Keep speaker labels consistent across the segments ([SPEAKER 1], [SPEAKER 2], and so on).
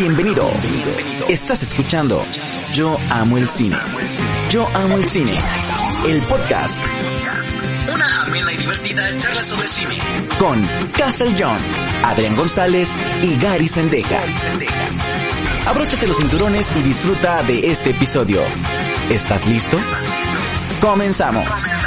[SPEAKER 1] Bienvenido. Estás escuchando Yo Amo el Cine. Yo Amo el Cine, el podcast. Una amena y divertida charla sobre cine. Con Castle John, Adrián González y Gary Sendejas. Abróchate los cinturones y disfruta de este episodio. ¿Estás listo? Comenzamos.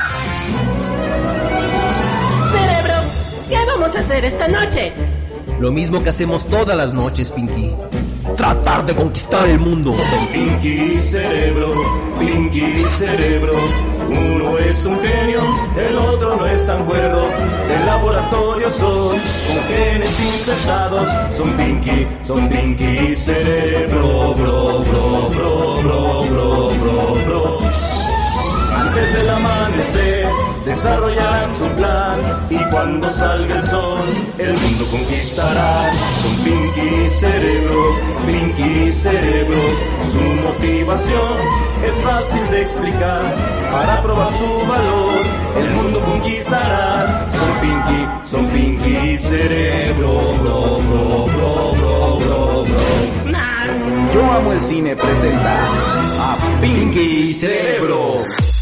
[SPEAKER 2] Cerebro, ¿qué vamos a hacer esta noche?
[SPEAKER 3] Lo mismo que hacemos todas las noches, Pinky. Tratar de conquistar el mundo.
[SPEAKER 4] Son Pinky y Cerebro, Pinky y Cerebro. Uno es un genio, el otro no es tan cuerdo. Del laboratorio son, con genes insertados. Son Pinky y Cerebro, bro, bro, bro, bro, bro, bro, bro. Antes del amanecer, desarrollarán su plan. Y cuando salga el sol, el mundo conquistará. Son Pinky y Cerebro, Pinky y Cerebro. Su motivación es fácil de explicar. Para probar su valor, el mundo conquistará. Son Pinky y Cerebro, bro, bro, bro, bro, bro, bro.
[SPEAKER 1] Yo Amo el Cine presenta a Pinky y Cerebro.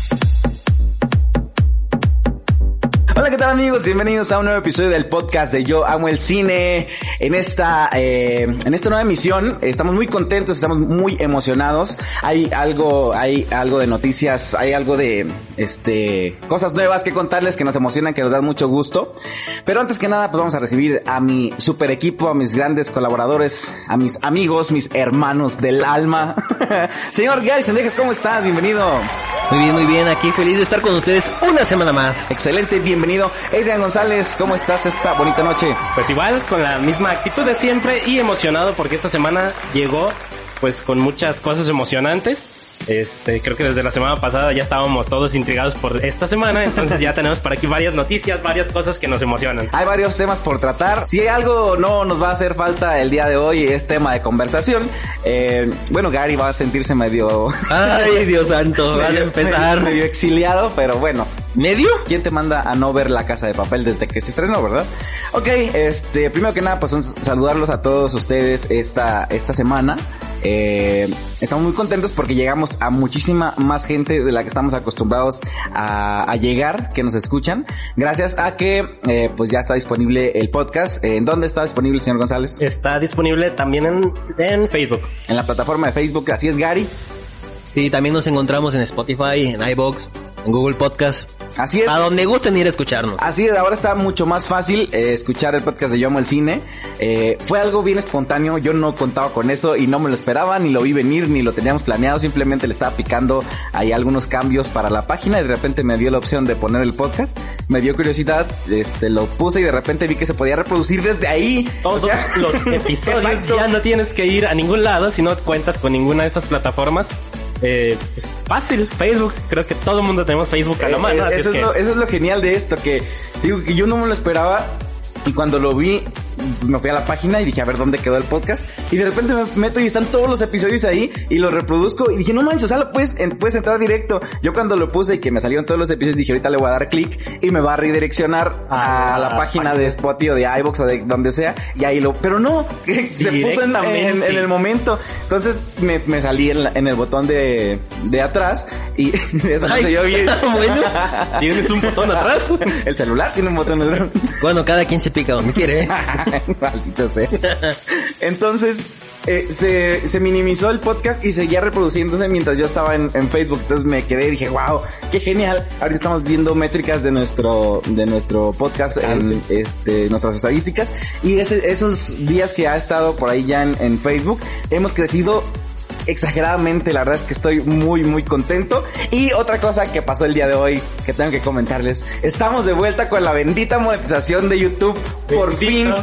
[SPEAKER 1] Hola, ¿qué tal, amigos? Bienvenidos a un nuevo episodio del podcast de Yo Amo el Cine. En esta nueva emisión estamos muy contentos, estamos muy emocionados. Hay algo de noticias, hay algo de cosas nuevas que contarles que nos emocionan, que nos dan mucho gusto. Pero antes que nada, pues vamos a recibir a mi super equipo, a mis grandes colaboradores, a mis amigos, mis hermanos del alma. Señor Gary Sendejas, ¿cómo estás? Bienvenido.
[SPEAKER 3] Muy bien, aquí feliz de estar con ustedes una semana más.
[SPEAKER 1] Excelente, bienvenido. Adrián González, ¿cómo estás esta bonita noche?
[SPEAKER 5] Pues igual, con la misma actitud de siempre y emocionado porque esta semana llegó pues con muchas cosas emocionantes. Creo que desde la semana pasada ya estábamos todos intrigados por esta semana, entonces ya tenemos por aquí varias noticias, varias cosas que nos emocionan.
[SPEAKER 1] Hay varios temas por tratar. Si algo no nos va a hacer falta el día de hoy es tema de conversación. Bueno, Gary va a sentirse medio...
[SPEAKER 3] Ay, Dios santo, van a empezar.
[SPEAKER 1] Medio exiliado, pero bueno.
[SPEAKER 3] ¿Medio?
[SPEAKER 1] ¿Quién te manda a no ver La Casa de Papel desde que se estrenó, verdad? Ok, primero que nada, pues saludarlos a todos ustedes esta semana. Estamos muy contentos porque llegamos a muchísima más gente de la que estamos acostumbrados a llegar, que nos escuchan, gracias a que pues ya está disponible el podcast. ¿En dónde está disponible, señor González?
[SPEAKER 5] Está disponible también en Facebook.
[SPEAKER 1] En la plataforma de Facebook, así es, Gary.
[SPEAKER 3] Sí, también nos encontramos en Spotify, en iVoox, en Google Podcast.
[SPEAKER 1] Así es.
[SPEAKER 3] A donde gusten ir a escucharnos.
[SPEAKER 1] Así es, ahora está mucho más fácil escuchar el podcast de Yo Amo el Cine. Fue algo bien espontáneo, yo no contaba con eso y no me lo esperaba, ni lo vi venir, ni lo teníamos planeado. Simplemente le estaba picando ahí algunos cambios para la página y de repente me dio la opción de poner el podcast. Me dio curiosidad, lo puse y de repente vi que se podía reproducir desde ahí.
[SPEAKER 5] Todos los episodios.
[SPEAKER 1] Exacto.
[SPEAKER 5] Ya no tienes que ir a ningún lado si no cuentas con ninguna de estas plataformas. Es fácil, Facebook, creo que todo el mundo tenemos Facebook a la mano.
[SPEAKER 1] Eso es lo genial de esto, que digo que yo no me lo esperaba y cuando lo vi me fui a la página y dije a ver dónde quedó el podcast y de repente me meto y están todos los episodios ahí y los reproduzco y dije no manches, o sea, puedes entrar directo. Yo cuando lo puse y que me salieron todos los episodios dije ahorita le voy a dar clic y me va a redireccionar a la página de Spotify o de iVoox o de donde sea y ahí pero no, se puso en el momento. Entonces me salí en el botón de atrás y eso no se yo bien.
[SPEAKER 5] Bueno, ¿tienes un botón atrás?
[SPEAKER 1] El celular tiene un botón atrás.
[SPEAKER 3] Bueno, cada quien se pica donde quiere, ¿eh?
[SPEAKER 1] Maldito sea. Entonces se minimizó el podcast y seguía reproduciéndose mientras yo estaba en Facebook. Entonces me quedé y dije wow, qué genial. Ahorita estamos viendo métricas de nuestro podcast en nuestras estadísticas y esos días que ha estado por ahí ya en Facebook hemos crecido exageradamente. La verdad es que estoy muy muy contento. Y otra cosa que pasó el día de hoy que tengo que comentarles, estamos de vuelta con la bendita monetización de YouTube. Por fin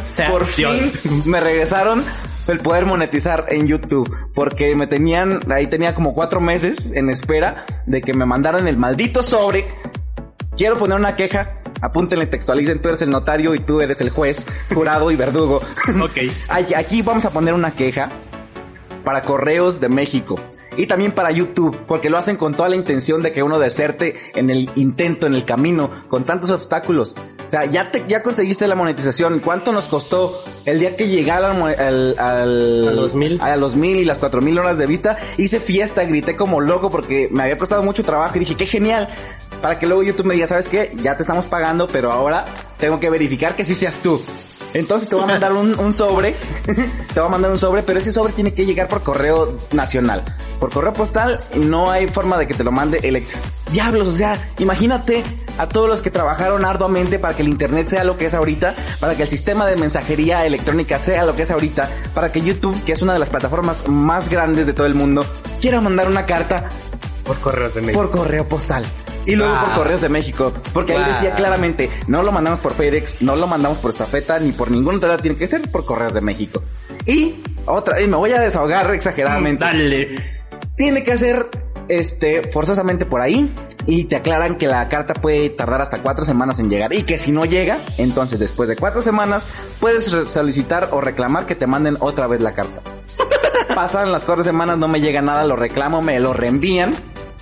[SPEAKER 1] me regresaron el poder monetizar en YouTube, porque tenía como 4 meses en espera de que me mandaran el maldito sobre. Quiero poner una queja. Apúntenle, textualicen, tú eres el notario y tú eres el juez, jurado y verdugo.
[SPEAKER 5] Ok.
[SPEAKER 1] Aquí vamos a poner una queja para Correos de México y también para YouTube, porque lo hacen con toda la intención de que uno deserte en el intento, en el camino, con tantos obstáculos. O sea, ya conseguiste la monetización. ¿Cuánto nos costó el día que llegara a los 1000 y las 4000 horas de vista? Hice fiesta, grité como loco porque me había costado mucho trabajo y dije, qué genial. Para que luego YouTube me diga, ¿sabes qué? Ya te estamos pagando, pero ahora tengo que verificar que sí seas tú. Entonces te voy a mandar un sobre. Te voy a mandar un sobre, pero ese sobre tiene que llegar por correo nacional. Por correo postal no hay forma de que te lo mande Diablos, o sea, imagínate a todos los que trabajaron arduamente para que el internet sea lo que es ahorita, para que el sistema de mensajería electrónica sea lo que es ahorita, para que YouTube, que es una de las plataformas más grandes de todo el mundo, quiera mandar una carta
[SPEAKER 5] por correos de México.
[SPEAKER 1] Por correo postal. Y luego por Correos de México. Porque ahí decía claramente, no lo mandamos por FedEx, no lo mandamos por estafeta, ni por ninguna otra, tiene que ser por Correos de México. Y me voy a desahogar exageradamente.
[SPEAKER 5] Dale.
[SPEAKER 1] Tiene que ser, forzosamente por ahí. Y te aclaran que la carta puede tardar hasta 4 semanas en llegar. Y que si no llega, entonces después de 4 semanas, puedes solicitar o reclamar que te manden otra vez la carta. Pasan las 4 semanas, no me llega nada, lo reclamo, me lo reenvían.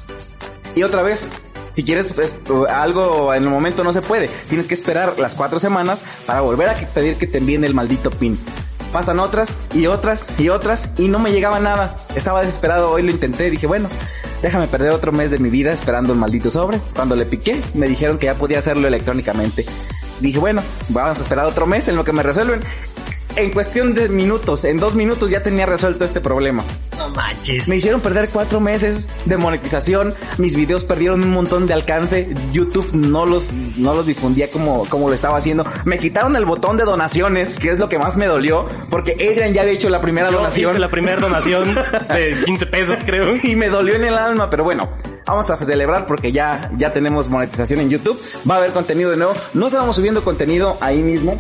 [SPEAKER 1] Y otra vez, si quieres algo en el momento no se puede. Tienes que esperar las 4 semanas para volver a pedir que te envíen el maldito PIN. Pasan otras y otras y otras y no me llegaba nada. Estaba desesperado, hoy lo intenté, dije, bueno, déjame perder otro mes de mi vida esperando el maldito sobre. Cuando le piqué, me dijeron que ya podía hacerlo electrónicamente. Dije, bueno, vamos a esperar otro mes en lo que me resuelven. En cuestión de minutos, en 2 minutos ya tenía resuelto este problema.
[SPEAKER 3] No manches.
[SPEAKER 1] Me hicieron perder 4 meses de monetización. Mis videos perdieron un montón de alcance. YouTube no los difundía como lo estaba haciendo. Me quitaron el botón de donaciones, que es lo que más me dolió, porque Adrian ya había hecho la primera donación.
[SPEAKER 5] Hice la primera donación de 15 pesos, creo.
[SPEAKER 1] Y me dolió en el alma, pero bueno, vamos a celebrar porque ya tenemos monetización en YouTube. Va a haber contenido de nuevo. No estábamos subiendo contenido ahí mismo.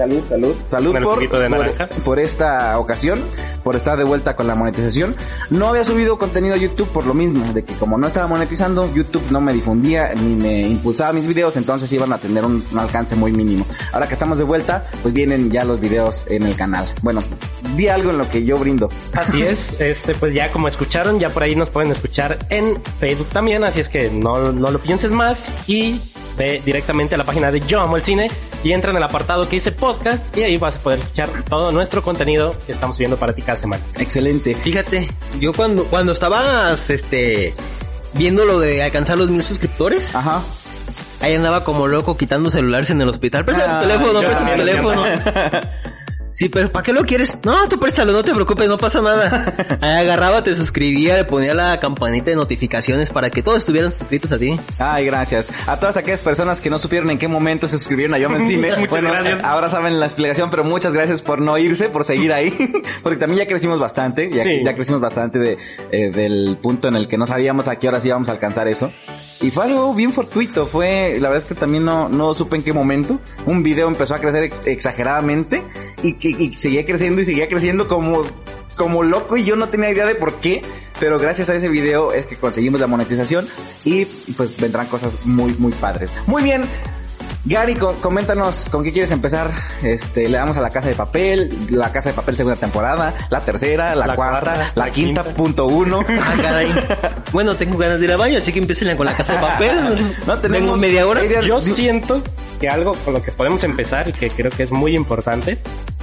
[SPEAKER 1] Salud por esta ocasión, por estar de vuelta con la monetización. No había subido contenido a YouTube por lo mismo, de que como no estaba monetizando, YouTube no me difundía ni me impulsaba mis videos, entonces iban a tener un alcance muy mínimo. Ahora que estamos de vuelta, pues vienen ya los videos en el canal. Bueno, di algo en lo que yo brindo.
[SPEAKER 5] Así es, pues ya como escucharon, ya por ahí nos pueden escuchar en Facebook también, así es que no lo pienses más y ve directamente a la página de Yo Amo el Cine y entra en el apartado que dice podcast y ahí vas a poder escuchar todo nuestro contenido que estamos subiendo para ti cada semana.
[SPEAKER 1] Excelente.
[SPEAKER 3] Fíjate, yo cuando estabas viendo lo de alcanzar los 1000 suscriptores,
[SPEAKER 1] ajá,
[SPEAKER 3] ahí andaba como loco quitando celulares en el hospital. Presta tu teléfono. Sí, pero ¿para qué lo quieres? No, tú préstalo, no te preocupes, no pasa nada. Ahí agarraba, te suscribía, le ponía la campanita de notificaciones para que todos estuvieran suscritos a ti.
[SPEAKER 1] Ay, gracias. A todas aquellas personas que no supieron en qué momento se suscribieron a Yo Amo el Cine.
[SPEAKER 5] Muchas gracias.
[SPEAKER 1] Ahora saben la explicación, pero muchas gracias por no irse, por seguir ahí. Porque también ya crecimos bastante. Ya crecimos bastante del punto en el que no sabíamos a qué horas íbamos a alcanzar eso. Y fue algo bien fortuito, la verdad es que también no supe en qué momento. Un video empezó a crecer exageradamente y seguía creciendo como loco y yo no tenía idea de por qué, pero gracias a ese video es que conseguimos la monetización y pues vendrán cosas muy, muy padres. Muy bien. Gary, coméntanos con qué quieres empezar. Le damos a La Casa de Papel, La Casa de Papel segunda temporada, la tercera, la cuarta, la quinta, .1.
[SPEAKER 3] Ah, caray. Bueno, tengo ganas de ir al baño, así que empiecen con La Casa de Papel.
[SPEAKER 1] No tenemos
[SPEAKER 3] Vengo media hora.
[SPEAKER 5] Yo siento que algo con lo que podemos empezar y que creo que es muy importante,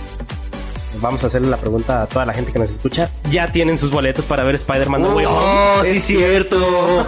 [SPEAKER 5] vamos a hacerle la pregunta a toda la gente que nos escucha. ¿Ya tienen sus boletos para ver Spider-Man No Way Home?
[SPEAKER 3] Oh, sí, cierto.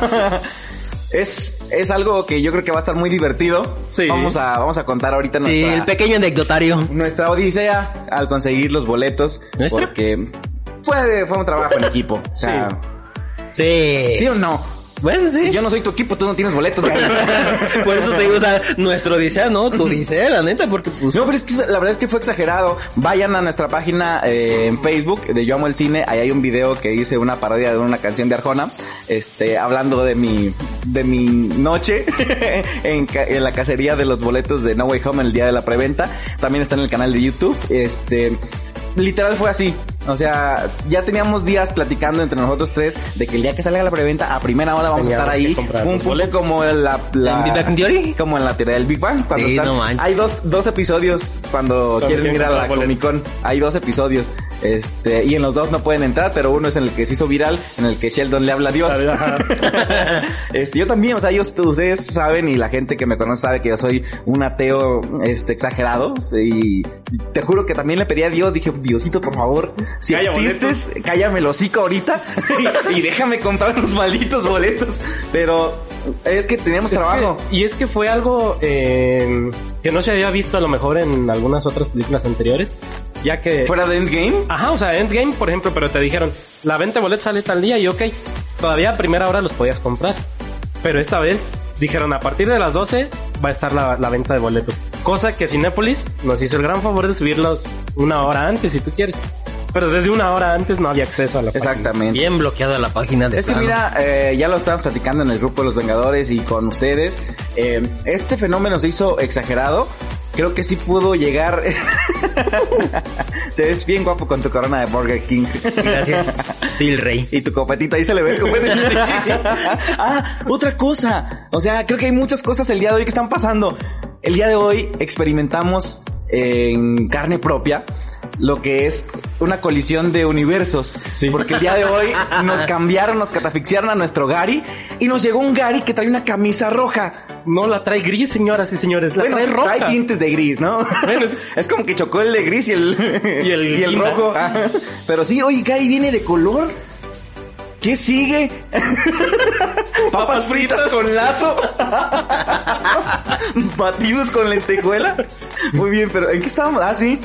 [SPEAKER 1] Es algo que yo creo que va a estar muy divertido. Sí. Vamos a contar ahorita
[SPEAKER 3] el pequeño anecdotario.
[SPEAKER 1] Nuestra odisea al conseguir los boletos.
[SPEAKER 3] ¿Nuestra?
[SPEAKER 1] Porque fue un trabajo en equipo. O sea,
[SPEAKER 3] sí.
[SPEAKER 1] ¿Sí o no?
[SPEAKER 3] Bueno, sí.
[SPEAKER 1] Yo no soy tu equipo, tú no tienes boletos.
[SPEAKER 3] Por eso te digo, o sea, nuestro odisea, ¿no? Tu odisea, la neta, porque pues...
[SPEAKER 1] No, pero es que la verdad es que fue exagerado. Vayan a nuestra página en Facebook de Yo Amo el Cine. Ahí hay un video que hice una parodia de una canción de Arjona. Hablando de mi noche en la cacería de los boletos de No Way Home el día de la preventa. También está en el canal de YouTube. Literal fue así. O sea, ya teníamos días platicando entre nosotros tres de que el día que salga la preventa, a primera hora vamos a estar ahí. Un poco como
[SPEAKER 3] ¿En Big Bang Theory?
[SPEAKER 1] Como en la teoría del Big Bang. Cuando
[SPEAKER 3] Sí, no manches.
[SPEAKER 1] hay dos episodios cuando quieren ir a la Comic Con. Hay 2 episodios. Y en los 2 no pueden entrar, pero uno es en el que se hizo viral, en el que Sheldon le habla a Dios. Yo también, o sea, ustedes saben y la gente que me conoce sabe que yo soy un ateo exagerado, y te juro que también le pedí a Dios, dije, Diosito, por favor, si existes, cállame el hocico ahorita y déjame comprar los malditos boletos. Pero es que teníamos trabajo.
[SPEAKER 5] Y es que fue algo que no se había visto a lo mejor en algunas otras películas anteriores, ya que...
[SPEAKER 1] ¿Fuera de Endgame?
[SPEAKER 5] Ajá, o sea, Endgame, por ejemplo, pero te dijeron, la venta de boletos sale tal día y ok, todavía a primera hora los podías comprar. Pero esta vez dijeron, a partir de las 12 va a estar la venta de boletos. Cosa que Cinépolis nos hizo el gran favor de subirlos una hora antes, si tú quieres. Pero desde una hora antes no había acceso a la página.
[SPEAKER 1] Exactamente.
[SPEAKER 3] Bien bloqueada la página de
[SPEAKER 1] Es que
[SPEAKER 3] plano.
[SPEAKER 1] mira, ya lo estábamos platicando en el grupo de los Vengadores y con ustedes. Este fenómeno se hizo exagerado. Creo que sí pudo llegar. Te ves bien guapo con tu corona de Burger King.
[SPEAKER 3] Gracias. Sí, el rey.
[SPEAKER 1] Y tu copetita, ahí se le ve el copete. Otra cosa. O sea, creo que hay muchas cosas el día de hoy que están pasando. El día de hoy experimentamos en carne propia lo que es una colisión de universos.
[SPEAKER 5] Sí.
[SPEAKER 1] Porque el día de hoy nos catafixiaron a nuestro Gary y nos llegó un Gary que trae una camisa roja.
[SPEAKER 5] No la trae gris, señoras y señores, la trae roja.
[SPEAKER 1] Trae tintes de gris, ¿no?
[SPEAKER 5] Bueno,
[SPEAKER 1] es como que chocó el de gris y el
[SPEAKER 5] guinda.
[SPEAKER 1] rojo. Pero sí, oye, Gary viene de color. ¿Qué sigue? Papas fritas con lazo. Batidos con lentejuela. Muy bien, pero ¿en qué estábamos? Ah, sí.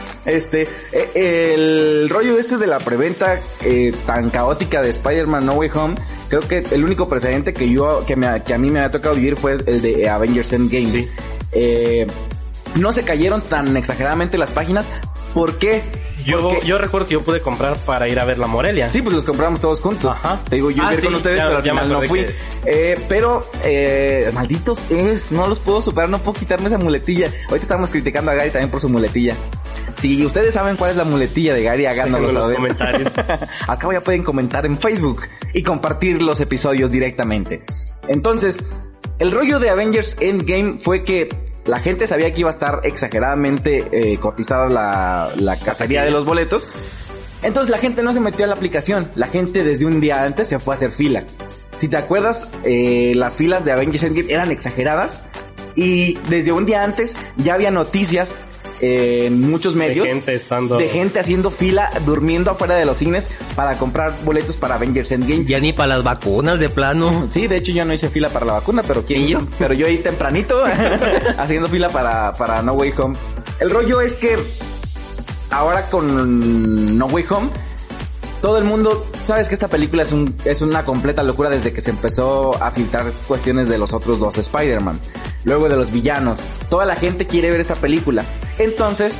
[SPEAKER 1] El rollo de la preventa tan caótica de Spider-Man No Way Home, creo que el único precedente que a mí me ha tocado vivir fue el de Avengers Endgame.
[SPEAKER 5] Sí.
[SPEAKER 1] No se cayeron tan exageradamente las páginas. ¿Por qué?
[SPEAKER 5] Yo recuerdo que yo pude comprar para ir a ver la Morelia.
[SPEAKER 1] Sí, pues los compramos todos juntos.
[SPEAKER 5] Ajá.
[SPEAKER 1] Te digo, yo iba a ir con ustedes, pero al final no fui. Pero, malditos no los puedo superar, no puedo quitarme esa muletilla. Ahorita estamos criticando a Gary también por su muletilla. Si ustedes saben cuál es la muletilla de Gary, háganoslo
[SPEAKER 5] en los
[SPEAKER 1] saber.
[SPEAKER 5] comentarios.
[SPEAKER 1] Acá ya pueden comentar en Facebook y compartir los episodios directamente. Entonces, el rollo de Avengers Endgame fue que la gente sabía que iba a estar exageradamente cotizada la cacería de los boletos. Entonces la gente no se metió a la aplicación. La gente desde un día antes se fue a hacer fila. Si te acuerdas, las filas de Avengers Endgame eran exageradas. Y desde un día antes ya había noticias en muchos medios de gente haciendo fila, durmiendo afuera de los cines para comprar boletos para Avengers Endgame.
[SPEAKER 3] Ya ni para las vacunas de plano.
[SPEAKER 1] Sí, de hecho yo no hice fila para la vacuna, pero yo ahí tempranito haciendo fila para No Way Home. El rollo es que ahora con No Way Home todo el mundo, sabes que esta película es una completa locura desde que se empezó a filtrar cuestiones de los otros 2 Spider-Man. Luego de los villanos. Toda la gente quiere ver esta película. Entonces,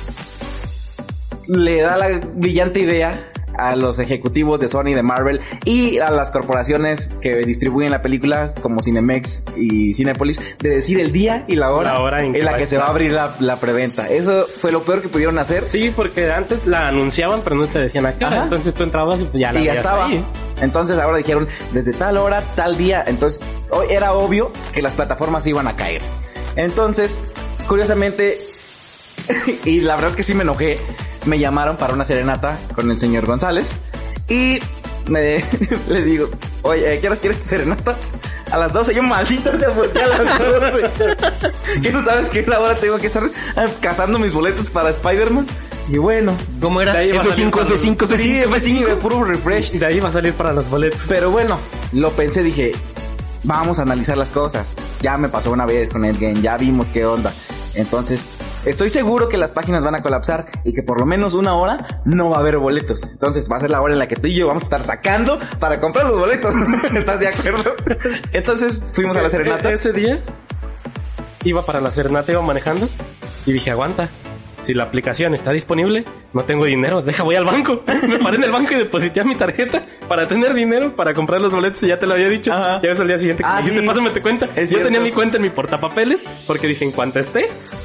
[SPEAKER 1] le da la brillante idea a los ejecutivos de Sony, de Marvel y a las corporaciones que distribuyen la película como Cinemex y Cinépolis de decir el día y la hora en la que se va a abrir la preventa. Eso fue lo peor que pudieron hacer.
[SPEAKER 5] Sí, porque antes la anunciaban pero no te decían a qué hora. Entonces tú entrabas y pues ya la veías
[SPEAKER 1] estaba
[SPEAKER 5] ahí.
[SPEAKER 1] Entonces ahora dijeron desde tal hora, tal día. Entonces hoy era obvio que las plataformas iban a caer. Entonces, curiosamente, y la verdad es que sí me enojé, me llamaron para una serenata con el señor González y le digo, oye, ¿qué horas quieres tu serenata? A las 12, yo maldita sea, porque a las 12. ¿Qué no sabes que esa hora tengo que estar cazando mis boletos para Spider-Man? Y bueno,
[SPEAKER 3] ¿cómo era?
[SPEAKER 1] F5, F5. Sí, F5, puro refresh.
[SPEAKER 5] Y de ahí va a salir para los boletos.
[SPEAKER 1] Pero bueno, lo pensé, dije, vamos a analizar las cosas. Ya me pasó una vez con Endgame, ya vimos qué onda. Entonces, estoy seguro que las páginas van a colapsar y que por lo menos una hora no va a haber boletos. Entonces va a ser la hora en la que tú y yo vamos a estar sacando para comprar los boletos. ¿Estás de acuerdo? Entonces fuimos a la serenata.
[SPEAKER 5] Ese día iba para la serenata, iba manejando y dije, aguanta. Si la aplicación está disponible, no tengo dinero, voy al banco. Me paré en el banco y deposité mi tarjeta para tener dinero para comprar los boletos. Y ya te lo había dicho.
[SPEAKER 1] Ajá.
[SPEAKER 5] Ya ves al día siguiente que me dijiste,
[SPEAKER 1] sí.
[SPEAKER 5] pásame tu cuenta.
[SPEAKER 1] Es
[SPEAKER 5] Yo
[SPEAKER 1] cierto.
[SPEAKER 5] tenía mi cuenta en mi portapapeles porque dije, en cuanto esté,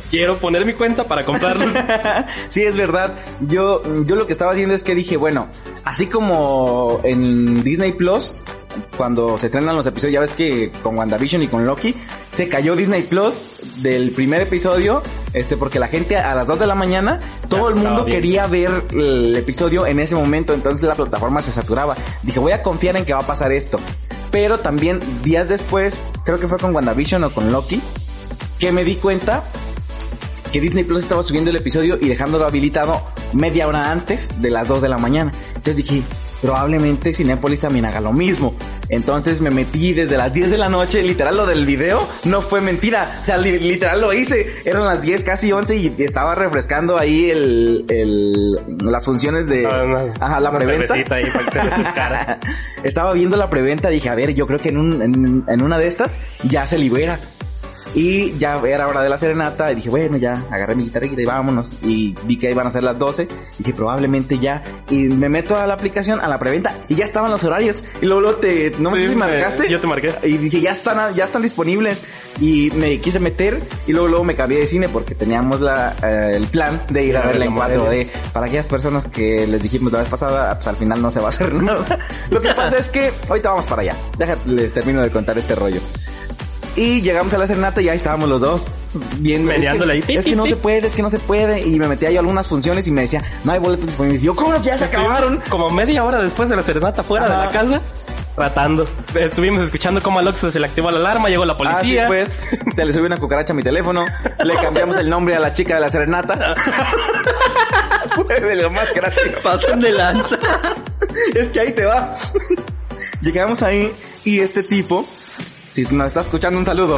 [SPEAKER 5] quiero poner mi cuenta para comprarlos.
[SPEAKER 1] Sí, es verdad. Yo lo que estaba haciendo es que dije, bueno, así como en Disney Plus, cuando se estrenan los episodios, ya ves que con WandaVision y con Loki, se cayó Disney Plus del primer episodio, porque la gente a las 2 de la mañana, todo el mundo quería ver el episodio en ese momento, entonces la plataforma se saturaba. Dije, voy a confiar en que va a pasar esto. Pero también días después, creo que fue con WandaVision o con Loki, que me di cuenta que Disney Plus estaba subiendo el episodio y dejándolo habilitado media hora antes de las 2 de la mañana. Entonces dije, probablemente Cinépolis también haga lo mismo. Entonces me metí desde las 10 de la noche, literal lo del video no fue mentira, o sea, literal lo hice, eran las 10, casi 11 y estaba refrescando ahí las funciones de la preventa. Ahí para que te refrescara. Estaba viendo la preventa, dije, a ver, yo creo que en una de estas ya se libera. Y ya era hora de la serenata y dije, bueno, ya agarré mi guitarrita y vámonos. Y vi que iban a ser las 12 y dije, probablemente ya. Y me meto a la aplicación, a la preventa y ya estaban los horarios. Y luego no sé si marcaste.
[SPEAKER 5] Yo te marqué.
[SPEAKER 1] Y dije, ya están disponibles. Y me quise meter y luego me cambié de cine porque teníamos el plan de ir a verla en 4D. Para aquellas personas que les dijimos la vez pasada, pues al final no se va a hacer nada. Lo que pasa es que ahorita vamos para allá. Les termino de contar este rollo. Y llegamos a la serenata y ahí estábamos los dos viendo. Es que no se puede. Y me metía yo a algunas funciones y me decía, no hay boletos disponibles. Y yo, ¿cómo que ya se acabaron?
[SPEAKER 5] Como media hora después de la serenata fuera de la casa, tratando. Estuvimos escuchando cómo a Loxo se le activó la alarma, llegó la policía.
[SPEAKER 1] Sí, pues, se le subió una cucaracha a mi teléfono. Le cambiamos el nombre a la chica de la serenata. Fue de lo más gracioso.
[SPEAKER 3] Pasan de lanza.
[SPEAKER 1] Es que ahí te va. Llegamos ahí y este tipo, si nos está escuchando, un saludo.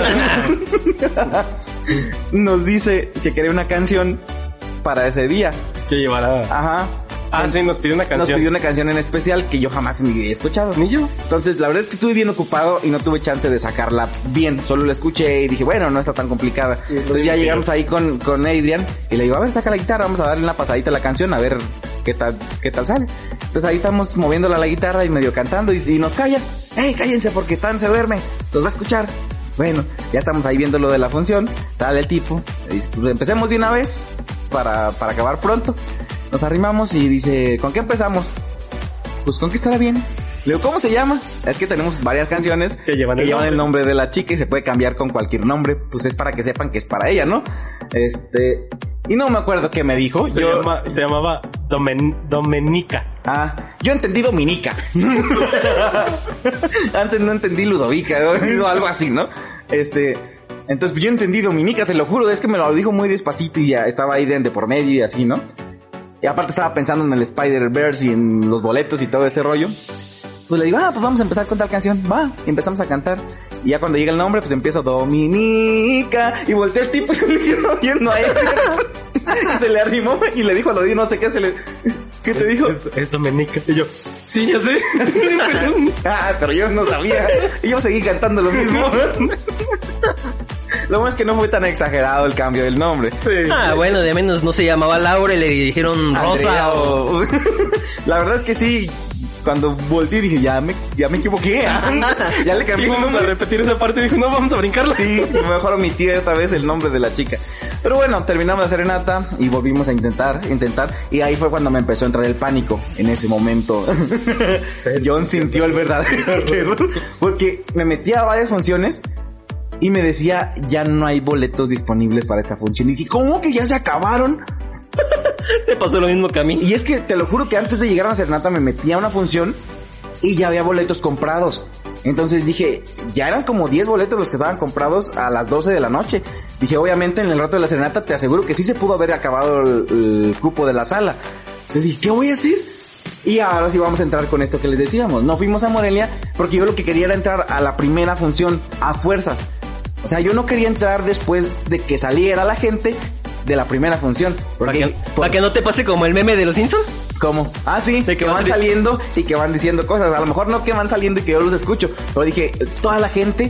[SPEAKER 1] Nos dice que quería una canción para ese día.
[SPEAKER 5] Que llevará.
[SPEAKER 1] Ajá.
[SPEAKER 5] Sí, nos pidió una canción.
[SPEAKER 1] Nos pidió una canción en especial que yo jamás en mi vida he escuchado.
[SPEAKER 5] Ni yo.
[SPEAKER 1] Entonces, la verdad es que estuve bien ocupado y no tuve chance de sacarla bien. Solo la escuché y dije, bueno, no está tan complicada. Entonces ya llegamos ahí con Adrian y le digo, a ver, saca la guitarra, vamos a darle una pasadita a la canción, a ver qué tal sale. Entonces ahí estamos moviéndola a la guitarra y medio cantando y nos callan. ¡Ey, cállense porque Tan se duerme! Los va a escuchar. Bueno, ya estamos ahí viendo lo de la función. Sale el tipo. Y dice, pues empecemos de una vez para acabar pronto. Nos arrimamos y dice, ¿con qué empezamos? Pues con qué estará bien. Le digo, ¿cómo se llama? Es que tenemos varias canciones que llevan el nombre de la chica y se puede cambiar con cualquier nombre. Pues es para que sepan que es para ella, ¿no? Y no me acuerdo qué me dijo.
[SPEAKER 5] Se llamaba Domenica.
[SPEAKER 1] Yo entendí Dominica. Antes no entendí Ludovica o algo así, ¿no? Entonces yo entendí Dominica, te lo juro. Es que me lo dijo muy despacito y ya estaba ahí de por medio y así, ¿no? Y aparte estaba pensando en el Spider-Verse y en los boletos y todo este rollo. Pues le digo, pues vamos a empezar con tal canción. Va, y empezamos a cantar. Y ya cuando llega el nombre, pues empiezo Dominica. Y volteé el tipo y se le quedó viendo a él. Se le arrimó y le dijo a Lodi, no sé qué, ¿qué te dijo?
[SPEAKER 5] Es Dominica. Y yo, sí, ya sé.
[SPEAKER 1] Pero yo no sabía. Y yo seguí cantando lo mismo. Lo bueno es que no fue tan exagerado el cambio del nombre.
[SPEAKER 3] Sí. Bueno, de menos no se llamaba Laura y le dijeron Rosa o...
[SPEAKER 1] La verdad es que sí. Cuando volteé dije, ya me equivoqué. Ya le cambié.
[SPEAKER 5] Vamos a repetir esa parte y dijo, no, vamos a brincarla.
[SPEAKER 1] Sí, mejor omití otra vez el nombre de la chica. Pero bueno, terminamos la serenata y volvimos a intentar. Y ahí fue cuando me empezó a entrar el pánico. En ese momento, John sintió el verdadero terror. Porque me metí a varias funciones y me decía, ya no hay boletos disponibles para esta función. Y dije, ¿cómo que ya se acabaron?
[SPEAKER 3] Te pasó lo mismo que a mí.
[SPEAKER 1] Y es que te lo juro que antes de llegar a la serenata me metí a una función y ya había boletos comprados. Entonces dije, ya eran como 10 boletos los que estaban comprados a las 12 de la noche. Dije, obviamente en el rato de la serenata te aseguro que sí se pudo haber acabado el cupo de la sala. Entonces dije, ¿qué voy a hacer? Y ahora sí vamos a entrar con esto que les decíamos. No fuimos a Morelia porque yo lo que quería era entrar a la primera función a fuerzas. O sea, yo no quería entrar después de que saliera la gente de la primera función.
[SPEAKER 3] ¿Para que no te pase como el meme de los Simpsons?
[SPEAKER 1] ¿Cómo? Sí, de que van saliendo y que van diciendo cosas. A lo mejor no que van saliendo y que yo los escucho. Pero dije, toda la gente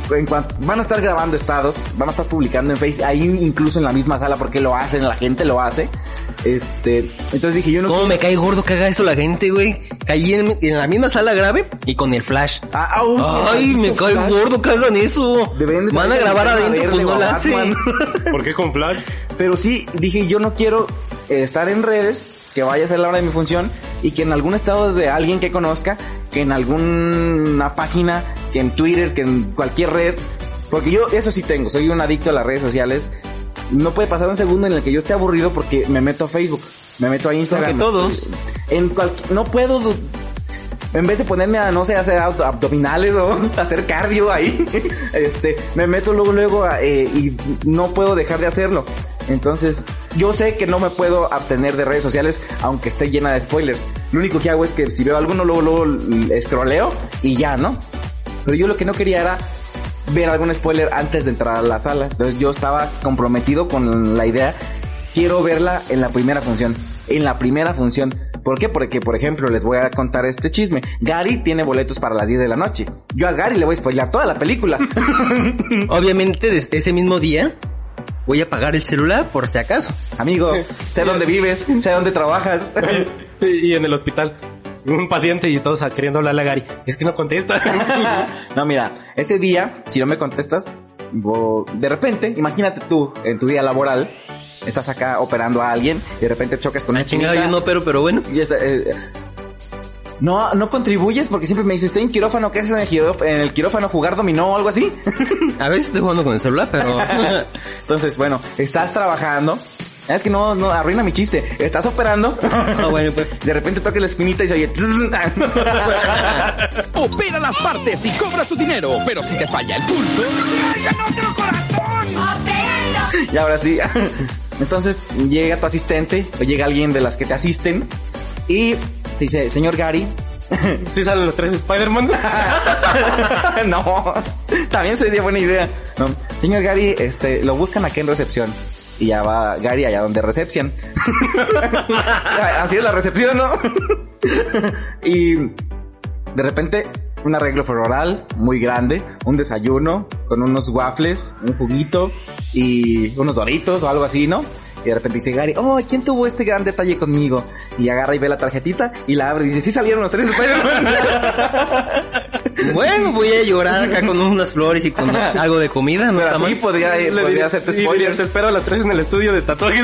[SPEAKER 1] en cuanto van a estar grabando estados, van a estar publicando en Facebook, ahí incluso en la misma sala, porque lo hacen, la gente lo hace. Entonces dije, yo no...
[SPEAKER 3] ¿Cómo me cae gordo que haga eso la gente, güey? Caí en la misma sala grave y con el flash. Ay, me cae gordo que hagan eso. Van a grabar adentro, pues no la hacen.
[SPEAKER 5] ¿Por qué con flash?
[SPEAKER 1] Pero sí, dije, yo no quiero estar en redes, que vaya a ser la hora de mi función, y que en algún estado de alguien que conozca, que en alguna página, que en Twitter, que en cualquier red, porque yo eso sí tengo, soy un adicto a las redes sociales. No puede pasar un segundo en el que yo esté aburrido porque me meto a Facebook, me meto a Instagram.
[SPEAKER 3] Porque todos.
[SPEAKER 1] No puedo, en vez de ponerme a, no sé, hacer abdominales o hacer cardio ahí, me meto luego y no puedo dejar de hacerlo. Entonces, yo sé que no me puedo abstener de redes sociales aunque esté llena de spoilers. Lo único que hago es que si veo alguno, luego scrolleo y ya, ¿no? Pero yo lo que no quería era ver algún spoiler antes de entrar a la sala. Entonces yo estaba comprometido con la idea, quiero verla en la primera función. ¿Por qué? Porque, por ejemplo, les voy a contar este chisme. Gary tiene boletos para las 10 de la noche. Yo a Gary le voy a spoilear toda la película.
[SPEAKER 3] Obviamente, desde ese mismo día voy a apagar el celular por si acaso.
[SPEAKER 1] Amigo, sé dónde vives, sé dónde trabajas.
[SPEAKER 5] Y en el hospital, un paciente y todos queriendo hablarle a Gary. Es que no contesta.
[SPEAKER 1] No, mira, ese día, si no me contestas, de repente, imagínate tú, en tu día laboral, estás acá operando a alguien y de repente chocas con una
[SPEAKER 3] chingada. Yo no opero, pero bueno.
[SPEAKER 1] Y no contribuyes porque siempre me dices, estoy en quirófano, ¿qué haces en el quirófano? ¿Jugar dominó o algo así?
[SPEAKER 3] A veces estoy jugando con el celular, pero...
[SPEAKER 1] Entonces, bueno, estás trabajando. Es que no arruina mi chiste. Estás operando.
[SPEAKER 3] Bueno, pues.
[SPEAKER 1] De repente toca la espinita y se oye...
[SPEAKER 6] Opera las partes y cobra tu dinero. Pero si te falla el pulso... ¡Cárgame otro corazón!
[SPEAKER 2] ¡Opéralo!
[SPEAKER 1] Y ahora sí. Entonces llega tu asistente o llega alguien de las que te asisten y te dice, señor Gary...
[SPEAKER 5] ¿Sí salen los 3 Spider-Man?
[SPEAKER 1] No, también sería buena idea. No. Señor Gary, lo buscan aquí en recepción. Y ya va Gary allá donde recepción. Así es la recepción, ¿no? Y de repente un arreglo floral muy grande, un desayuno con unos waffles, un juguito y unos Doritos o algo así, ¿no? Y de repente dice Gary, ¿quién tuvo este gran detalle conmigo? Y agarra y ve la tarjetita y la abre y dice, sí salieron los 3 Spider-Man.
[SPEAKER 3] Bueno, voy a llorar acá con unas flores y con algo de comida, ¿no?
[SPEAKER 1] Pero así podría hacerte spoilers.
[SPEAKER 5] Te espero a las 3 en el estudio de tatuajes.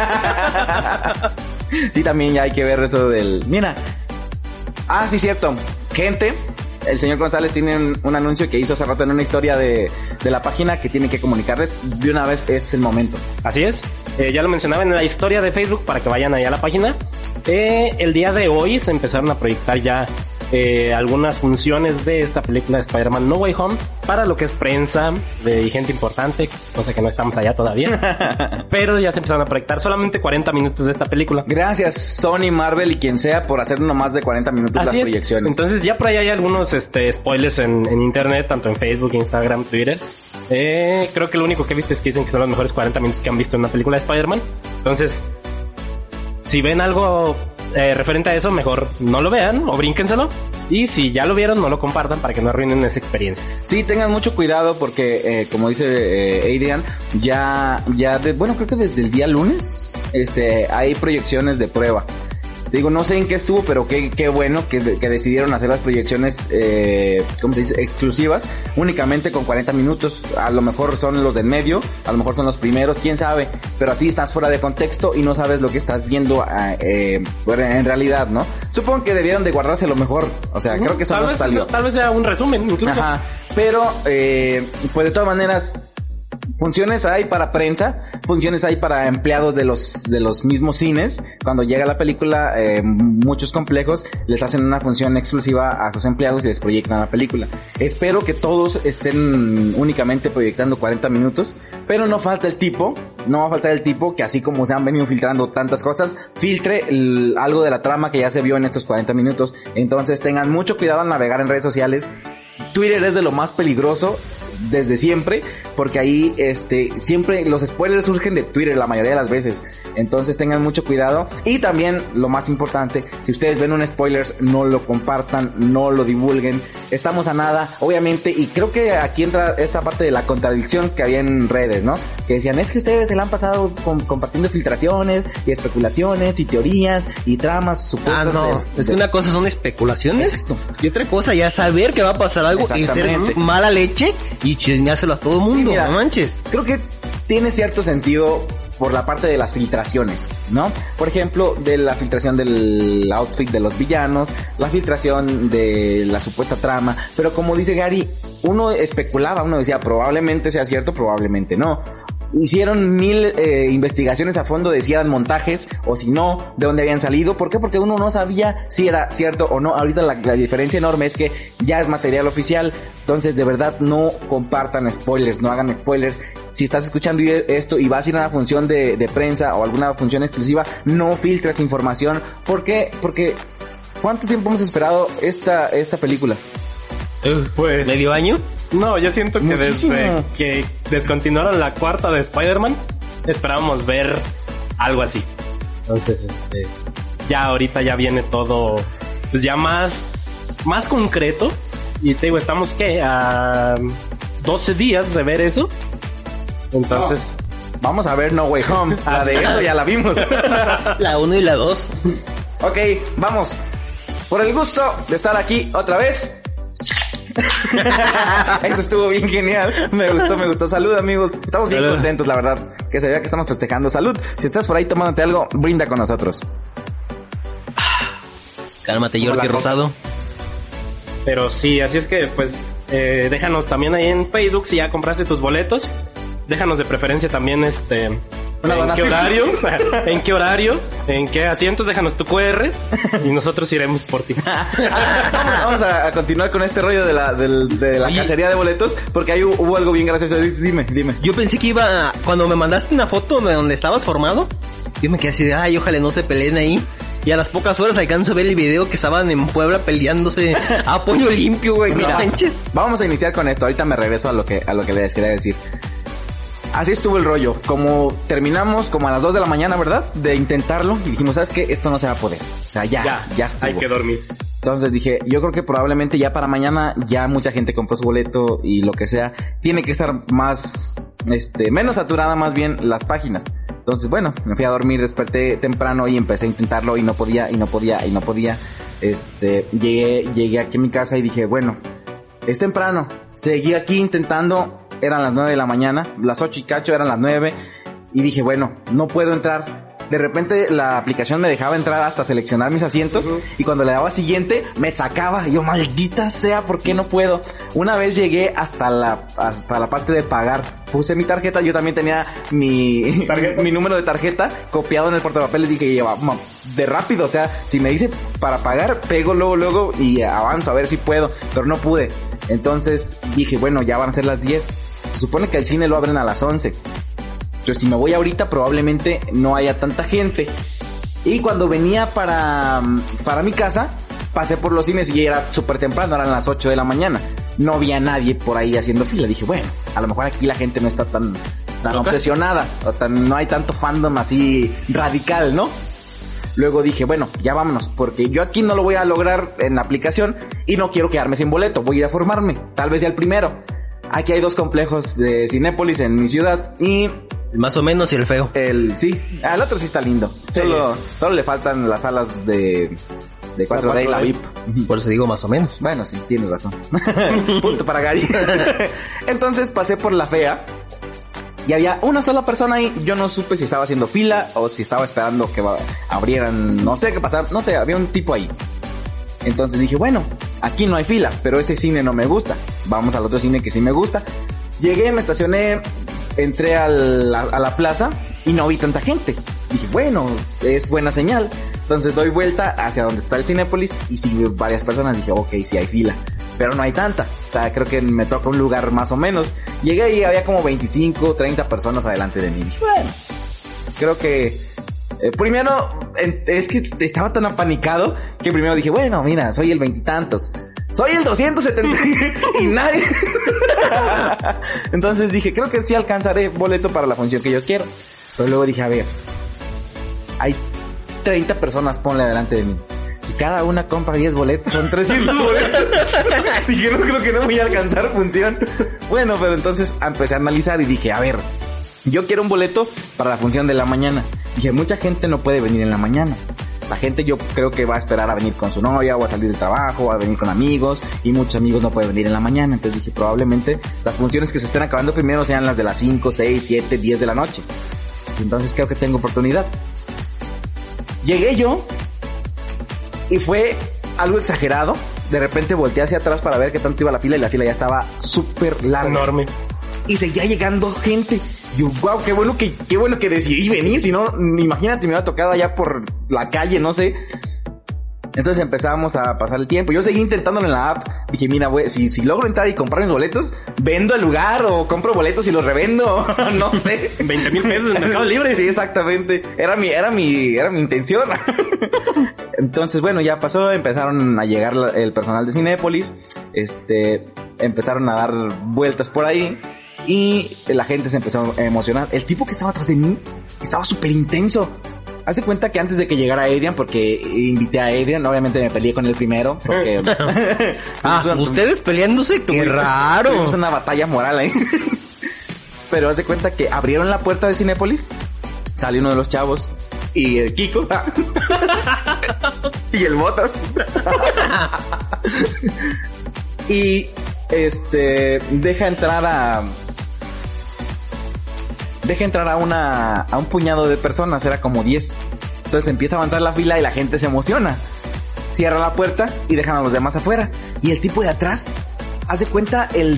[SPEAKER 1] Sí, también ya hay que ver eso del... Mira. Sí, cierto. Gente, el señor González tiene un anuncio que hizo hace rato en una historia de la página que tiene que comunicarles. De una vez, este es el momento.
[SPEAKER 5] Así es. Ya lo mencionaba en la historia de Facebook para que vayan ahí a la página. El día de hoy se empezaron a proyectar ya algunas funciones de esta película de Spider-Man No Way Home para lo que es prensa y gente importante, cosa que no estamos allá todavía. Pero ya se empezaron a proyectar solamente 40 minutos de esta película.
[SPEAKER 1] Gracias Sony, Marvel y quien sea por hacer no más de 40 minutos
[SPEAKER 5] Así
[SPEAKER 1] las
[SPEAKER 5] es.
[SPEAKER 1] proyecciones.
[SPEAKER 5] Entonces ya por ahí hay algunos spoilers en internet, tanto en Facebook, Instagram, Twitter. Creo que lo único que he visto es que dicen que son los mejores 40 minutos que han visto en una película de Spider-Man. Entonces, si ven algo referente a eso, mejor no lo vean o brínquenselo. Y si ya lo vieron, no lo compartan para que no arruinen esa experiencia.
[SPEAKER 1] Sí, tengan mucho cuidado porque, como dice Adrian, creo que desde el día lunes, hay proyecciones de prueba. Digo, no sé en qué estuvo, pero qué bueno que decidieron hacer las proyecciones, ¿cómo se dice? Exclusivas, únicamente con 40 minutos. A lo mejor son los del medio, a lo mejor son los primeros, quién sabe. Pero así estás fuera de contexto y no sabes lo que estás viendo en realidad, ¿no? Supongo que debieron de guardarse lo mejor. O sea, creo que eso no salió.
[SPEAKER 5] Tal vez sea un resumen, incluso.
[SPEAKER 1] Ajá. Pero, pues de todas maneras... Funciones hay para prensa, funciones hay para empleados de los mismos cines. Cuando llega la película, muchos complejos les hacen una función exclusiva a sus empleados y les proyectan la película. Espero que todos estén únicamente proyectando 40 minutos, pero no va a faltar el tipo que así como se han venido filtrando tantas cosas, filtre algo de la trama que ya se vio en estos 40 minutos. Entonces tengan mucho cuidado al navegar en redes sociales. Twitter es de lo más peligroso. desde siempre, porque ahí siempre los spoilers surgen de Twitter la mayoría de las veces. Entonces tengan mucho cuidado. Y también, lo más importante, si ustedes ven un spoiler, no lo compartan, no lo divulguen. Estamos a nada, obviamente, y creo que aquí entra esta parte de la contradicción que había en redes, ¿no? Que decían, es que ustedes se la han pasado compartiendo filtraciones y especulaciones y teorías y tramas supuestas.
[SPEAKER 3] Es que una cosa son especulaciones y otra cosa ya saber que va a pasar algo y ser mala leche y chismeárselo a todo el mundo. Sí, mira, no manches.
[SPEAKER 1] Creo que tiene cierto sentido por la parte de las filtraciones, ¿no? Por ejemplo, de la filtración del outfit de los villanos, la filtración de la supuesta trama, pero como dice Gary, uno especulaba, uno decía probablemente sea cierto, probablemente no. Hicieron 1000 investigaciones a fondo de si eran montajes o si no, de dónde habían salido. ¿Por qué? Porque uno no sabía si era cierto o no. Ahorita la diferencia enorme es que ya es material oficial. Entonces, de verdad, no compartan spoilers, no hagan spoilers. Si estás escuchando esto y vas a ir a una función de prensa o alguna función exclusiva, no filtres información. ¿Por qué? Porque ¿cuánto tiempo hemos esperado esta película?
[SPEAKER 5] Pues
[SPEAKER 3] ¿medio año?
[SPEAKER 5] No, yo siento que
[SPEAKER 1] muchísimo.
[SPEAKER 5] Desde que descontinuaron la 4ª de Spider-Man, esperábamos ver algo así. Entonces, ya ahorita ya viene todo, pues ya más concreto. Y te digo, estamos, ¿qué? A 12 días de ver eso. Entonces...
[SPEAKER 1] Vamos a ver No Way Home. La de eso ya la vimos.
[SPEAKER 3] La 1 y la 2.
[SPEAKER 1] Ok, vamos. Por el gusto de estar aquí otra vez. Eso estuvo bien genial. Me gustó. Salud, amigos. Estamos bien contentos, la verdad. Que se vea que estamos festejando. Salud. Si estás por ahí tomándote algo, brinda con nosotros.
[SPEAKER 3] Cálmate, Yorkie Rosado.
[SPEAKER 5] Pero sí, así es que, pues, déjanos también ahí en Facebook si ya compraste tus boletos. Déjanos de preferencia también, ¿en qué horario? ¿En qué horario? ¿En qué asientos? Déjanos tu QR y nosotros iremos por ti.
[SPEAKER 1] Vamos a continuar con este rollo de la cacería de boletos, porque ahí hubo algo bien gracioso. Dime.
[SPEAKER 3] Yo pensé que cuando me mandaste una foto de donde estabas formado, yo me quedé así de, ay, ojalá no se peleen ahí. Y a las pocas horas alcanzo a ver el video que estaban en Puebla peleándose a puño limpio, güey. Mira, manches.
[SPEAKER 1] Vamos a iniciar con esto. Ahorita me regreso a lo que les quería decir. Así estuvo el rollo. Como terminamos como a las 2 de la mañana, ¿verdad? De intentarlo. Y dijimos, ¿sabes qué? Esto no se va a poder. O sea, ya estuvo.
[SPEAKER 5] Hay que dormir.
[SPEAKER 1] Entonces dije, yo creo que probablemente ya para mañana ya mucha gente compró su boleto y lo que sea. Tiene que estar menos saturada más bien las páginas. Entonces, bueno, me fui a dormir, desperté temprano y empecé a intentarlo y no podía. Llegué aquí a mi casa y dije, bueno, es temprano. Seguí aquí intentando. Eran las 9 de la mañana, las 8 y cacho eran las 9 y dije, bueno, no puedo entrar. De repente la aplicación me dejaba entrar hasta seleccionar mis asientos y cuando le daba siguiente me sacaba. Y yo, maldita sea, ¿por qué no puedo? Una vez llegué hasta la parte de pagar. Puse mi tarjeta, yo también tenía mi número de tarjeta copiado en el portapapel y dije, vamos, de rápido, o sea, si me dice para pagar, pego luego y avanzo a ver si puedo, pero no pude. Entonces dije, bueno, ya van a ser las 10. Se supone que el cine lo abren a las 11. Pero si me voy ahorita probablemente no haya tanta gente. Y cuando venía para mi casa, pasé por los cines y era súper temprano, eran las 8 de la mañana. No había nadie por ahí haciendo fila. Dije, bueno, a lo mejor aquí la gente no está tan obsesionada. No hay tanto fandom así radical, ¿no? Luego dije, bueno, ya vámonos, porque yo aquí no lo voy a lograr en la aplicación y no quiero quedarme sin boleto. Voy a ir a formarme, tal vez sea el primero. Aquí hay 2 complejos de Cinépolis en mi ciudad y...
[SPEAKER 3] El más o menos y el feo.
[SPEAKER 1] Sí, el otro sí está lindo. Sí. Solo le faltan las salas de 4D y la VIP.
[SPEAKER 3] Por eso digo más o menos.
[SPEAKER 1] Bueno, sí, tienes razón. Punto para Gary. Entonces pasé por la fea y había una sola persona ahí. Yo no supe si estaba haciendo fila o si estaba esperando que abrieran, no sé qué pasaba, no sé, había un tipo ahí. Entonces dije, bueno, aquí no hay fila, pero este cine no me gusta. Vamos al otro cine que sí me gusta. Llegué, me estacioné, entré a la plaza y no vi tanta gente. Dije, bueno, es buena señal. Entonces doy vuelta hacia donde está el Cinépolis y sí vi varias personas. Dije, ok, sí hay fila, pero no hay tanta. O sea, creo que me toca un lugar más o menos. Llegué y había como 25, 30 personas adelante de mí. Dije, bueno, creo que... primero, es que estaba tan apanicado que primero dije, bueno, mira, soy el 20 y tantos. soy el 270 y nadie. Entonces dije, creo que sí alcanzaré boleto para la función que yo quiero. Pero luego dije, a ver, hay 30 personas, ponle delante de mí. Si cada una compra 10 boletos, son 300 boletos. Dije, no creo que no voy a alcanzar función. Bueno, pero entonces empecé a analizar y dije, a ver, yo quiero un boleto para la función de la mañana. Dije, mucha gente no puede venir en la mañana. La gente yo creo que va a esperar a venir con su novia o a salir del trabajo o a venir con amigos, y muchos amigos no pueden venir en la mañana. Entonces dije, probablemente las funciones que se estén acabando primero sean las de las 5, 6, 7, 10 de la noche. Entonces creo que tengo oportunidad. Llegué yo y fue algo exagerado. De repente volteé hacia atrás para ver qué tanto iba la fila y la fila ya estaba súper larga.
[SPEAKER 5] Enorme.
[SPEAKER 1] Y seguía llegando gente. Yo, wow, qué bueno que decidí venir. Si no, imagínate, me hubiera tocado allá por la calle, no sé. Entonces empezamos a pasar el tiempo. Yo seguí intentándolo en la app. Dije, mira, güey, si logro entrar y comprar mis boletos, vendo el lugar o compro boletos y los revendo. No sé.
[SPEAKER 5] 20,000 pesos en Mercado Libre.
[SPEAKER 1] Sí, exactamente. Era mi intención. Entonces, bueno, ya pasó. Empezaron a llegar el personal de Cinépolis. Empezaron a dar vueltas por ahí. Y la gente se empezó a emocionar. El tipo que estaba atrás de mí estaba súper intenso. Haz de cuenta que antes de que llegara Adrian, porque invité a Adrian, obviamente me peleé con él primero, porque...
[SPEAKER 3] ustedes peleándose, qué raro.
[SPEAKER 1] Tuvimos una batalla moral ahí. Pero haz de cuenta que abrieron la puerta de Cinépolis, salió uno de los chavos, y el Kiko, y el Botas. Y, deja entrar a un puñado de personas, era como 10. Entonces empieza a avanzar la fila y la gente se emociona. Cierra la puerta y dejan a los demás afuera. Y el tipo de atrás, haz de cuenta el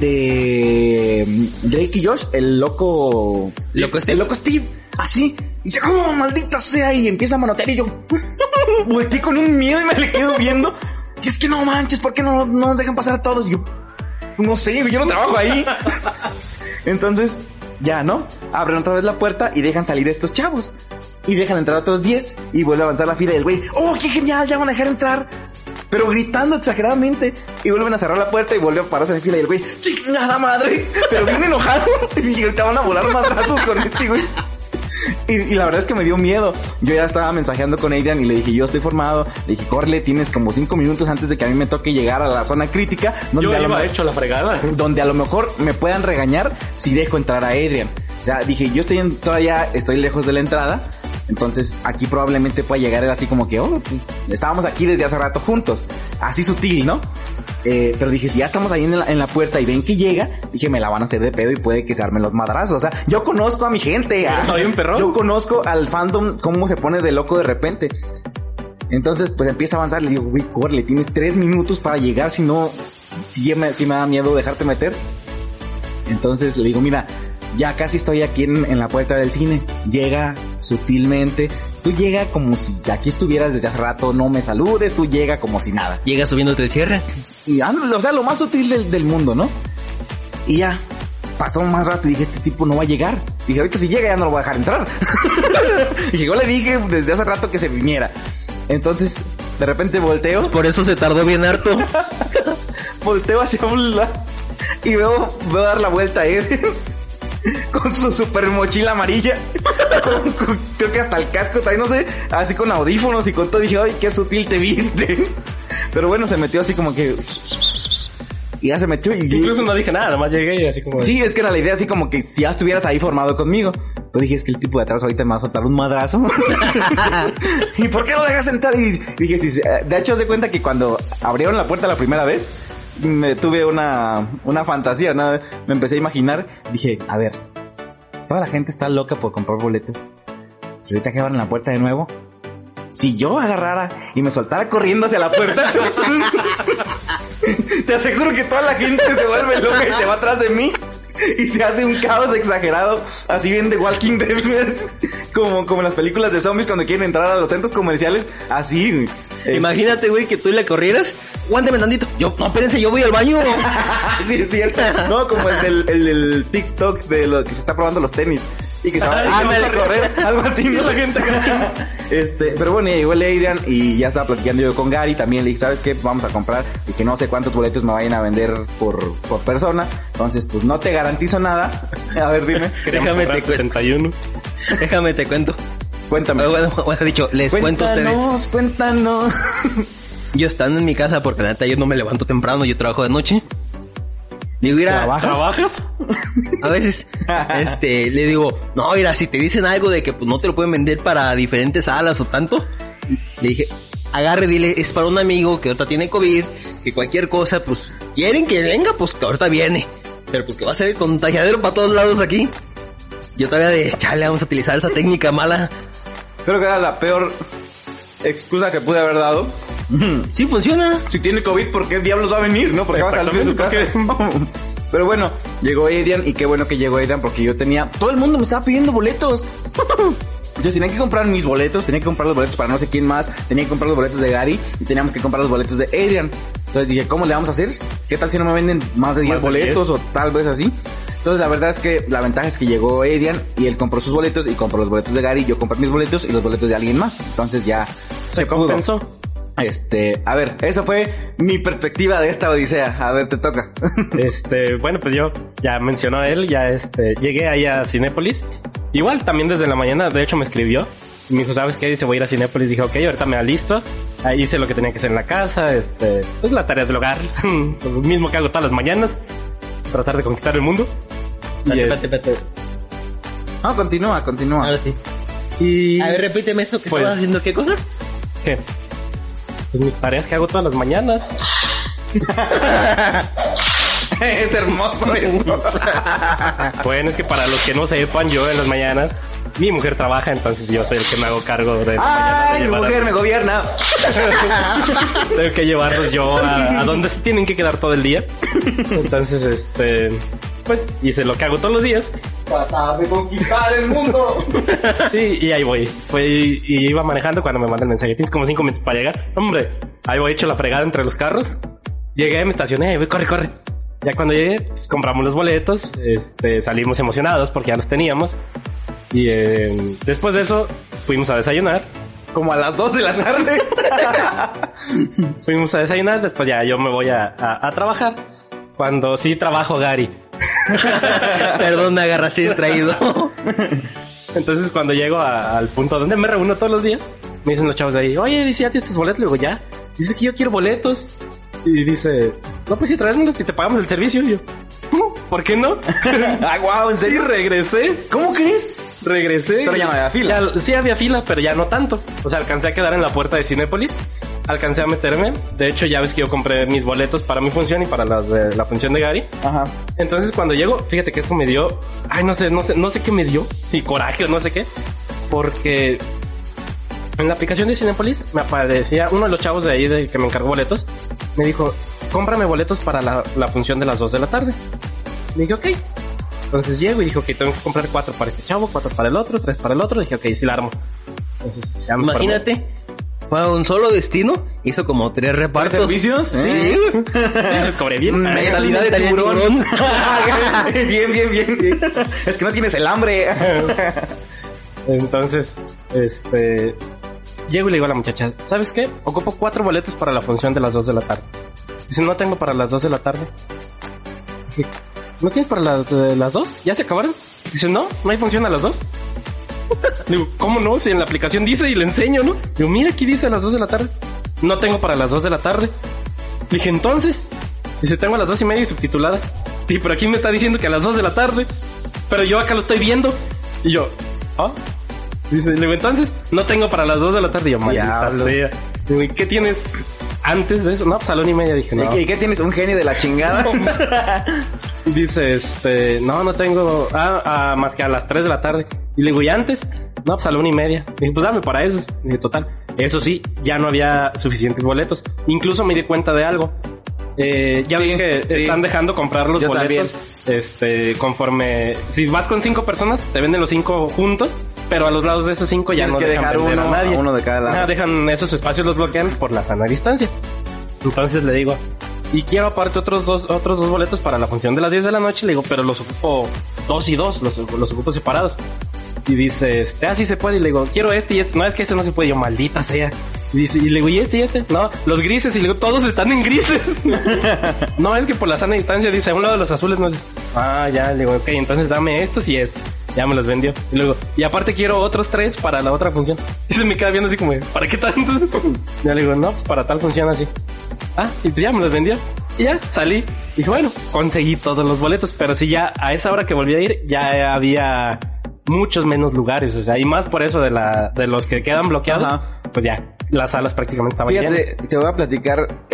[SPEAKER 1] de Drake y Josh, el loco Steve. El loco Steve, así. Y dice, ¡oh, maldita sea! Y empieza a manotear y yo volteé con un miedo y me le quedo viendo. Y es que no manches, ¿por qué no nos dejan pasar a todos? Y yo, no sé, yo no trabajo ahí. Entonces... ya, ¿no? Abren otra vez la puerta y dejan salir a estos chavos. Y dejan entrar a otros 10 y vuelve a avanzar la fila y el güey, ¡oh, qué genial! Ya van a dejar entrar. Pero gritando exageradamente. Y vuelven a cerrar la puerta y vuelve a pararse en la fila y el güey, ¡chingada madre! Pero bien enojado. Y ahorita van a volar madrazos con este güey. Y la verdad es que me dio miedo. Yo ya estaba mensajeando con Adrian y le dije, yo estoy formado. Le dije, córrele, tienes como 5 minutos antes de que a mí me toque llegar a la zona crítica. Donde
[SPEAKER 5] yo iba hecho la fregada.
[SPEAKER 1] Donde a lo mejor me puedan regañar si dejo entrar a Adrian. O sea, dije, yo todavía estoy lejos de la entrada. Entonces aquí probablemente pueda llegar él así como que, oh, pues, estábamos aquí desde hace rato juntos. Así sutil, ¿no? Pero dije, si ya estamos ahí en la puerta y ven que llega, dije, me la van a hacer de pedo y puede que se armen los madrazos. O sea, yo conozco a mi gente. Yo conozco al fandom, cómo se pone de loco de repente. Entonces, pues empieza a avanzar. Le digo, güey, corre, tienes 3 minutos para llegar, si no, si me da miedo dejarte meter. Entonces le digo, mira, ya casi estoy aquí en la puerta del cine. Llega sutilmente. Tú llega como si aquí estuvieras desde hace rato, no me saludes, tú llega como si nada.
[SPEAKER 3] Llega subiéndote el cierre.
[SPEAKER 1] Y o sea, lo más sutil del mundo, ¿no? Y ya, pasó más rato y dije, este tipo no va a llegar. Dije, ahorita si llega ya no lo voy a dejar entrar. Y yo le dije desde hace rato que se viniera. Entonces, de repente volteo.
[SPEAKER 3] Por eso se tardó bien harto.
[SPEAKER 1] Volteo hacia un lado y veo dar la vuelta a él. Con su super mochila amarilla. Creo que hasta el casco también, no sé. Así con audífonos y con todo. Dije, ay, qué sutil te viste. Pero bueno, se metió así como que... y ya se metió y...
[SPEAKER 5] incluso no dije nada, nomás llegué y así como...
[SPEAKER 1] sí, es que era la idea así como que si ya estuvieras ahí formado conmigo. Pues dije, es que el tipo de atrás ahorita me va a soltar un madrazo. ¿Y por qué no dejas entrar? Y dije, sí, de hecho, se cuenta que cuando abrieron la puerta la primera vez... me tuve una fantasía, ¿no? Me empecé a imaginar, dije, a ver, toda la gente está loca por comprar boletos. Y ahorita que abran la puerta de nuevo, si yo agarrara y me soltara corriendo hacia la puerta, te aseguro que toda la gente se vuelve loca y se va atrás de mí. Y se hace un caos exagerado, así bien de Walking Dead, como en las películas de zombies cuando quieren entrar a los centros comerciales, así, güey.
[SPEAKER 3] Imagínate, güey, que tú le corrieras. Aguántame tantito. No, espérense, yo voy al baño.
[SPEAKER 1] Sí, es cierto. No, como el TikTok de lo que se está probando los tenis. Y que se va a correr, algo así, ¿no? La gente Pero bueno, ya llegó el Adrian y ya estaba platicando yo con Gary. También le dije, ¿sabes qué? Vamos a comprar y que no sé cuántos boletos me vayan a vender por persona. Entonces, pues no te garantizo nada. A ver, dime.
[SPEAKER 5] Déjame te 71.
[SPEAKER 3] Déjame te cuento.
[SPEAKER 1] Cuéntame.
[SPEAKER 3] Bueno, dicho, les cuento a ustedes.
[SPEAKER 1] Cuéntanos.
[SPEAKER 3] Yo estando en mi casa, porque la neta yo no me levanto temprano, yo trabajo de noche. Le digo, mira,
[SPEAKER 5] ¿Trabajas?
[SPEAKER 3] a veces, le digo, no, mira, si te dicen algo de que pues no te lo pueden vender para diferentes salas o tanto, le dije, agarre, dile, es para un amigo que ahorita tiene COVID, que cualquier cosa, pues, quieren que venga, pues que ahorita viene. Pero pues que va a ser el contagiadero para todos lados aquí. Yo todavía de, chale, vamos a utilizar esa técnica mala.
[SPEAKER 1] Creo que era la peor excusa que pude haber dado.
[SPEAKER 3] Sí, funciona.
[SPEAKER 1] Si tiene COVID, ¿por qué diablos va a venir? ¿No? Porque va a salir de su casa. Pero bueno, llegó Adrian y qué bueno que llegó Adrian porque yo tenía... Todo el mundo me estaba pidiendo boletos. Yo tenía que comprar mis boletos, tenía que comprar los boletos para no sé quién más, tenía que comprar los boletos de Gary y teníamos que comprar los boletos de Adrian. Entonces dije, ¿cómo le vamos a hacer? ¿Qué tal si no me venden más de 10 boletos o tal vez así? Entonces la verdad es que la ventaja es que llegó Adrian y él compró sus boletos y compró los boletos de Gary, yo compré mis boletos y los boletos de alguien más. Entonces ya
[SPEAKER 5] se compensó.
[SPEAKER 1] A ver, eso fue mi perspectiva de esta odisea. A ver, te toca.
[SPEAKER 5] Bueno, pues yo ya mencionó él, ya llegué ahí a Cinépolis. Igual, también desde la mañana, de hecho me escribió. Y me dijo, ¿sabes qué? Dice, voy a ir a Cinépolis. Dije, ok, ahorita me alisto. Ahí hice lo que tenía que hacer en la casa, pues las tareas del hogar. Lo mismo que hago todas las mañanas. Tratar de conquistar el mundo.
[SPEAKER 3] Espérate.
[SPEAKER 1] No, continúa.
[SPEAKER 3] Ahora sí.
[SPEAKER 5] Y...
[SPEAKER 3] A ver, repíteme eso, que
[SPEAKER 5] pues,
[SPEAKER 3] estabas haciendo, ¿qué cosa?
[SPEAKER 5] ¿Qué? Pues mis tareas que hago todas las mañanas.
[SPEAKER 1] Es hermoso esto.
[SPEAKER 5] Bueno, es que para los que no sepan, yo en las mañanas, mi mujer trabaja, entonces yo soy el que me hago cargo de las mañanas.
[SPEAKER 1] ¡Ay, mi mujer me gobierna!
[SPEAKER 5] Tengo que llevarlos yo a donde se tienen que quedar todo el día. Entonces, pues hice lo que hago todos los días.
[SPEAKER 1] Tratar de conquistar el mundo.
[SPEAKER 5] Y ahí voy. Y iba manejando cuando me mandan el mensaje. Tienes como 5 minutos para llegar. Hombre, ahí voy hecho la fregada entre los carros. Llegué, me estacioné, ahí voy, corre. Ya cuando llegué, pues, compramos los boletos. Salimos emocionados porque ya los teníamos. Y después de eso, fuimos a desayunar.
[SPEAKER 1] Como a las 2 de la tarde.
[SPEAKER 5] Fuimos a desayunar, después ya yo me voy a trabajar. Cuando sí trabajo, Gary.
[SPEAKER 3] Perdón, me agarraste distraído.
[SPEAKER 5] Entonces cuando llego al punto donde me reúno todos los días, me dicen los chavos de ahí, oye, dice, ¿ya tienes tus boletos? Le digo, ya. Dice que yo quiero boletos. Y dice, no, pues sí, tráemelos y te pagamos el servicio. Y yo, ¿por qué no?
[SPEAKER 1] Ay, guau, ¿en serio?
[SPEAKER 5] Sí, regresé.
[SPEAKER 1] ¿Cómo crees?
[SPEAKER 5] Regresé.
[SPEAKER 1] Pero ya no había fila.
[SPEAKER 5] Sí había fila, pero ya no tanto. O sea, alcancé a quedar en la puerta de Cinépolis. Alcancé a meterme. De hecho, ya ves que yo compré mis boletos para mi función y para las de la función de Gary.
[SPEAKER 1] Ajá.
[SPEAKER 5] Entonces, cuando llego, fíjate que eso me dio... Ay, no sé qué me dio. Sí, coraje o no sé qué. Porque en la aplicación de Cinépolis me aparecía uno de los chavos de ahí que me encargó boletos. Me dijo, cómprame boletos para la función de las 2 de la tarde. Le dije, ok. Entonces llego y dije, ok, tengo que comprar 4 para este chavo, 4 para el otro, 3 para el otro. Dije, ok, sí la armo. Entonces, ya me
[SPEAKER 3] imagínate, fue a un solo destino, hizo como 3 repartos.
[SPEAKER 1] ¿Servicios?
[SPEAKER 3] Sí.
[SPEAKER 5] Ya les cobré bien.
[SPEAKER 1] Mentalidad de tiburón. Bien. Es que no tienes el hambre.
[SPEAKER 5] Entonces, llego y le digo a la muchacha, ¿sabes qué? Ocupo 4 boletos para la función de las 2 de la tarde. Dice, no tengo para las 2 de la tarde. Dije, ¿no tienes para las 2? ¿Ya se acabaron? Dice, no hay función a las 2. Le digo, ¿cómo no? Si en la aplicación dice y le enseño, ¿no? Digo, mira, aquí dice a las 2 de la tarde. No tengo para las 2 de la tarde. Le dije, entonces. Dice, tengo a las 2:30 y subtitulada. Y por aquí me está diciendo que a las 2 de la tarde. Pero yo acá lo estoy viendo. Y yo, ¿ah? Dice, le digo, entonces, no tengo para las 2 de la tarde. Y yo, maldita sea. Digo, ¿y qué tienes antes de eso? No, pues a la 1:30. Dije, no.
[SPEAKER 1] ¿Y qué tienes? ¿Un genio de la chingada?
[SPEAKER 5] Dice, no tengo más que a las 3 de la tarde. Y le digo, ¿y antes? No, pues a la 1:30. Dije, pues dame para eso. Dije, total. Eso sí, ya no había suficientes boletos. Incluso me di cuenta de algo. Ya ves que están dejando comprar los boletos. También. Conforme, si vas con 5 personas, te venden los 5 juntos. Pero a los lados de esos 5 ya no dejan vender a nadie.
[SPEAKER 1] Uno de cada lado.
[SPEAKER 5] Dejan esos espacios, los bloquean por la sana distancia. Entonces le digo, y quiero aparte otros dos boletos para la función de las 10 de la noche. Le digo, pero los ocupo 2 y 2, los ocupo separados. Y dice, sí se puede. Y le digo, quiero este y este. No, es que este no se puede. Yo, maldita sea. Y dice, y le digo, ¿y este y este? No, los grises. Y le digo, todos están en grises. No, es que por la sana distancia, dice, a un lado los azules no. Ya, le digo, ok, entonces dame estos y estos. Ya me los vendió. Y luego, y aparte quiero otros 3 para la otra función. Y se me queda viendo así como, ¿para qué tantos? Ya le digo, no, pues para tal función así. Y pues ya me los vendió. Y ya, salí. Dije, bueno, conseguí todos los boletos. Pero sí, ya a esa hora que volví a ir, ya había muchos menos lugares. O sea, y más por eso de los que quedan bloqueados. Ajá. Pues ya, las salas prácticamente estaban llenas.
[SPEAKER 1] Te voy a platicar,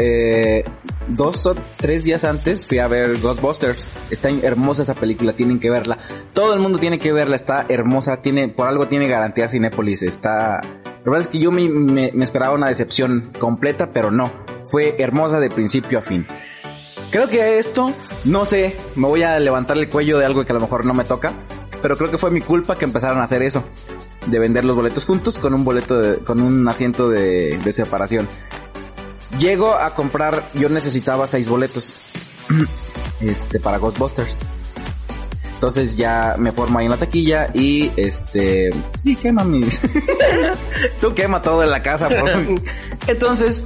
[SPEAKER 1] 2 o 3 días antes fui a ver Ghostbusters. Está hermosa esa película, tienen que verla. Todo el mundo tiene que verla, está hermosa, por algo tiene garantía Cinépolis. La verdad es que yo me esperaba una decepción completa, pero no. Fue hermosa de principio a fin. Creo que esto, no sé, me voy a levantar el cuello de algo que a lo mejor no me toca, pero creo que fue mi culpa que empezaron a hacer eso. De vender los boletos juntos con un asiento de separación. Llego a comprar, yo necesitaba 6 boletos para Ghostbusters. Entonces ya me formo ahí en la taquilla y sí, quema tú quema todo en la casa, por favor. Entonces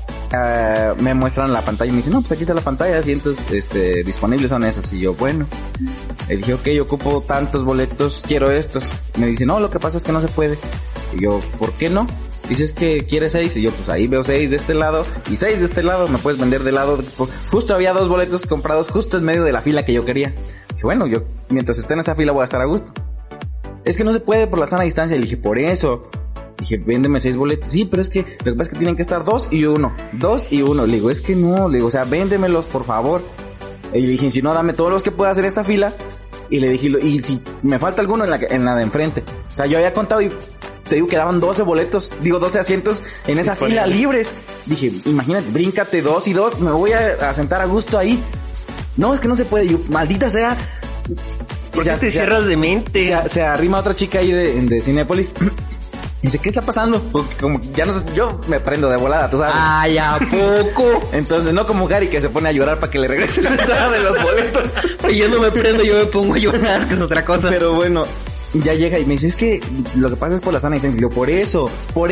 [SPEAKER 1] me muestran la pantalla y me dicen, no, pues aquí está la pantalla, asientos disponibles son esos. Y yo, bueno, le dije, ok, ocupo tantos boletos, quiero estos. Me dice, no, lo que pasa es que no se puede. Y yo, ¿por qué no? Dices que quieres 6 y yo, pues ahí veo 6 de este lado y 6 de este lado, me puedes vender de lado. Justo había 2 boletos comprados justo en medio de la fila que yo quería. Dije, bueno, yo mientras esté en esa fila voy a estar a gusto. Es que no se puede por la sana distancia. Le dije, por eso. Dije, véndeme 6 boletos. Sí, pero es que lo que pasa es que tienen que estar 2 y 1. 2 y 1. Le digo, es que no. Le digo, o sea, véndemelos, por favor. Y le dije, si no, dame todos los que pueda hacer esta fila. Y le dije, y si me falta alguno en la de enfrente. O sea, yo había contado y te digo que daban 12 asientos en esa fila libres. Dije, imagínate, bríncate 2 y 2, me voy a sentar a gusto ahí. No, es que no se puede. Yo, maldita sea.
[SPEAKER 3] ¿Por qué te cierras de mente?
[SPEAKER 1] Se arrima otra chica ahí de Cinépolis. Dice, ¿qué está pasando? Porque como ya no sé, yo me prendo de volada, tú sabes.
[SPEAKER 3] Ay, ¿a poco?
[SPEAKER 1] Entonces, no como Gary que se pone a llorar para que le regrese la entrada de los boletos.
[SPEAKER 3] Y yo no me prendo, yo me pongo a llorar, que es otra cosa.
[SPEAKER 1] Pero bueno, ya llega y me dice, es que lo que pasa es por la sana distancia. Y yo, por eso.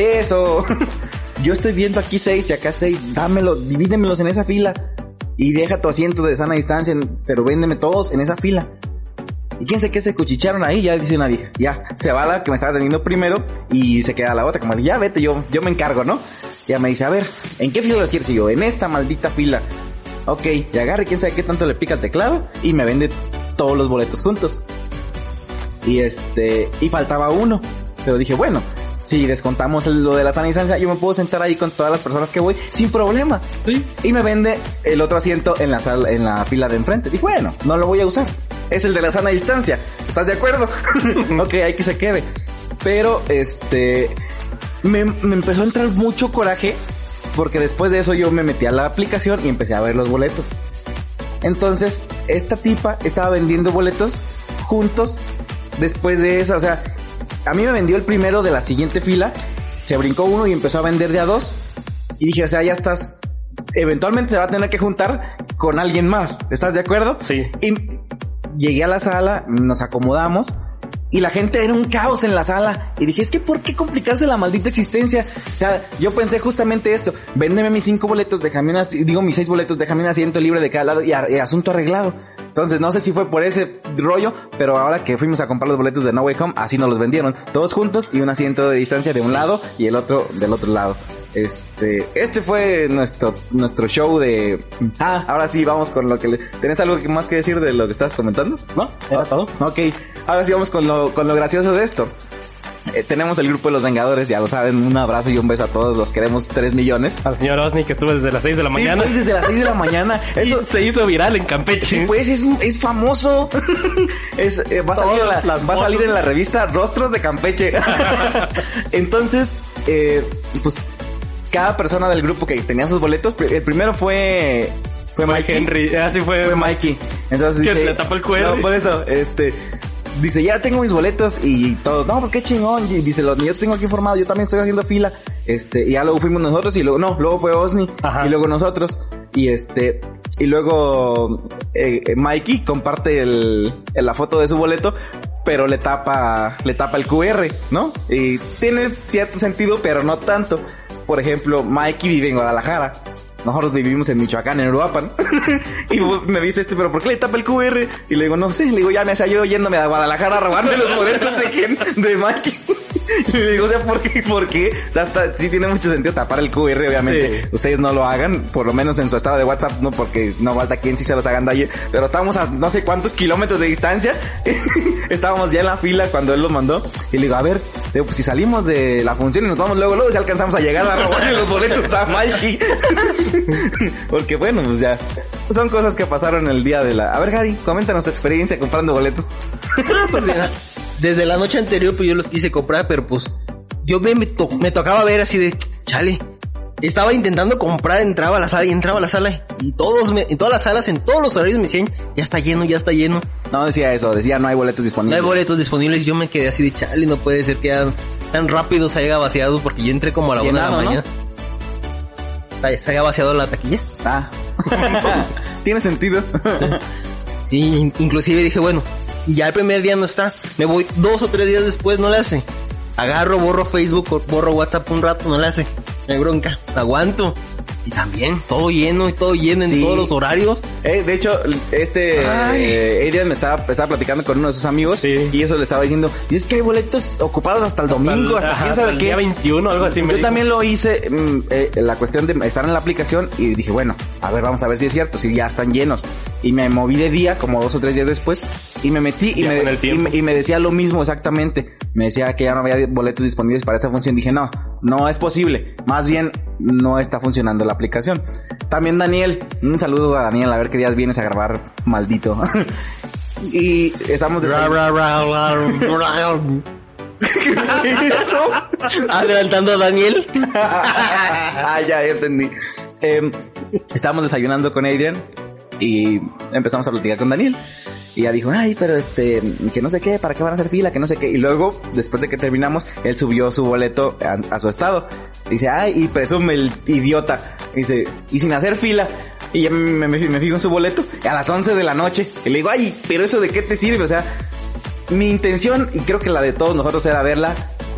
[SPEAKER 1] Yo estoy viendo aquí 6 y acá 6. Divídemelos en esa fila. Y deja tu asiento de sana distancia, pero véndeme todos en esa fila. Y quién sé qué se cuchicharon ahí, ya dice una vieja. Ya, se va la que me estaba teniendo primero y se queda la otra, como ya vete, yo me encargo, ¿no? Ya me dice, a ver, ¿en qué fila lo quieres? Y yo, en esta maldita fila. Ok, y agarre quién sabe qué tanto le pica el teclado y me vende todos los boletos juntos. Y faltaba uno. Pero dije, bueno, si descontamos lo de la sana distancia, yo me puedo sentar ahí con todas las personas que voy sin problema.
[SPEAKER 5] Sí.
[SPEAKER 1] Y me vende el otro asiento en la fila de enfrente. Dije, bueno, no lo voy a usar. Es el de la sana distancia. ¿Estás de acuerdo? Ok, hay que se quede. Pero me empezó a entrar mucho coraje porque después de eso yo me metí a la aplicación y empecé a ver los boletos. Entonces, esta tipa estaba vendiendo boletos juntos después de eso. O sea, a mí me vendió el primero de la siguiente fila, se brincó uno y empezó a vender de a 2. Y dije, o sea, ya estás, eventualmente se va a tener que juntar con alguien más. ¿Estás de acuerdo?
[SPEAKER 5] Sí.
[SPEAKER 1] Y llegué a la sala, nos acomodamos y la gente era un caos en la sala. Y dije, es que ¿por qué complicarse la maldita existencia? O sea, yo pensé justamente esto. Véndeme mis 5 boletos, mis 6 boletos, déjame un asiento libre de cada lado y asunto arreglado. Entonces, no sé si fue por ese rollo, pero ahora que fuimos a comprar los boletos de No Way Home, así nos los vendieron. Todos juntos y un asiento de distancia de un lado y el otro del otro lado. Este fue nuestro show de... ahora sí, vamos con lo que... ¿Tenés algo más que decir de lo que estabas comentando?
[SPEAKER 5] No, era todo.
[SPEAKER 1] Ok, ahora sí vamos con lo gracioso de esto. Tenemos el grupo de los Vengadores, ya lo saben, un abrazo y un beso a todos, los queremos 3 millones.
[SPEAKER 5] Al señor Osni que estuvo desde las 6 de la mañana.
[SPEAKER 1] Sí, desde las 6 de la mañana.
[SPEAKER 5] Eso se hizo viral en Campeche.
[SPEAKER 1] Sí, pues es famoso. Va a salir en la revista Rostros de Campeche. Entonces, pues cada persona del grupo que tenía sus boletos, el primero fue Mikey.
[SPEAKER 5] Henry, así fue
[SPEAKER 1] Mikey. Entonces
[SPEAKER 5] que le tapó el cuello.
[SPEAKER 1] No, por eso, dice, ya tengo mis boletos y todo. No, pues qué chingón. Y dice, yo tengo aquí formado, yo también estoy haciendo fila. Y ya luego fuimos nosotros y luego fue Osni. Ajá. Y luego nosotros. Y luego Mikey comparte la foto de su boleto. pero le tapa el QR, ¿no? Y tiene cierto sentido, pero no tanto. Por ejemplo, Mikey vive en Guadalajara. Nosotros vivimos en Michoacán, en Uruapan. Y me dice pero ¿por qué le tapa el QR? Y le digo, no sé. Le digo, ya me hacía yo yéndome a Guadalajara a robarme los boletos de Mikey. Y le digo, o sea, ¿por qué? O sea, sí tiene mucho sentido tapar el QR, obviamente. Sí. Ustedes no lo hagan, por lo menos en su estado de WhatsApp, no, porque no falta quien sí se los hagan de ayer. Pero estábamos a no sé cuántos kilómetros de distancia. Estábamos ya en la fila cuando él los mandó. Y le digo, a ver, digo, pues si salimos de la función y nos vamos luego, si alcanzamos a llegar a robarle los boletos a Mikey. Porque bueno, pues ya son cosas que pasaron el día de la... A ver, Gary, coméntanos tu experiencia comprando boletos.
[SPEAKER 3] Pues mira, desde la noche anterior pues yo los quise comprar, pero pues yo me tocaba ver así de chale. Estaba intentando comprar, entraba a la sala y en todas las salas, en todos los horarios me decían, ya está lleno.
[SPEAKER 1] No decía eso, decía no hay boletos disponibles.
[SPEAKER 3] No hay boletos disponibles, yo me quedé así de chale, no puede ser que tan rápido se haya vaciado, porque yo entré como a la 1 de la mañana. ¿Se haya vaciado la taquilla?
[SPEAKER 1] Ah, tiene sentido.
[SPEAKER 3] Sí, inclusive dije, bueno, ya el primer día no está, me voy 2 o 3 días después, no le hace. Agarro, borro Facebook, borro WhatsApp un rato, no le hace. No hay bronca, aguanto. Y también, todo lleno en todos los horarios.
[SPEAKER 1] De hecho, Adrian me estaba platicando con uno de sus amigos, y eso le estaba diciendo, y es que hay boletos ocupados hasta el domingo, hasta quién sabe qué.
[SPEAKER 5] Día 21, algo así.
[SPEAKER 1] Yo también lo hice, la cuestión de estar en la aplicación, y dije, bueno, a ver, vamos a ver si es cierto, si ya están llenos. Y me moví de día, como 2 o 3 días después, y me metí, y me decía lo mismo exactamente. Me decía que ya no había boletos disponibles para esa función. Dije, no es posible. Más bien, no está funcionando la aplicación. También Daniel, un saludo a Daniel, a ver qué días vienes a grabar, maldito. Y estamos
[SPEAKER 3] ¿Qué eso? Adelantando a Daniel.
[SPEAKER 1] Ya entendí. Estábamos desayunando con Adrian y empezamos a platicar con Daniel. Y ya dijo, pero que no sé qué, ¿para qué van a hacer fila? Que no sé qué. Y luego, después de que terminamos, él subió su boleto a su estado. Dice, y presume el idiota. Dice, y sin hacer fila. Y ya me fijo en su boleto a las 11 de la noche. Y le digo, pero ¿eso de qué te sirve? O sea, mi intención, y creo que la de todos nosotros, era verla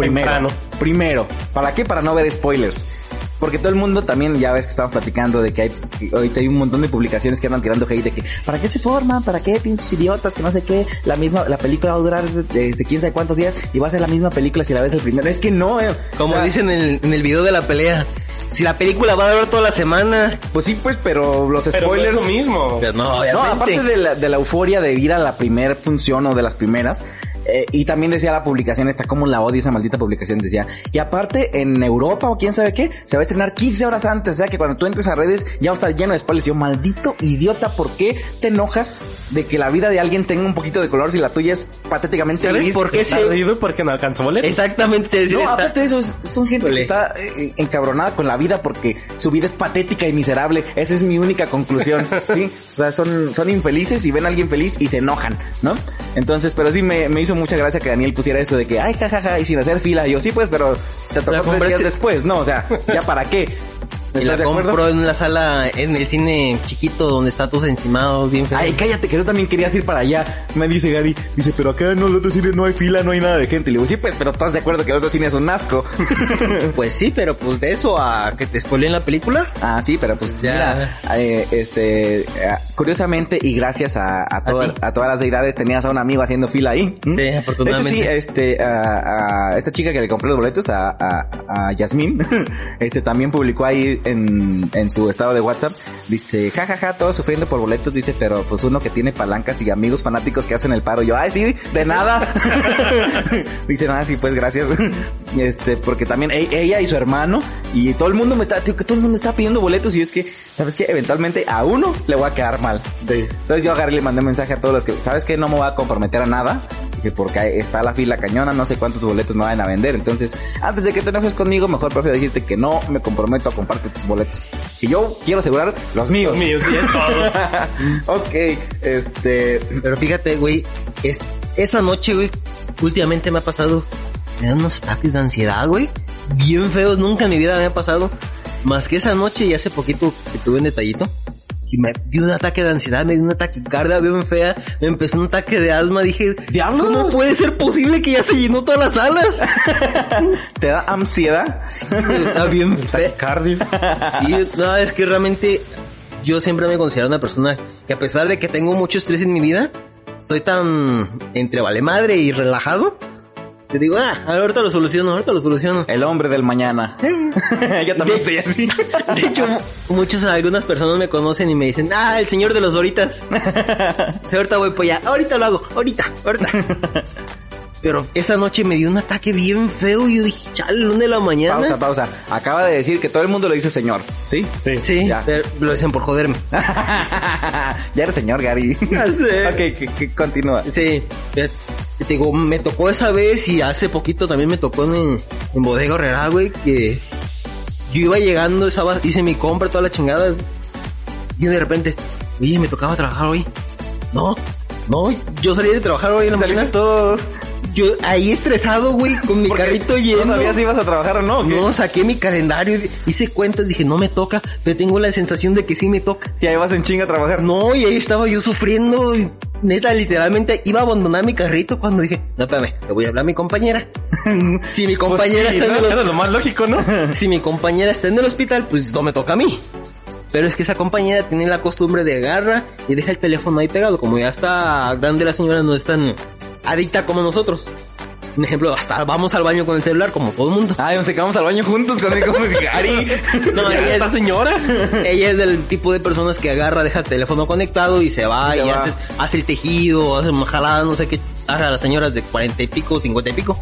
[SPEAKER 1] primero. ¿Para qué? Para no ver spoilers. Porque todo el mundo también, ya ves que estamos platicando de que ahorita hay un montón de publicaciones que andan tirando hate de que ¿para qué se forman? ¿Para qué pinches idiotas? Que no sé qué, la película va a durar quién sabe cuántos días y va a ser la misma película si la ves el primero. Es que no,
[SPEAKER 3] Como dicen en el video de la pelea, si la película va a durar toda la semana.
[SPEAKER 1] Pues sí, pues, pero los spoilers...
[SPEAKER 5] Pero no es lo mismo.
[SPEAKER 3] Pero no,
[SPEAKER 1] aparte de la euforia de ir a la primera función o de las primeras... y también decía la publicación esta, como la odio esa maldita publicación, decía, y aparte en Europa o quién sabe qué, se va a estrenar 15 horas antes, o sea que cuando tú entres a redes ya va a estar lleno de spoilers. Yo, maldito idiota, ¿por qué te enojas de que la vida de alguien tenga un poquito de color si la tuya es patéticamente
[SPEAKER 3] gris? ¿Sabes por qué
[SPEAKER 5] se ha porque no alcanzó boleto?
[SPEAKER 3] Exactamente.
[SPEAKER 1] No, aparte de eso, son gente que está encabronada con la vida porque su vida es patética y miserable. Esa es mi única conclusión, ¿sí? O sea, son infelices y ven a alguien feliz y se enojan, ¿no? Entonces, pero sí me hizo mucha gracia que Daniel pusiera eso de que, jajaja, y sin hacer fila. Y yo, sí, pues, pero te tocó 3 días después, ¿no? O sea, ¿ya para qué?
[SPEAKER 3] Y la compro en la sala, en el cine chiquito donde está todos encimados, bien feo.
[SPEAKER 1] Cállate, que tú también querías ir para allá. Me dice Gary, pero acá en el otro cine no hay fila, no hay nada de gente. Le digo, sí, pues, pero ¿estás de acuerdo que el otro cine es un asco?
[SPEAKER 3] Pues sí, pero pues de eso a que te spoileen la película.
[SPEAKER 1] Sí, pero pues ya. Mira, curiosamente y gracias a todas las deidades tenías a un amigo haciendo fila ahí.
[SPEAKER 3] Sí, afortunadamente.
[SPEAKER 1] De hecho, sí, a esta chica que le compré los boletos, a Yasmín, también publicó ahí en su estado de WhatsApp, dice, jajaja, todos sufriendo por boletos, dice, pero pues uno que tiene palancas y amigos fanáticos que hacen el paro. Yo, sí, de nada. Dice, sí, pues gracias. Porque también ella y su hermano y todo el mundo todo el mundo está pidiendo boletos y es que, ¿sabes qué? Eventualmente a uno le voy a quedar mal. Sí. Entonces yo agarré y le mandé un mensaje a todos los que, ¿sabes qué? No me voy a comprometer a nada. Porque está la fila cañona, no sé cuántos boletos me van a vender. Entonces, antes de que te enojes conmigo, mejor prefiero decirte que no me comprometo a comprarte tus boletos. Que yo quiero asegurar los míos.
[SPEAKER 5] Los míos, sí, es todo.
[SPEAKER 1] Ok,
[SPEAKER 3] Pero fíjate, güey, esa noche, güey, últimamente me ha pasado, me dan unos ataques de ansiedad, güey, bien feos, nunca en mi vida me ha pasado, más que esa noche y hace poquito que tuve un detallito. Y me dio un ataque de ansiedad, me dio una taquicardia bien fea, me empezó un ataque de asma, dije,
[SPEAKER 1] ¡diablos!
[SPEAKER 3] ¿Cómo puede ser posible que ya se llenó todas las salas?
[SPEAKER 1] ¿Te da ansiedad?
[SPEAKER 3] Sí, está bien fea.
[SPEAKER 5] Cardio.
[SPEAKER 3] Sí, no, es que realmente yo siempre me considero una persona que a pesar de que tengo mucho estrés en mi vida, soy tan entre vale madre y relajado. Te digo, ahorita lo soluciono.
[SPEAKER 1] El hombre del mañana.
[SPEAKER 3] Sí.
[SPEAKER 1] Yo también soy así.
[SPEAKER 3] De hecho, algunas personas me conocen y me dicen, el señor de los horitas. Sí, ahorita voy para allá. Ahorita lo hago. Ahorita. Pero esa noche me dio un ataque bien feo y yo dije, chale, 1 de la mañana.
[SPEAKER 1] Pausa. Acaba de decir que todo el mundo le dice señor, ¿sí?
[SPEAKER 3] Sí,
[SPEAKER 1] ya.
[SPEAKER 3] Pero lo dicen por joderme.
[SPEAKER 1] Ya eres señor, Gary.
[SPEAKER 3] Ya sé.
[SPEAKER 1] Ok, que continúa.
[SPEAKER 3] Sí, te digo, me tocó esa vez y hace poquito también me tocó en Bodega Aurrerá, güey, que yo iba llegando, hice mi compra, toda la chingada, y de repente, oye, me tocaba trabajar hoy. No, yo salí de trabajar hoy en la mañana.
[SPEAKER 1] Todo.
[SPEAKER 3] Yo ahí estresado, güey, con mi carrito lleno.
[SPEAKER 1] ¿No sabías si ibas a trabajar o no? ¿O qué?
[SPEAKER 3] No, saqué mi calendario, hice cuentas, dije, no me toca, pero tengo la sensación de que sí me toca.
[SPEAKER 1] Y ahí vas en chinga a trabajar.
[SPEAKER 3] No, y ahí estaba yo sufriendo, y neta, literalmente iba a abandonar mi carrito cuando dije, no, espérame, le voy a hablar a mi compañera. Si mi compañera está en el
[SPEAKER 5] era lo más lógico, ¿no?
[SPEAKER 3] Si mi compañera está en el hospital, pues no me toca a mí. Pero es que esa compañera tiene la costumbre de agarra y deja el teléfono ahí pegado. Como ya está grande la señora, no es tan adicta como nosotros. Un ejemplo, hasta vamos al baño con el celular como todo el mundo.
[SPEAKER 1] Nos quedamos al baño juntos con Gary.
[SPEAKER 3] No, esta señora. Ella es del tipo de personas que agarra, deja el teléfono conectado y se va y hace el tejido, hace una jalada, no sé qué. Hace a las señoras de 40 y pico, 50 y pico.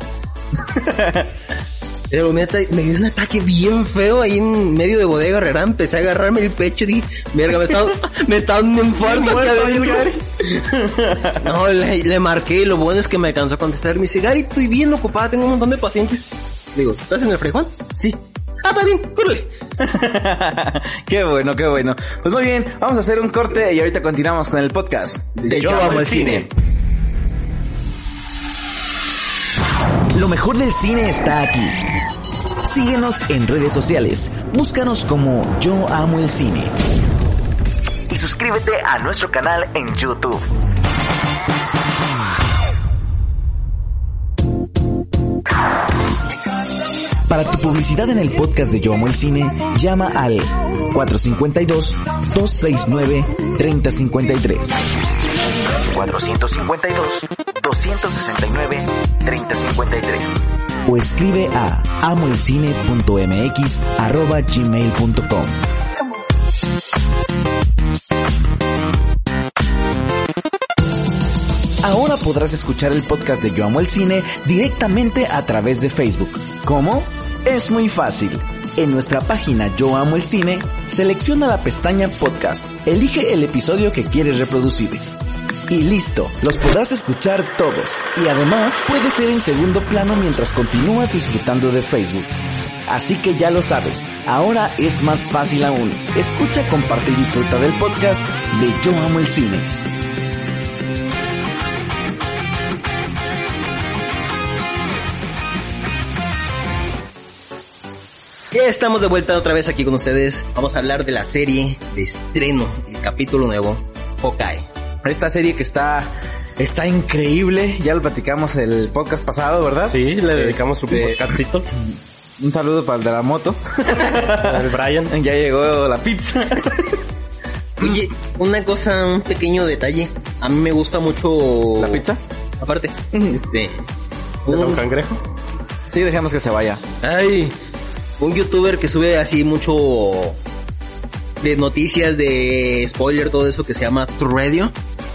[SPEAKER 3] Pero neta, me dio un ataque bien feo ahí en medio de Bodega Aurrerá. Empecé a agarrarme el pecho y dije, verga, me estaba un infarto aquí adentro. No, le marqué y lo bueno es que me alcanzó a contestar. Me dice, Gary, estoy bien ocupada, tengo un montón de pacientes. Digo, ¿estás en el frijol? Sí. Está bien, córrele.
[SPEAKER 1] Qué bueno. Pues muy bien, vamos a hacer un corte y ahorita continuamos con el podcast
[SPEAKER 3] de Yo Amo el Cine.
[SPEAKER 7] Lo mejor del cine está aquí. Síguenos en redes sociales. Búscanos como Yo Amo el Cine. Y suscríbete a nuestro canal en YouTube. Para tu publicidad en el podcast de Yo Amo el Cine, llama al 452-269-3053. 452-269-3053. O escribe a amoelcine.mx@gmail.com. Ahora podrás escuchar el podcast de Yo Amo el Cine directamente a través de Facebook. ¿Cómo? Es muy fácil. En nuestra página Yo Amo el Cine, selecciona la pestaña Podcast, elige el episodio que quieres reproducir. Y listo, los podrás escuchar todos. Y además, puede ser en segundo plano mientras continúas disfrutando de Facebook. Así que ya lo sabes, ahora es más fácil aún. Escucha, comparte y disfruta del podcast de Yo Amo el Cine.
[SPEAKER 3] Ya estamos de vuelta otra vez aquí con ustedes. Vamos a hablar de la serie de estreno, el capítulo nuevo, Hawkeye.
[SPEAKER 1] Esta serie que está increíble, ya lo platicamos el podcast pasado, ¿verdad?
[SPEAKER 5] Sí, le dedicamos un podcastito.
[SPEAKER 1] Un saludo para el de la moto.
[SPEAKER 5] El Brian.
[SPEAKER 1] Ya llegó la pizza.
[SPEAKER 3] Oye, una cosa, un pequeño detalle. A mí me gusta mucho...
[SPEAKER 1] ¿La pizza?
[SPEAKER 3] Aparte,
[SPEAKER 5] ¿De Don Cangrejo?
[SPEAKER 1] Sí, dejemos que se vaya.
[SPEAKER 3] Ay, un youtuber que sube así mucho de noticias, de spoiler, todo eso, que se llama True Radio.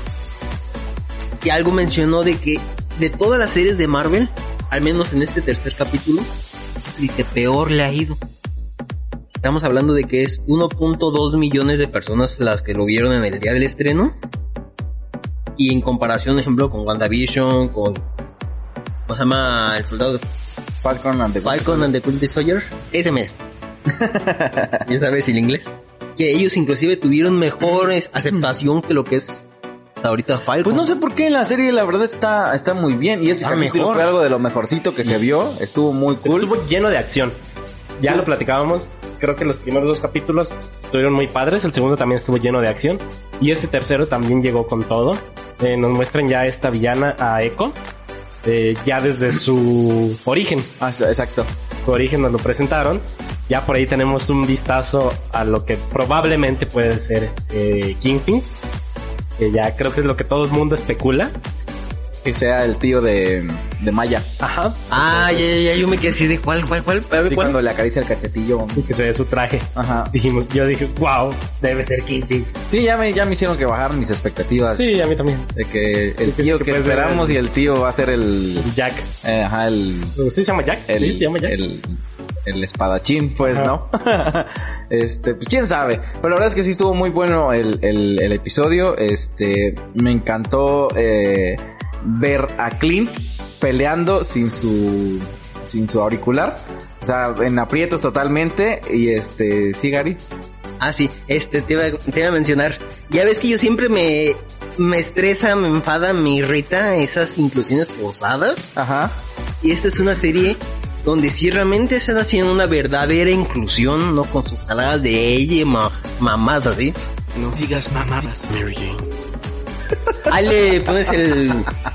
[SPEAKER 3] Y algo mencionó de que de todas las series de Marvel, al menos en este tercer capítulo, es el que peor le ha ido. Estamos hablando de que es 1.2 millones de personas las que lo vieron en el día del estreno. Y en comparación, por ejemplo, con WandaVision, con... ¿cómo se llama? El soldado...
[SPEAKER 1] Falcon and the
[SPEAKER 3] Winter Soldier. Ese mero. Ya sabes el inglés. Que ellos inclusive tuvieron mejor aceptación que lo que es hasta ahorita Falcon.
[SPEAKER 1] Pues no sé por qué en la serie la verdad está muy bien. Y este capítulo
[SPEAKER 3] mejor.
[SPEAKER 1] Fue algo de lo mejorcito que se vio. Estuvo muy cool.
[SPEAKER 5] Estuvo lleno de acción. Ya lo platicábamos. creo que los primeros 2 capítulos estuvieron muy padres, el segundo también estuvo lleno de acción y ese tercero también llegó con todo. Nos muestran ya esta villana a Echo, ya desde su origen.
[SPEAKER 1] Exacto.
[SPEAKER 5] Su origen nos lo presentaron. Ya por ahí tenemos un vistazo a lo que probablemente puede ser Kingpin, que ya creo que es lo que todo el mundo especula.
[SPEAKER 1] Que sea el tío de Maya.
[SPEAKER 5] Ajá.
[SPEAKER 3] Ah, ya, yo me quedé así de ¿cuál?
[SPEAKER 1] Sí, cuando le acaricia el cachetillo.
[SPEAKER 5] Y que se ve su traje.
[SPEAKER 1] Ajá.
[SPEAKER 5] Yo dije, wow, debe ser Kingpin.
[SPEAKER 1] Sí, ya me hicieron que bajaron mis expectativas.
[SPEAKER 5] Sí, a mí también.
[SPEAKER 1] De que el tío que esperamos y el tío va a ser el
[SPEAKER 5] Jack.
[SPEAKER 1] Ajá,
[SPEAKER 5] ¿Sí se llama Jack?
[SPEAKER 1] Sí,
[SPEAKER 5] se llama Jack.
[SPEAKER 1] El espadachín, pues,
[SPEAKER 5] ajá,
[SPEAKER 1] ¿no? Pues quién sabe. Pero la verdad es que sí estuvo muy bueno el episodio. Me encantó ver a Clint peleando sin su auricular. O sea, en aprietos totalmente. Y sí, Gary.
[SPEAKER 3] Ah, sí, te iba a mencionar. Ya ves que yo siempre me estresa, me enfada, me irrita esas inclusiones forzadas.
[SPEAKER 1] Ajá.
[SPEAKER 3] Y esta es una serie donde sí realmente están haciendo una verdadera inclusión, no con sus jaladas de ella, mamás así.
[SPEAKER 8] No digas mamadas, Mary Jane.
[SPEAKER 3] Ahí le pones el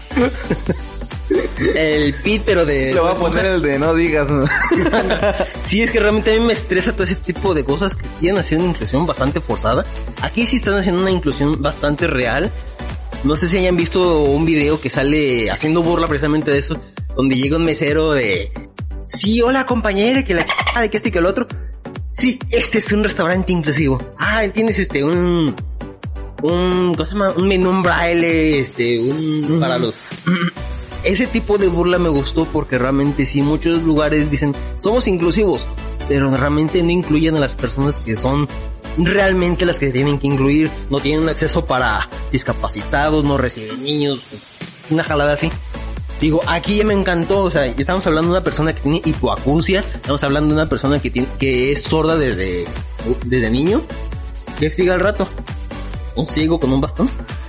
[SPEAKER 3] pit, pero de...
[SPEAKER 1] Le voy a poner el de no digas.
[SPEAKER 3] Sí, es que realmente a mí me estresa todo ese tipo de cosas que quieren hacer una inclusión bastante forzada. Aquí sí están haciendo una inclusión bastante real. No sé si hayan visto un video que sale haciendo burla precisamente de eso, donde llega un mesero de... Sí, hola compañera, que la chica de que y que el otro. Sí, este es un restaurante inclusivo. Ah, tienes ¿cómo se llama? Un menú en braille, para los... Ese tipo de burla me gustó porque realmente sí, muchos lugares dicen, somos inclusivos, pero realmente no incluyen a las personas que son realmente las que tienen que incluir. No tienen acceso para discapacitados, no reciben niños, una jalada así. Digo, aquí ya me encantó, o sea, ya estamos hablando de una persona que tiene hipoacusia, estamos hablando de una persona que es sorda desde niño, que siga al rato. ¿Un ciego con un bastón?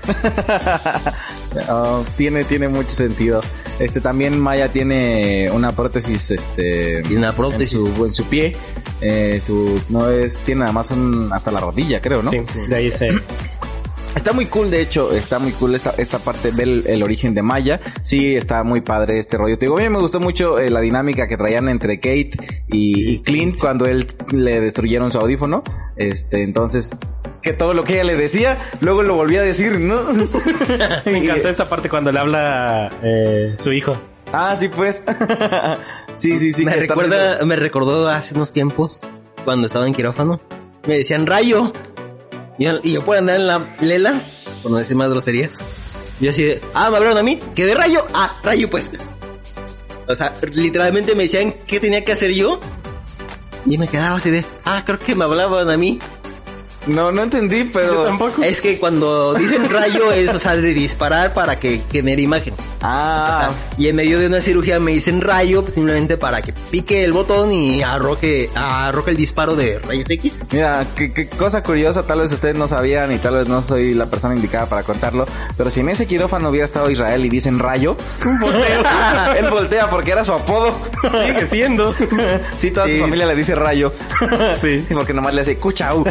[SPEAKER 1] Tiene mucho sentido. También Maya tiene una prótesis,
[SPEAKER 3] tiene una prótesis
[SPEAKER 1] en su pie. Tiene nada más hasta la rodilla, creo, ¿no?
[SPEAKER 5] Sí, de ahí se...
[SPEAKER 1] Está muy cool, de hecho, está muy cool esta parte del origen de Maya. Sí, está muy padre este rollo. Te digo, a mí me gustó mucho la dinámica que traían entre Kate y Clint cuando él le destruyeron su audífono. Entonces, que todo lo que ella le decía, luego lo volvía a decir, ¿no?
[SPEAKER 5] Me encantó esta parte cuando le habla su hijo.
[SPEAKER 1] Ah, sí, pues. Sí.
[SPEAKER 3] Me recordó hace unos tiempos, cuando estaba en quirófano, me decían rayo. Y yo puedo andar en la lela, por no decir más groserías. Yo así de, me hablaron a mí, que de rayo, rayo pues. O sea, literalmente me decían qué tenía que hacer yo. Y me quedaba así de, creo que me hablaban a mí.
[SPEAKER 1] No entendí, pero...
[SPEAKER 5] Yo tampoco.
[SPEAKER 3] Es que cuando dicen rayo es, o sea, de disparar para que genere imagen. O sea, y en medio de una cirugía me dicen rayo, pues simplemente para que pique el botón y arroje el disparo de rayos X.
[SPEAKER 1] Mira, qué cosa curiosa, tal vez ustedes no sabían y tal vez no soy la persona indicada para contarlo, pero si en ese quirófano hubiera estado Israel y dicen rayo, él voltea porque era su apodo.
[SPEAKER 5] Sigue siendo.
[SPEAKER 1] Sí, toda su familia le dice rayo.
[SPEAKER 5] Sí.
[SPEAKER 1] Porque nomás le hace cuchau.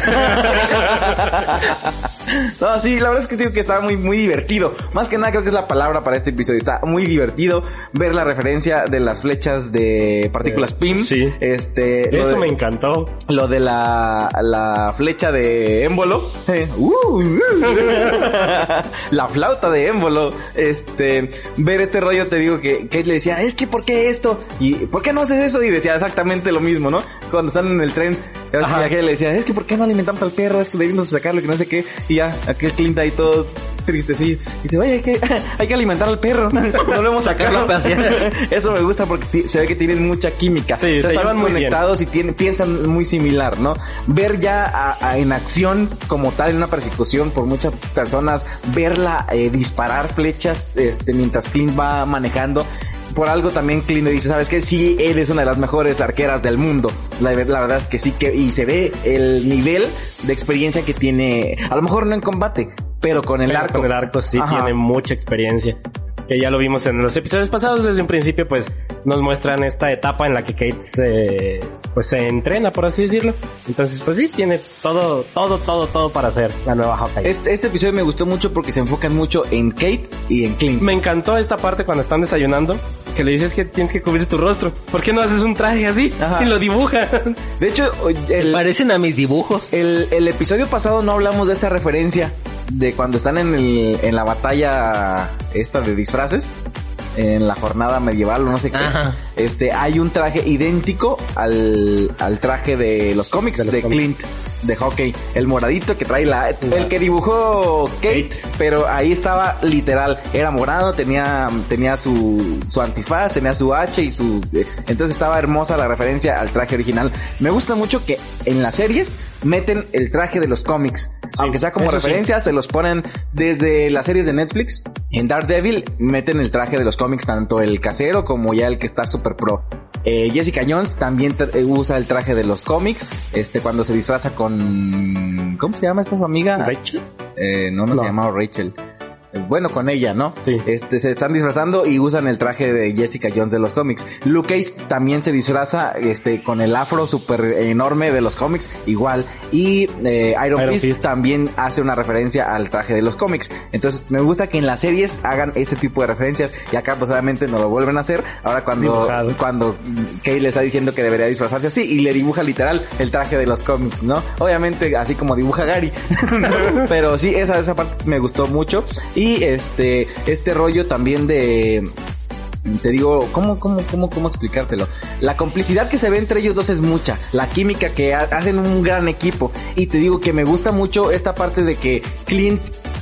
[SPEAKER 1] No, sí, la verdad es que digo que estaba muy, muy divertido. Más que nada creo que es la palabra para este episodio. Está muy divertido ver la referencia de las flechas de partículas PIM.
[SPEAKER 5] Sí. Eso me encantó.
[SPEAKER 1] Lo de la flecha de émbolo. La flauta de émbolo. Ver este rollo, te digo que le decía, es que ¿por qué esto? Y ¿por qué no haces eso? Y decía exactamente lo mismo, ¿no? Cuando están en el tren, que le decía, es que ¿por qué no alimentamos al perro? Es que debimos sacarlo, que no sé qué. Y ya, aquel Clint ahí todo triste, sí. Y dice, oye, hay que alimentar al perro. No lo hemos sacado. Eso me gusta porque se ve que tienen mucha química.
[SPEAKER 5] Sí, se
[SPEAKER 1] están
[SPEAKER 5] muy
[SPEAKER 1] conectados bien. Y piensan muy similar, ¿no? Ver ya en acción como tal en una persecución por muchas personas, verla disparar flechas mientras Clint va manejando. Por algo también Clint le dice, ¿sabes qué? Sí, eres una de las mejores arqueras del mundo. La verdad es que sí, y se ve el nivel de experiencia que tiene, a lo mejor no en combate, pero con el arco.
[SPEAKER 5] Con el arco sí. Ajá. Tiene mucha experiencia. que ya lo vimos en los episodios pasados. Desde un principio, pues, nos muestran esta etapa en la que Kate se entrena, por así decirlo. Entonces, pues sí, tiene todo para hacer la nueva Hawkeye.
[SPEAKER 1] Este episodio me gustó mucho porque se enfocan mucho en Kate y en Clint.
[SPEAKER 5] Me encantó esta parte cuando están desayunando, que le dices que tienes que cubrir tu rostro. ¿Por qué no haces un traje así? Ajá. Y lo dibuja.
[SPEAKER 1] De hecho,
[SPEAKER 3] parecen a mis dibujos.
[SPEAKER 1] El episodio pasado no hablamos de esta referencia de cuando están en la batalla esta de disfraces, en la jornada medieval o no sé qué. Ajá. Hay un traje idéntico al traje de los cómics de Clint, de Hawkeye, el moradito que trae el que dibujó Kate, pero ahí estaba literal, era morado, tenía su antifaz, tenía su H y entonces estaba hermosa la referencia al traje original. Me gusta mucho que en las series meten el traje de los cómics, aunque sea como referencia, se los ponen desde las series de Netflix. En Daredevil meten el traje de los cómics, tanto el casero como ya el que está super pro. Jessica Jones también usa el traje de los cómics, cuando se disfraza con... ¿Cómo se llama esta su amiga?
[SPEAKER 5] ¿Rachel?
[SPEAKER 1] No se llamaba Rachel. Bueno, con ella, ¿no?
[SPEAKER 5] Sí.
[SPEAKER 1] Se están disfrazando y usan el traje de Jessica Jones de los cómics. Luke Cage también se disfraza, con el afro súper enorme de los cómics, igual. Y, Iron Fist también hace una referencia al traje de los cómics. Entonces, me gusta que en las series hagan ese tipo de referencias. Y acá, pues, obviamente, no lo vuelven a hacer. Ahora, cuando Kate le está diciendo que debería disfrazarse así, y le dibuja literal el traje de los cómics, ¿no? Obviamente, así como dibuja Gary. Pero sí, esa parte me gustó mucho. Y este rollo también de... Te digo, ¿cómo explicártelo? La complicidad que se ve entre ellos dos es mucha. La química que hacen un gran equipo. Y te digo que me gusta mucho esta parte de que Clint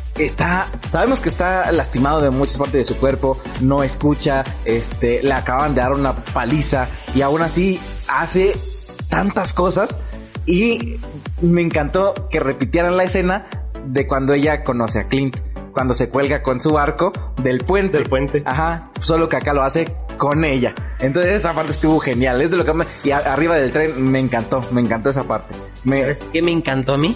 [SPEAKER 1] sabemos que está lastimado de muchas partes de su cuerpo, no escucha, le acaban de dar una paliza y aún así hace tantas cosas. Y me encantó que repitieran la escena de cuando ella conoce a Clint, cuando se cuelga con su barco del puente. Ajá, solo que acá lo hace con ella. Entonces esa parte estuvo genial. Es de lo que y arriba del tren me encantó esa parte.
[SPEAKER 3] ¿Sabes qué me encantó a mí?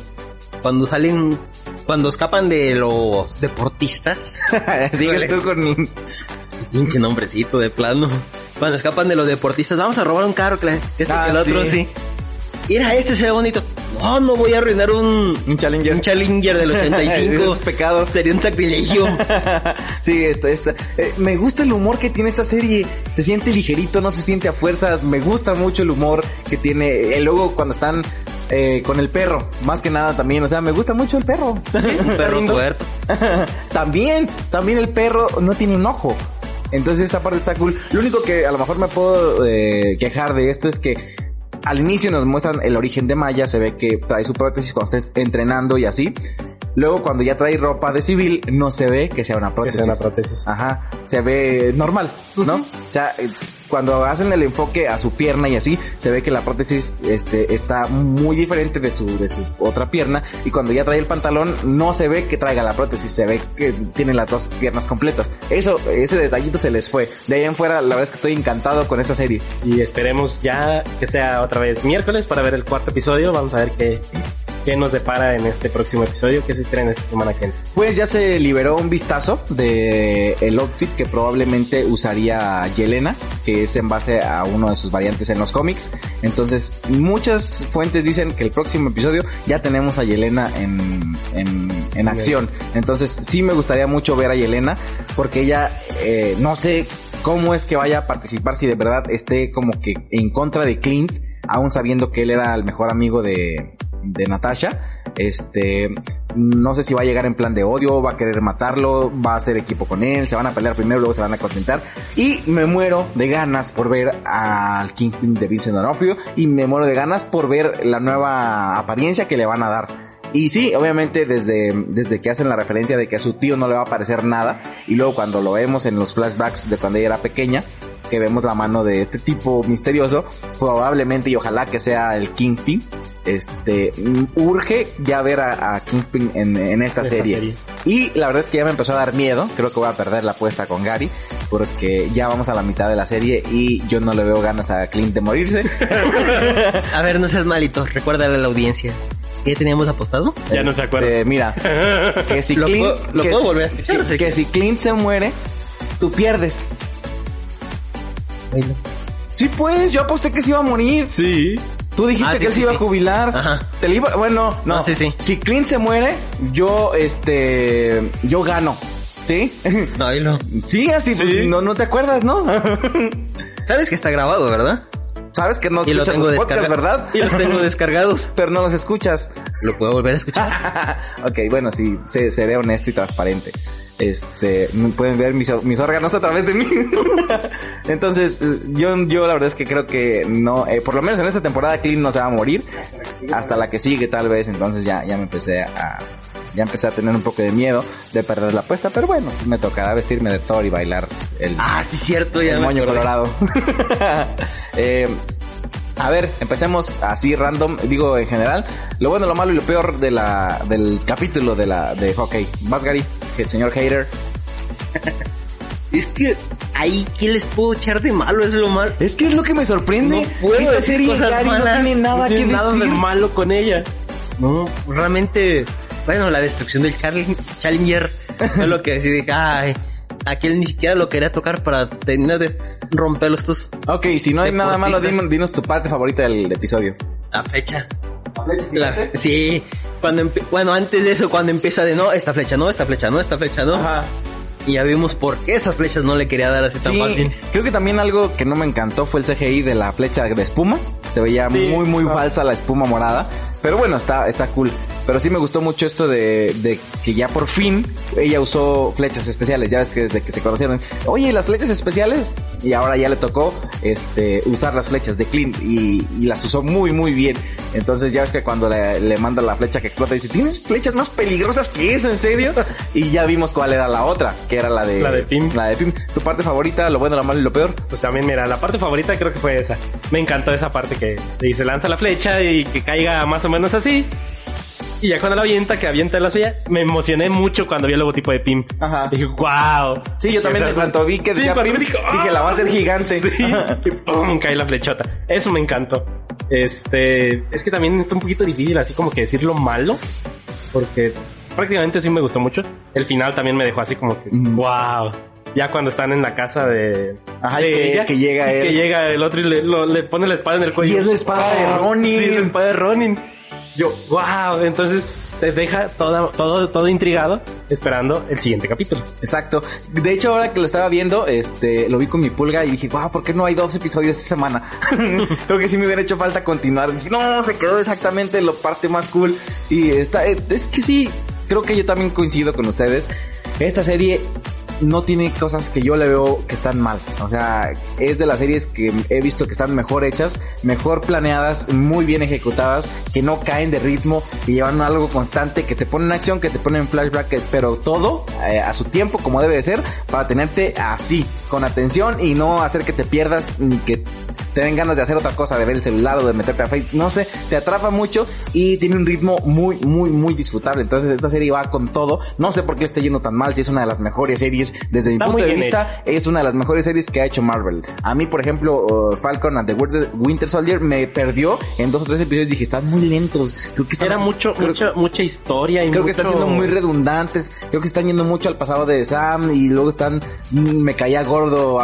[SPEAKER 3] Cuando escapan de los deportistas.
[SPEAKER 1] Sigues tú con...
[SPEAKER 3] Pinche nombrecito de plano. Cuando escapan de los deportistas, vamos a robar un carro, que el otro sí. Mira, se ve bonito. No voy a arruinar un
[SPEAKER 1] Challenger.
[SPEAKER 3] Un Challenger del 85.
[SPEAKER 1] Es pecado.
[SPEAKER 3] Sería un sacrilegio.
[SPEAKER 1] Sí, me gusta el humor que tiene esta serie. Se siente ligerito, no se siente a fuerzas. Me gusta mucho el humor que tiene. Luego cuando están con el perro, más que nada también. O sea, me gusta mucho el perro.
[SPEAKER 3] Un perro tuerto.
[SPEAKER 1] También el perro no tiene un ojo. Entonces esta parte está cool. Lo único que a lo mejor me puedo quejar de esto es que al inicio nos muestran el origen de Maya, se ve que trae su prótesis cuando está entrenando y así. Luego cuando ya trae ropa de civil, no se ve que sea una prótesis. Ajá, se ve normal, ¿no? O sea, cuando hacen el enfoque a su pierna y así, se ve que la prótesis está muy diferente de su otra pierna, y cuando ya trae el pantalón no se ve que traiga la prótesis, se ve que tiene las dos piernas completas. Ese detallito se les fue. De ahí en fuera, la verdad es que estoy encantado con esta serie.
[SPEAKER 5] Y esperemos ya que sea otra vez miércoles para ver el 4º episodio. Vamos a ver qué nos depara en este próximo episodio, que se estrena esta semana que entra.
[SPEAKER 1] Pues ya se liberó un vistazo de el outfit que probablemente usaría Yelena, que es en base a uno de sus variantes en los cómics. Entonces, muchas fuentes dicen que el próximo episodio ya tenemos a Yelena en acción. Entonces, sí me gustaría mucho ver a Yelena, porque ella, no sé cómo es que vaya a participar, si de verdad esté como que en contra de Clint, aún sabiendo que él era el mejor amigo de Natasha. No sé si va a llegar en plan de odio, va a querer matarlo, va a hacer equipo con él, se van a pelear primero, luego se van a contentar. Y me muero de ganas por ver al Kingpin de Vincent D'Onofrio, y me muero de ganas por ver la nueva apariencia que le van a dar. Y sí, obviamente desde que hacen la referencia de que a su tío no le va a parecer nada, y luego cuando lo vemos en los flashbacks de cuando ella era pequeña, que vemos la mano de este tipo misterioso, probablemente y ojalá que sea el Kingpin. Urge ya ver a Kingpin en esta serie. Y la verdad es que ya me empezó a dar miedo. Creo que voy a perder la apuesta con Gary, porque ya vamos a la mitad de la serie y yo no le veo ganas a Clint de morirse.
[SPEAKER 3] A ver, no seas malito, recuérdale a la audiencia. ¿Qué teníamos apostado?
[SPEAKER 5] Ya no se acuerda.
[SPEAKER 1] Mira, que si Clint...
[SPEAKER 3] ¿Lo puedo volver a escuchar?
[SPEAKER 1] Que si Clint se muere, tú pierdes.
[SPEAKER 3] Bueno.
[SPEAKER 1] Sí, pues, yo aposté que se iba a morir.
[SPEAKER 5] Sí.
[SPEAKER 1] Tú dijiste que él se iba a jubilar.
[SPEAKER 3] Ajá.
[SPEAKER 1] Te le iba, bueno, no.
[SPEAKER 3] Sí.
[SPEAKER 1] Si Clint se muere, yo gano. ¿Sí?
[SPEAKER 3] No, oílo.
[SPEAKER 1] Sí, así,
[SPEAKER 5] Sí.
[SPEAKER 1] no te acuerdas, ¿no?
[SPEAKER 3] Sabes que está grabado, ¿verdad?
[SPEAKER 1] Sabes que no
[SPEAKER 3] Y lo
[SPEAKER 1] escuchas
[SPEAKER 3] tengo
[SPEAKER 1] los podcasts,
[SPEAKER 3] descargado.
[SPEAKER 1] ¿verdad?
[SPEAKER 3] Y los tengo descargados.
[SPEAKER 1] Pero no los escuchas.
[SPEAKER 3] ¿Lo puedo volver a escuchar?
[SPEAKER 1] Ok, bueno, sí, seré honesto y transparente. Pueden ver mis órganos a través de mí. Entonces, yo la verdad es que creo que no, por lo menos en esta temporada Clint no se va a morir. Hasta la que sigue tal vez, entonces ya empecé a tener un poco de miedo de perder la apuesta, pero bueno, me tocará vestirme de Thor y bailar el
[SPEAKER 3] Sí, cierto, ya
[SPEAKER 1] el
[SPEAKER 3] me
[SPEAKER 1] moño
[SPEAKER 3] acordé.
[SPEAKER 1] colorado. A ver, empecemos así random, digo en general, lo bueno, lo malo y lo peor del capítulo de Hawkeye. Vas, Gary, el señor hater.
[SPEAKER 3] Es que ahí, ¿qué les puedo echar de malo? Es lo malo.
[SPEAKER 1] Es que es lo que me sorprende.
[SPEAKER 3] No puedo
[SPEAKER 1] Esta
[SPEAKER 3] decir
[SPEAKER 1] serie,
[SPEAKER 3] cosas
[SPEAKER 1] Gary,
[SPEAKER 3] malas.
[SPEAKER 1] no tiene nada
[SPEAKER 5] No
[SPEAKER 1] que
[SPEAKER 5] tiene nada de
[SPEAKER 1] decir.
[SPEAKER 5] malo con ella.
[SPEAKER 3] No, realmente, bueno, la destrucción del Challenger es lo que decidí. Aquel ni siquiera lo quería tocar para terminar de romperlo estos.
[SPEAKER 1] Ok, si no hay nada malo,
[SPEAKER 3] Deportistas.
[SPEAKER 1] dinos tu parte favorita del episodio.
[SPEAKER 3] La flecha. Sí, bueno, antes de eso, cuando empieza de no, esta flecha no.
[SPEAKER 1] Ajá.
[SPEAKER 3] Y ya vimos por qué esas flechas no le quería dar así tan
[SPEAKER 1] Sí,
[SPEAKER 3] fácil.
[SPEAKER 1] creo que también algo que no me encantó fue el CGI de la flecha de espuma. Se veía
[SPEAKER 5] Sí.
[SPEAKER 1] muy falsa la espuma morada. Pero bueno, está cool. Pero sí me gustó mucho esto de que ya por fin ella usó flechas especiales. Ya ves que desde que se conocieron, oye, las flechas especiales. Y ahora ya le tocó usar las flechas de Clint y las usó muy bien. Entonces ya ves que cuando le manda la flecha que explota, dice, ¿tienes flechas más peligrosas que eso, en serio? Y ya vimos cuál era la otra, que era la de
[SPEAKER 5] Pym.
[SPEAKER 1] La de Pym. ¿Tu parte favorita, lo bueno, lo malo y lo peor?
[SPEAKER 5] Pues también, mira, la parte favorita creo que fue esa. Me encantó esa parte que se lanza la flecha y que caiga más o menos así. Y ya cuando la avienta la suya, me emocioné mucho cuando vi el logotipo de Pym.
[SPEAKER 1] Ajá.
[SPEAKER 5] Dije, wow.
[SPEAKER 1] Sí, yo también, cuando vi que decía
[SPEAKER 5] cuando
[SPEAKER 1] Pym,
[SPEAKER 5] vi, dije,
[SPEAKER 1] dije, la va a ser gigante.
[SPEAKER 5] Sí, y pum, cae la flechota. Eso me encantó. Es que también está un poquito difícil así como que decir lo malo, porque prácticamente sí me gustó mucho. El final también me dejó así como que, wow. Ya cuando están en la casa de
[SPEAKER 1] Ajá,
[SPEAKER 5] de ella,
[SPEAKER 1] que llega
[SPEAKER 5] y
[SPEAKER 1] él.
[SPEAKER 5] que llega el otro y le pone la espada en el cuello.
[SPEAKER 1] Y es la espada de Ronin.
[SPEAKER 5] Sí, la espada de Ronin. Yo, wow. Entonces te deja todo intrigado esperando el siguiente capítulo.
[SPEAKER 1] Exacto. De hecho, ahora que lo estaba viendo, lo vi con mi pulga y dije, wow, ¿por qué no hay 2 episodios esta semana? Creo que sí me hubiera hecho falta continuar. Dije, no, se quedó exactamente la parte más cool. Y es que sí, creo que yo también coincido con ustedes. Esta serie no tiene cosas que yo le veo que están mal. O sea, es de las series que he visto que están mejor hechas, mejor planeadas, muy bien ejecutadas, que no caen de ritmo, que llevan algo constante, que te ponen acción, que te ponen flashback, pero todo a su tiempo, como debe de ser, para tenerte así, con atención y no hacer que te pierdas ni que te den ganas de hacer otra cosa, de ver el celular o de meterte a Facebook, no sé, te atrapa mucho y tiene un ritmo muy disfrutable. Entonces esta serie va con todo. No sé por qué le está yendo tan mal, si es una de las mejores series, desde mi
[SPEAKER 5] Está
[SPEAKER 1] punto
[SPEAKER 5] muy
[SPEAKER 1] de
[SPEAKER 5] bien
[SPEAKER 1] vista, es una de las mejores series que ha hecho Marvel. A mí, por ejemplo, Falcon and the Winter Soldier me perdió en 2 o 3 episodios, dije, están muy lentos. Creo que
[SPEAKER 5] Era mucha historia y
[SPEAKER 1] creo que están siendo muy redundantes. Creo que están yendo mucho al pasado de Sam y luego me caía gordo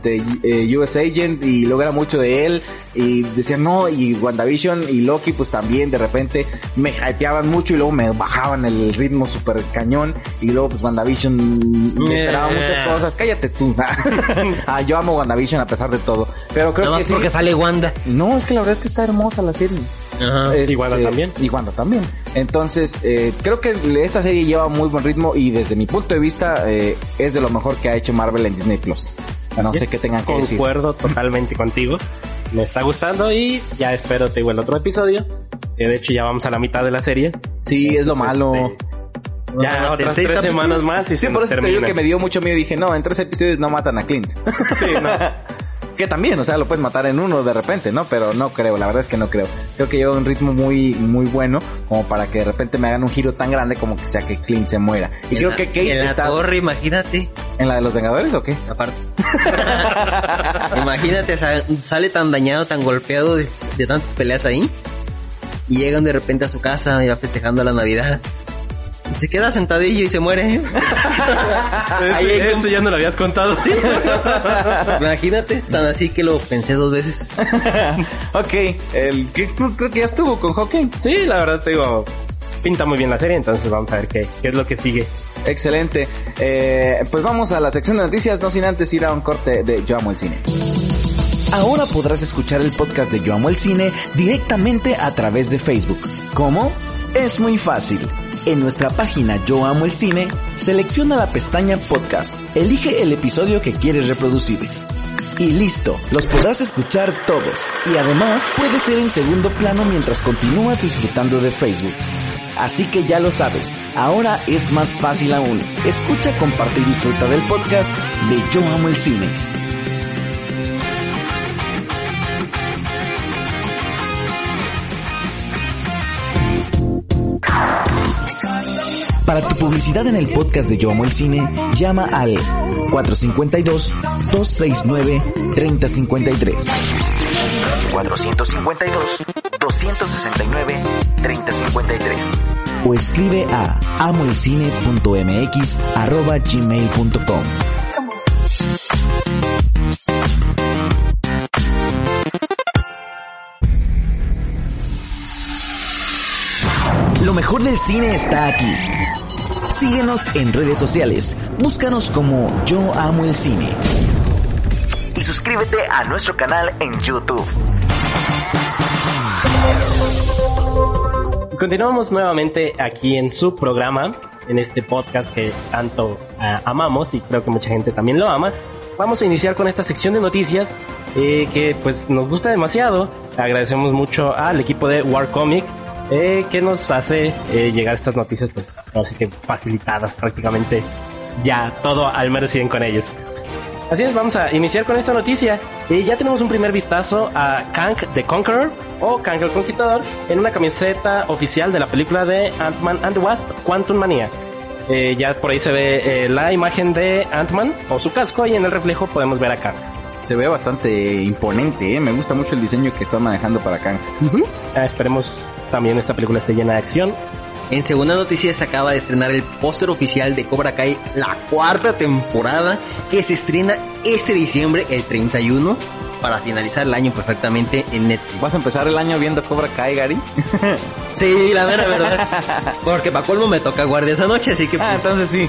[SPEAKER 1] US Agent y luego era mucho de él y decían no, y WandaVision y Loki pues también de repente me hypeaban mucho y luego me bajaban el ritmo súper cañón y luego pues WandaVision me esperaba muchas cosas. Cállate tú. Yo amo WandaVision a pesar de todo, pero creo
[SPEAKER 3] Nada
[SPEAKER 1] que
[SPEAKER 3] más
[SPEAKER 1] sí.
[SPEAKER 3] porque sale Wanda.
[SPEAKER 1] No, es que la verdad es que está hermosa la serie.
[SPEAKER 3] Ajá.
[SPEAKER 5] Y Wanda también.
[SPEAKER 1] Y Wanda también. Entonces, creo que esta serie lleva muy buen ritmo y desde mi punto de vista es de lo mejor que ha hecho Marvel en Disney Plus. No sé qué tengan que decir.
[SPEAKER 5] Concuerdo totalmente contigo. Me está gustando y ya espero te digo el otro episodio. Que de hecho ya vamos a la mitad de la serie.
[SPEAKER 1] Sí, es lo malo.
[SPEAKER 5] Ya otras 3 semanas más y
[SPEAKER 1] Sí,
[SPEAKER 5] se
[SPEAKER 1] por
[SPEAKER 5] nos
[SPEAKER 1] eso te digo
[SPEAKER 5] termina.
[SPEAKER 1] que me dio mucho miedo y dije, no, en 3 episodios no matan a Clint.
[SPEAKER 5] Sí, no.
[SPEAKER 1] Que también, o sea, lo pueden matar en uno de repente, ¿no? Pero no creo, la verdad es que no creo. Creo que lleva un ritmo muy bueno como para que de repente me hagan un giro tan grande como que sea que Clint se muera. Y creo que Kate
[SPEAKER 3] en la
[SPEAKER 1] está...
[SPEAKER 3] torre, imagínate.
[SPEAKER 1] ¿En la de los Vengadores o qué?
[SPEAKER 3] Aparte. Imagínate, sale tan dañado, tan golpeado de tantas peleas ahí. Y llegan de repente a su casa y va festejando la Navidad. Se queda sentadillo y se muere.
[SPEAKER 5] Eso ya no lo habías contado.
[SPEAKER 3] ¿Sí? Imagínate, tan así que lo pensé 2 veces.
[SPEAKER 1] Ok, creo que ya estuvo con Hawkeye.
[SPEAKER 5] Sí, la verdad te digo, pinta muy bien la serie, entonces vamos a ver qué es lo que sigue.
[SPEAKER 1] Excelente. Pues vamos a la sección de noticias, no sin antes ir a un corte de Yo Amo el Cine.
[SPEAKER 7] Ahora podrás escuchar el podcast de Yo Amo el Cine directamente a través de Facebook. ¿Cómo? Es muy fácil. En nuestra página Yo Amo el Cine, selecciona la pestaña Podcast, elige el episodio que quieres reproducir. Y listo, los podrás escuchar todos. Y además, puede ser en segundo plano mientras continúas disfrutando de Facebook. Así que ya lo sabes, ahora es más fácil aún. Escucha, comparte y disfruta del podcast de Yo Amo el Cine. Para tu publicidad en el podcast de Yo Amo el Cine, llama al 452-269-3053. 452-269-3053. O escribe a amoelcine.mx@gmail.com. Lo mejor del cine está aquí. Síguenos en redes sociales. Búscanos como Yo Amo el Cine. Y suscríbete a nuestro canal en YouTube.
[SPEAKER 5] Continuamos nuevamente aquí en su programa, en este podcast que tanto amamos y creo que mucha gente también lo ama. Vamos a iniciar con esta sección de noticias que pues nos gusta demasiado. Agradecemos mucho al equipo de War Comic que nos hace llegar estas noticias, pues así que facilitadas prácticamente, ya todo al menos 100 con ellos. Así es, vamos a iniciar con esta noticia. Ya tenemos un primer vistazo a Kang the Conqueror o Kang el Conquistador en una camiseta oficial de la película de Ant-Man and the Wasp, Quantumania. Ya por ahí se ve la imagen de Ant-Man o su casco y en el reflejo podemos ver a Kang.
[SPEAKER 1] Se ve bastante imponente, me gusta mucho el diseño que están manejando para Kang.
[SPEAKER 5] Esperemos también esta película esté llena de acción.
[SPEAKER 3] En segunda noticia se acaba de estrenar el póster oficial de Cobra Kai, la 4ª temporada, que se estrena este diciembre, el 31, para finalizar el año perfectamente en Netflix.
[SPEAKER 1] ¿Vas a empezar el año viendo Cobra Kai, Gary?
[SPEAKER 3] Sí, la verdad. Porque para colmo me toca guardia esa noche, así que pues...
[SPEAKER 1] entonces sí.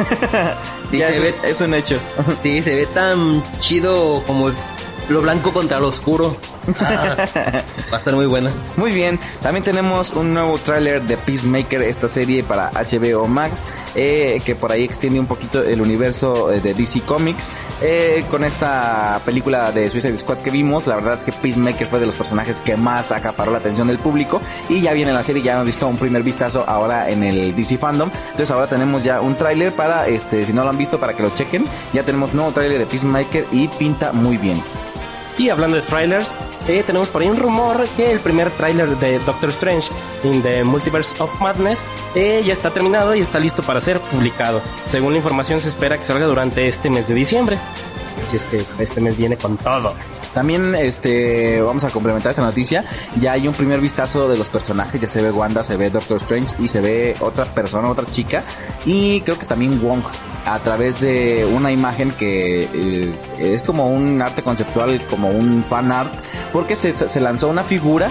[SPEAKER 3] Sí,
[SPEAKER 1] ya es un hecho.
[SPEAKER 3] Sí, se ve tan chido como lo blanco contra lo oscuro. Va a estar muy buena.
[SPEAKER 1] Muy bien, también tenemos un nuevo tráiler de Peacemaker, esta serie para HBO Max, que por ahí extiende un poquito el universo de DC Comics. Con esta película de Suicide Squad que vimos, la verdad es que Peacemaker fue de los personajes que más acaparó la atención del público, y ya viene la serie, ya hemos visto un primer vistazo ahora en el DC Fandom. Entonces ahora tenemos ya un tráiler para, si no lo han visto, para que lo chequen. Ya tenemos nuevo tráiler de Peacemaker y pinta muy bien.
[SPEAKER 5] Y hablando de trailers, tenemos por ahí un rumor que el primer tráiler de Doctor Strange in the Multiverse of Madness ya está terminado y está listo para ser publicado. Según la información, se espera que salga durante este mes de diciembre. Así es que este mes viene con todo.
[SPEAKER 1] También vamos a complementar esta noticia. Ya hay un primer vistazo de los personajes. Ya se ve Wanda, se ve Doctor Strange y se ve otra persona, otra chica, y creo que también Wong, a través de una imagen que es como un arte conceptual, como un fan art, porque se lanzó una figura,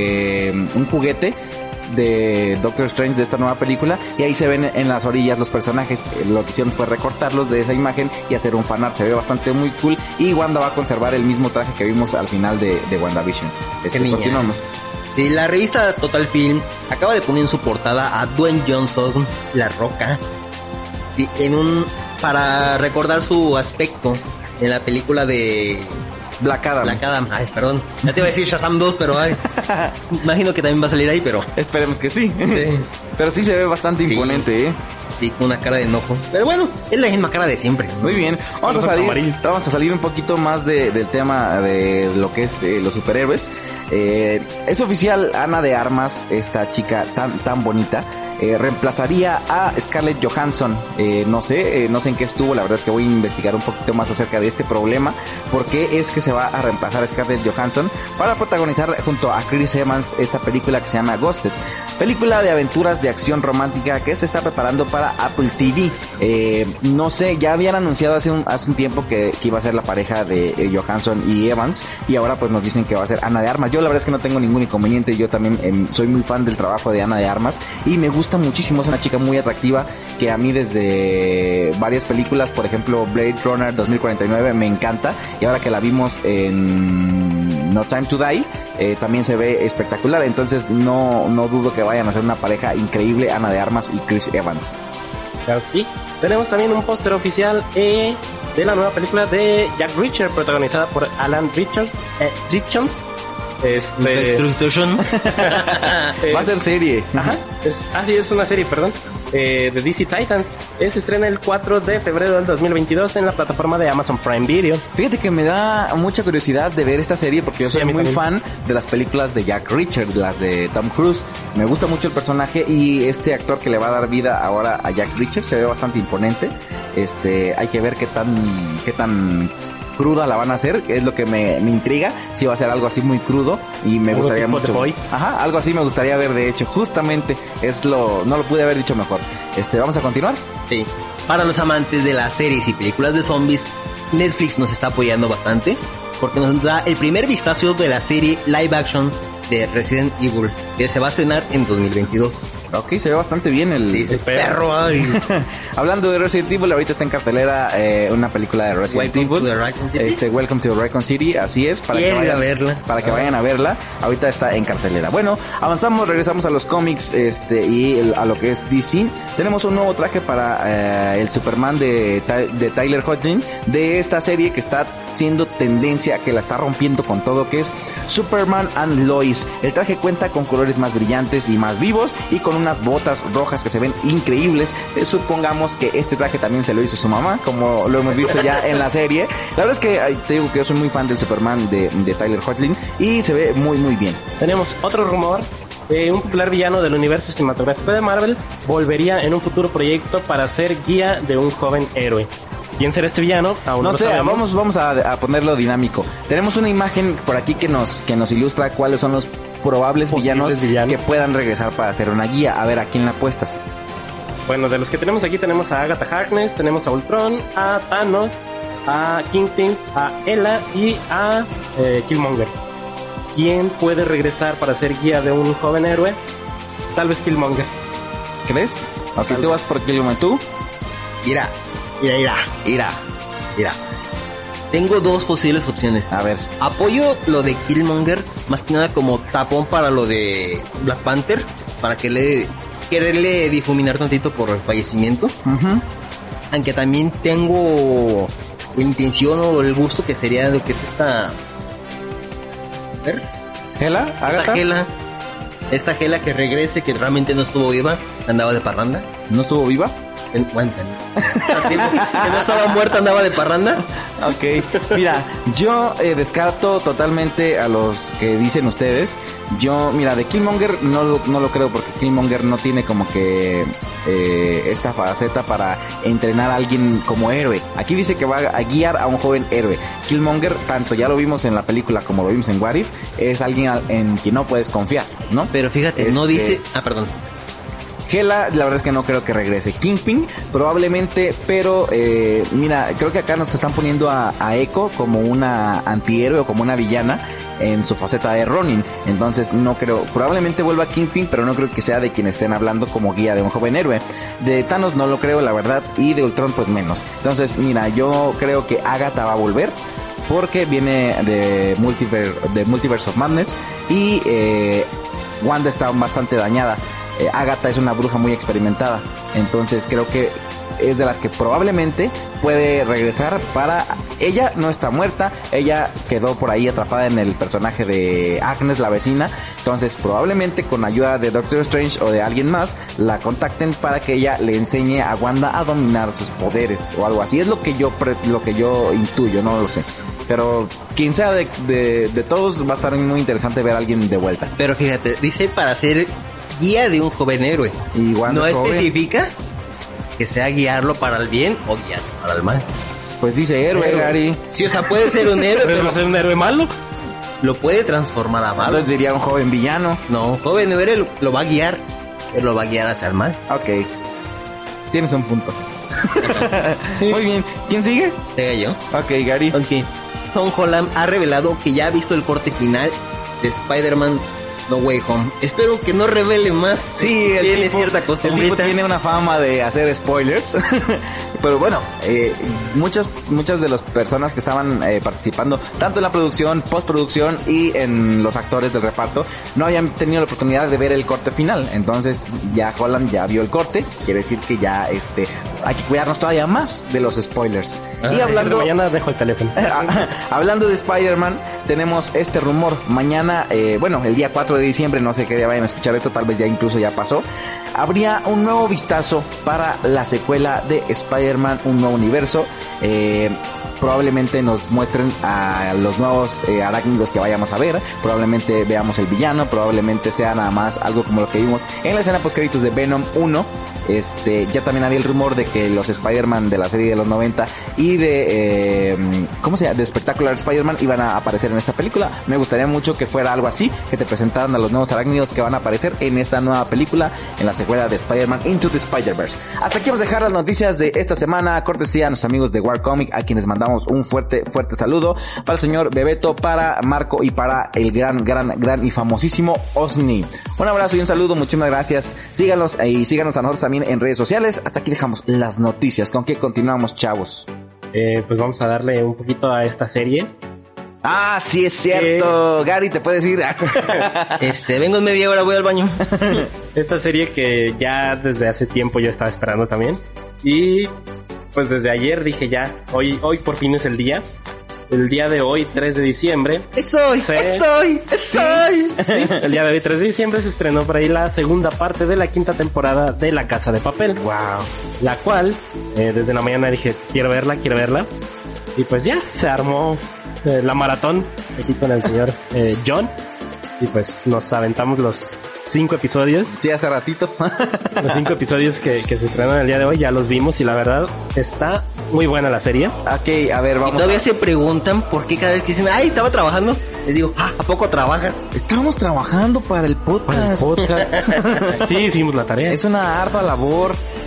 [SPEAKER 1] un juguete de Doctor Strange de esta nueva película, y ahí se ven en las orillas los personajes. Lo que hicieron fue recortarlos de esa imagen y hacer un fanart. Se ve bastante muy cool, y Wanda va a conservar el mismo traje que vimos al final de WandaVision. Continuamos.
[SPEAKER 3] Sí, la revista Total Film acaba de poner en su portada a Dwayne Johnson, La Roca, sí, para recordar su aspecto en la película de
[SPEAKER 1] Black Adam.
[SPEAKER 3] Ay, perdón. Ya te iba a decir Shazam 2, pero imagino que también va a salir ahí, pero...
[SPEAKER 1] Esperemos que sí. Pero sí se ve bastante imponente,
[SPEAKER 3] Sí, con una cara de enojo. Pero bueno, es la misma cara de siempre, ¿no?
[SPEAKER 1] Muy bien. Vamos a salir un poquito más del tema de lo que es los superhéroes. Es oficial, Ana de Armas, esta chica tan bonita, reemplazaría a Scarlett Johansson. No sé en qué estuvo. La verdad es que voy a investigar un poquito más acerca de este problema, porque es que se va a reemplazar a Scarlett Johansson para protagonizar junto a Chris Evans esta película que se llama Ghosted. película de aventuras de acción romántica que se está preparando para Apple TV. No sé, ya habían anunciado hace un tiempo que iba a ser la pareja de Johansson y Evans, y ahora pues nos dicen que va a ser Ana de Armas. Yo la verdad es que no tengo ningún inconveniente, yo también soy muy fan del trabajo de Ana de Armas y me gusta muchísimo, es una chica muy atractiva que a mí desde varias películas, por ejemplo Blade Runner 2049 me encanta, y ahora que la vimos en No Time to Die también se ve espectacular, entonces no dudo que vayan a ser una pareja increíble, Ana de Armas y Chris Evans.
[SPEAKER 5] Claro que sí. Tenemos también un póster oficial de la nueva película de Jack Reacher, protagonizada por Alan Richards.
[SPEAKER 1] Va a ser serie.
[SPEAKER 5] Ajá. Es una serie, perdón. De DC Titans. Se estrena el 4 de febrero del 2022 en la plataforma de Amazon Prime Video.
[SPEAKER 1] Fíjate que me da mucha curiosidad de ver esta serie porque yo soy muy
[SPEAKER 5] también
[SPEAKER 1] fan de las películas de Jack Reacher, las de Tom Cruise. Me gusta mucho el personaje y este actor que le va a dar vida ahora a Jack Reacher se ve bastante imponente. Hay que ver qué tan cruda la van a hacer, que es lo que me intriga, si va a ser algo así muy crudo y me gustaría mucho. Ajá, algo así me gustaría ver, de hecho, justamente no lo pude haber dicho mejor. ¿Vamos a continuar?
[SPEAKER 3] Sí. Para los amantes de las series y películas de zombies, Netflix nos está apoyando bastante porque nos da el primer vistazo de la serie live action de Resident Evil, que se va a estrenar en 2022.
[SPEAKER 1] Ok, se ve bastante bien el
[SPEAKER 3] perro.
[SPEAKER 1] Hablando de Resident Evil, ahorita está en cartelera una película de Resident Evil. Welcome to the Raccoon City, así es, para que vayan a verla. Ahorita está en cartelera. Bueno, regresamos a los cómics y a lo que es DC. Tenemos un nuevo traje para el Superman de Tyler Hoechlin, de esta serie que está siendo tendencia, que la está rompiendo con todo, que es Superman and Lois. El traje cuenta con colores más brillantes y más vivos y con unas botas rojas que se ven increíbles. Supongamos que este traje también se lo hizo su mamá, como lo hemos visto ya en la serie. La verdad es que te digo que yo soy muy fan del Superman de Tyler Hoechlin y se ve muy muy bien.
[SPEAKER 5] Tenemos otro rumor. Un popular villano del universo cinematográfico de Marvel volvería en un futuro proyecto para ser guía de un joven héroe. ¿Quién será este villano? Aún no sé,
[SPEAKER 1] vamos a ponerlo dinámico. Tenemos una imagen por aquí que nos ilustra cuáles son los probables villanos que puedan regresar para hacer una guía. A ver, ¿a quién la apuestas?
[SPEAKER 5] Bueno, de los que tenemos aquí tenemos a Agatha Harkness, tenemos a Ultron, a Thanos, a Kingpin, a Ella y a Killmonger. ¿Quién puede regresar para ser guía de un joven héroe? Tal vez Killmonger.
[SPEAKER 1] ¿Crees? Ok, tú vas por Killmonger. ¿Tú?
[SPEAKER 3] Mira. Tengo dos posibles opciones.
[SPEAKER 1] A ver.
[SPEAKER 3] Apoyo lo de Killmonger, más que nada como tapón para lo de Black Panther, para quererle difuminar tantito por el fallecimiento.
[SPEAKER 1] Uh-huh.
[SPEAKER 3] Aunque también tengo la intención o el gusto que sería lo que es esta... A ver.
[SPEAKER 1] ¿Hela? ¿Agatha?
[SPEAKER 3] Esta Hela que regrese, que realmente no estuvo viva, andaba de parranda.
[SPEAKER 1] ¿No estuvo viva?
[SPEAKER 3] Que no estaba muerta, andaba de parranda.
[SPEAKER 1] Ok, mira, yo descarto totalmente a los que dicen ustedes. De Killmonger no lo creo, porque Killmonger no tiene como que esta faceta para entrenar a alguien como héroe. Aquí dice que va a guiar a un joven héroe. Killmonger, tanto ya lo vimos en la película como lo vimos en What If, es alguien en quien no puedes confiar, ¿no?
[SPEAKER 3] Pero fíjate, no dice... perdón.
[SPEAKER 1] Hela, la verdad es que no creo que regrese. Kingpin, probablemente, pero creo que acá nos están poniendo a Echo como una antihéroe o como una villana en su faceta de Ronin. Entonces no creo, probablemente vuelva Kingpin, pero no creo que sea de quien estén hablando como guía de un joven héroe. De Thanos no lo creo, la verdad, y de Ultron pues menos. Entonces, yo creo que Agatha va a volver, porque viene de Multiverse of Madness y Wanda está bastante dañada. Agatha es una bruja muy experimentada, entonces creo que es de las que probablemente puede regresar ella no está muerta, ella quedó por ahí atrapada en el personaje de Agnes, la vecina, entonces probablemente con ayuda de Doctor Strange o de alguien más la contacten para que ella le enseñe a Wanda a dominar sus poderes o algo así. Es lo que yo intuyo, no lo sé. Pero quien sea de todos, va a estar muy interesante ver a alguien de vuelta.
[SPEAKER 3] Pero fíjate, dice para ser guía de un joven héroe.
[SPEAKER 1] Y no
[SPEAKER 3] especifica que sea guiarlo para el bien o guiarlo para el mal.
[SPEAKER 1] Pues dice héroe, Gary.
[SPEAKER 3] Sí, o sea, puede ser un héroe,
[SPEAKER 5] pero va a ser un héroe malo.
[SPEAKER 3] lo puede transformar a malo.
[SPEAKER 1] Entonces diría un joven villano.
[SPEAKER 3] No, joven héroe lo va a guiar. Él lo va a guiar hacia el mal.
[SPEAKER 1] Ok. Tienes un punto. Muy bien. ¿Quién sigue?
[SPEAKER 3] Llega yo.
[SPEAKER 1] Ok, Gary.
[SPEAKER 3] Ok. Tom Holland ha revelado que ya ha visto el corte final de Spider-Man No Way Home. Espero que no revele más.
[SPEAKER 1] Sí,
[SPEAKER 3] tiene cierta
[SPEAKER 1] el tipo
[SPEAKER 3] costumbrita.
[SPEAKER 1] tiene una fama de hacer spoilers. Pero bueno, muchas de las personas que estaban participando, tanto en la producción, postproducción y en los actores del reparto, no habían tenido la oportunidad de ver el corte final. Entonces ya Holland ya vio el corte. Quiere decir que ya hay que cuidarnos todavía más de los spoilers. Y hablando...
[SPEAKER 5] Mañana dejo el teléfono.
[SPEAKER 1] Hablando de Spider-Man, tenemos este rumor. Mañana, el día 4 de diciembre, no sé qué día vayan a escuchar esto, tal vez ya incluso ya pasó, habría un nuevo vistazo para la secuela de Spider-Man, un nuevo universo. Probablemente nos muestren a los nuevos arácnidos que vayamos a ver. Probablemente veamos el villano. Probablemente sea nada más algo como lo que vimos en la escena postcréditos de Venom 1. Ya también había el rumor de que los Spider-Man de la serie de los 90 y de de Spectacular Spider-Man iban a aparecer en esta película. Me gustaría mucho que fuera algo así, que te presentaran a los nuevos arácnidos que van a aparecer en esta nueva película, en la secuela de Spider-Man Into the Spider-Verse. Hasta aquí vamos a dejar las noticias de esta semana, cortesía a nuestros amigos de War Comic, a quienes mandamos un fuerte saludo, para el señor Bebeto, para Marco y para el gran y famosísimo Osni. Un abrazo y un saludo, muchísimas gracias. Síganos y síganos a nosotros también en redes sociales. Hasta aquí dejamos las noticias. ¿Con qué continuamos, chavos?
[SPEAKER 5] Pues vamos a darle un poquito a esta serie.
[SPEAKER 1] Ah, sí es cierto. Gary, ¿te puedes ir?
[SPEAKER 3] Vengo en media hora, voy al baño.
[SPEAKER 5] Esta serie que ya desde hace tiempo yo estaba esperando también. Y pues desde ayer dije ya, hoy por fin es el día. El día de hoy, 3 de diciembre.
[SPEAKER 3] Es hoy.
[SPEAKER 5] Sí, el día de hoy, 3 de diciembre, se estrenó por ahí la segunda parte de la 5ª temporada de La Casa de Papel.
[SPEAKER 1] Wow.
[SPEAKER 5] La cual, desde la mañana dije, quiero verla. Y pues ya, se armó la maratón aquí con el señor John. Y pues nos aventamos los 5 episodios.
[SPEAKER 1] Sí, hace ratito.
[SPEAKER 5] Los 5 episodios que se estrenan el día de hoy, ya los vimos y la verdad está muy buena la serie.
[SPEAKER 1] Ok, a ver, vamos.
[SPEAKER 3] Y todavía se preguntan por qué cada vez que dicen, ay, estaba trabajando, les digo, ¿a poco trabajas?
[SPEAKER 1] Estábamos trabajando para el podcast.
[SPEAKER 5] Sí, hicimos la tarea.
[SPEAKER 1] Es una ardua labor.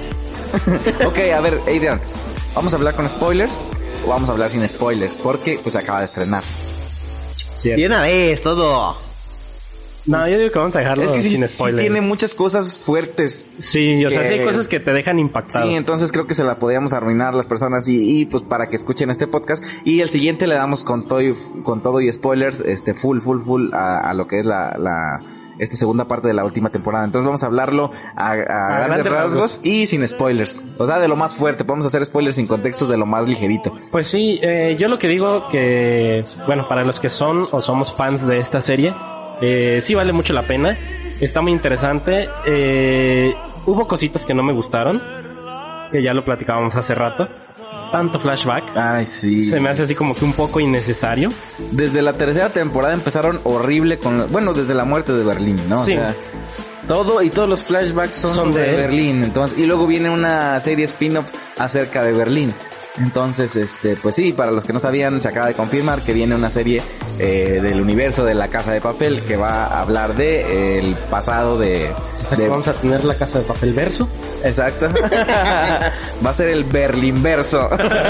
[SPEAKER 1] Ok, a ver, Adrian, ¿vamos a hablar con spoilers o vamos a hablar sin spoilers? Porque pues acaba de estrenar.
[SPEAKER 5] Cierto.
[SPEAKER 3] De una vez, todo.
[SPEAKER 5] No, yo digo que vamos a dejarlo sin spoilers.
[SPEAKER 1] Sí tiene muchas cosas fuertes.
[SPEAKER 5] Sí, o sea, sí hay cosas que te dejan impactado.
[SPEAKER 1] Sí, entonces creo que se la podríamos arruinar las personas y pues para que escuchen este podcast. Y el siguiente le damos con todo y spoilers, full a lo que es esta segunda parte de la última temporada. Entonces vamos a hablarlo a grandes rasgos y sin spoilers. O sea, de lo más fuerte. Podemos hacer spoilers sin contextos de lo más ligerito.
[SPEAKER 5] Pues sí, yo lo que digo que, bueno, para los que son o somos fans de esta serie, sí vale mucho la pena. Está muy interesante. Hubo cositas que no me gustaron, que ya lo platicábamos hace rato. Tanto flashback.
[SPEAKER 1] Ay, sí.
[SPEAKER 5] Se me hace así como que un poco innecesario.
[SPEAKER 1] Desde la tercera temporada empezaron horrible desde la muerte de Berlín, ¿no?
[SPEAKER 5] Sí.
[SPEAKER 1] O sea, todos los flashbacks son de Berlín. Entonces, y luego viene una serie spin-off acerca de Berlín. Entonces, pues sí, para los que no sabían, se acaba de confirmar que viene una serie del universo de La Casa de Papel que va a hablar de el pasado de...
[SPEAKER 5] O sea, que vamos a tener La Casa de Papel verso.
[SPEAKER 1] Exacto. Va a ser el Berlín verso.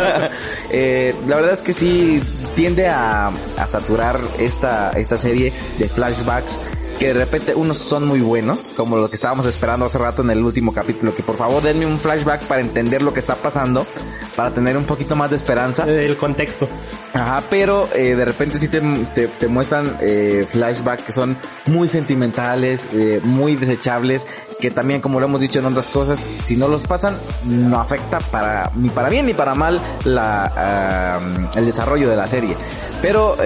[SPEAKER 1] La verdad es que sí tiende a saturar esta serie de flashbacks, que de repente unos son muy buenos, como lo que estábamos esperando hace rato en el último capítulo, que por favor denme un flashback para entender lo que está pasando, para tener un poquito más de esperanza.
[SPEAKER 5] El contexto.
[SPEAKER 1] Ajá, pero de repente sí te muestran flashbacks que son muy sentimentales, muy desechables, que también, como lo hemos dicho en otras cosas, si no los pasan, no afecta ni para bien ni para mal el desarrollo de la serie. Pero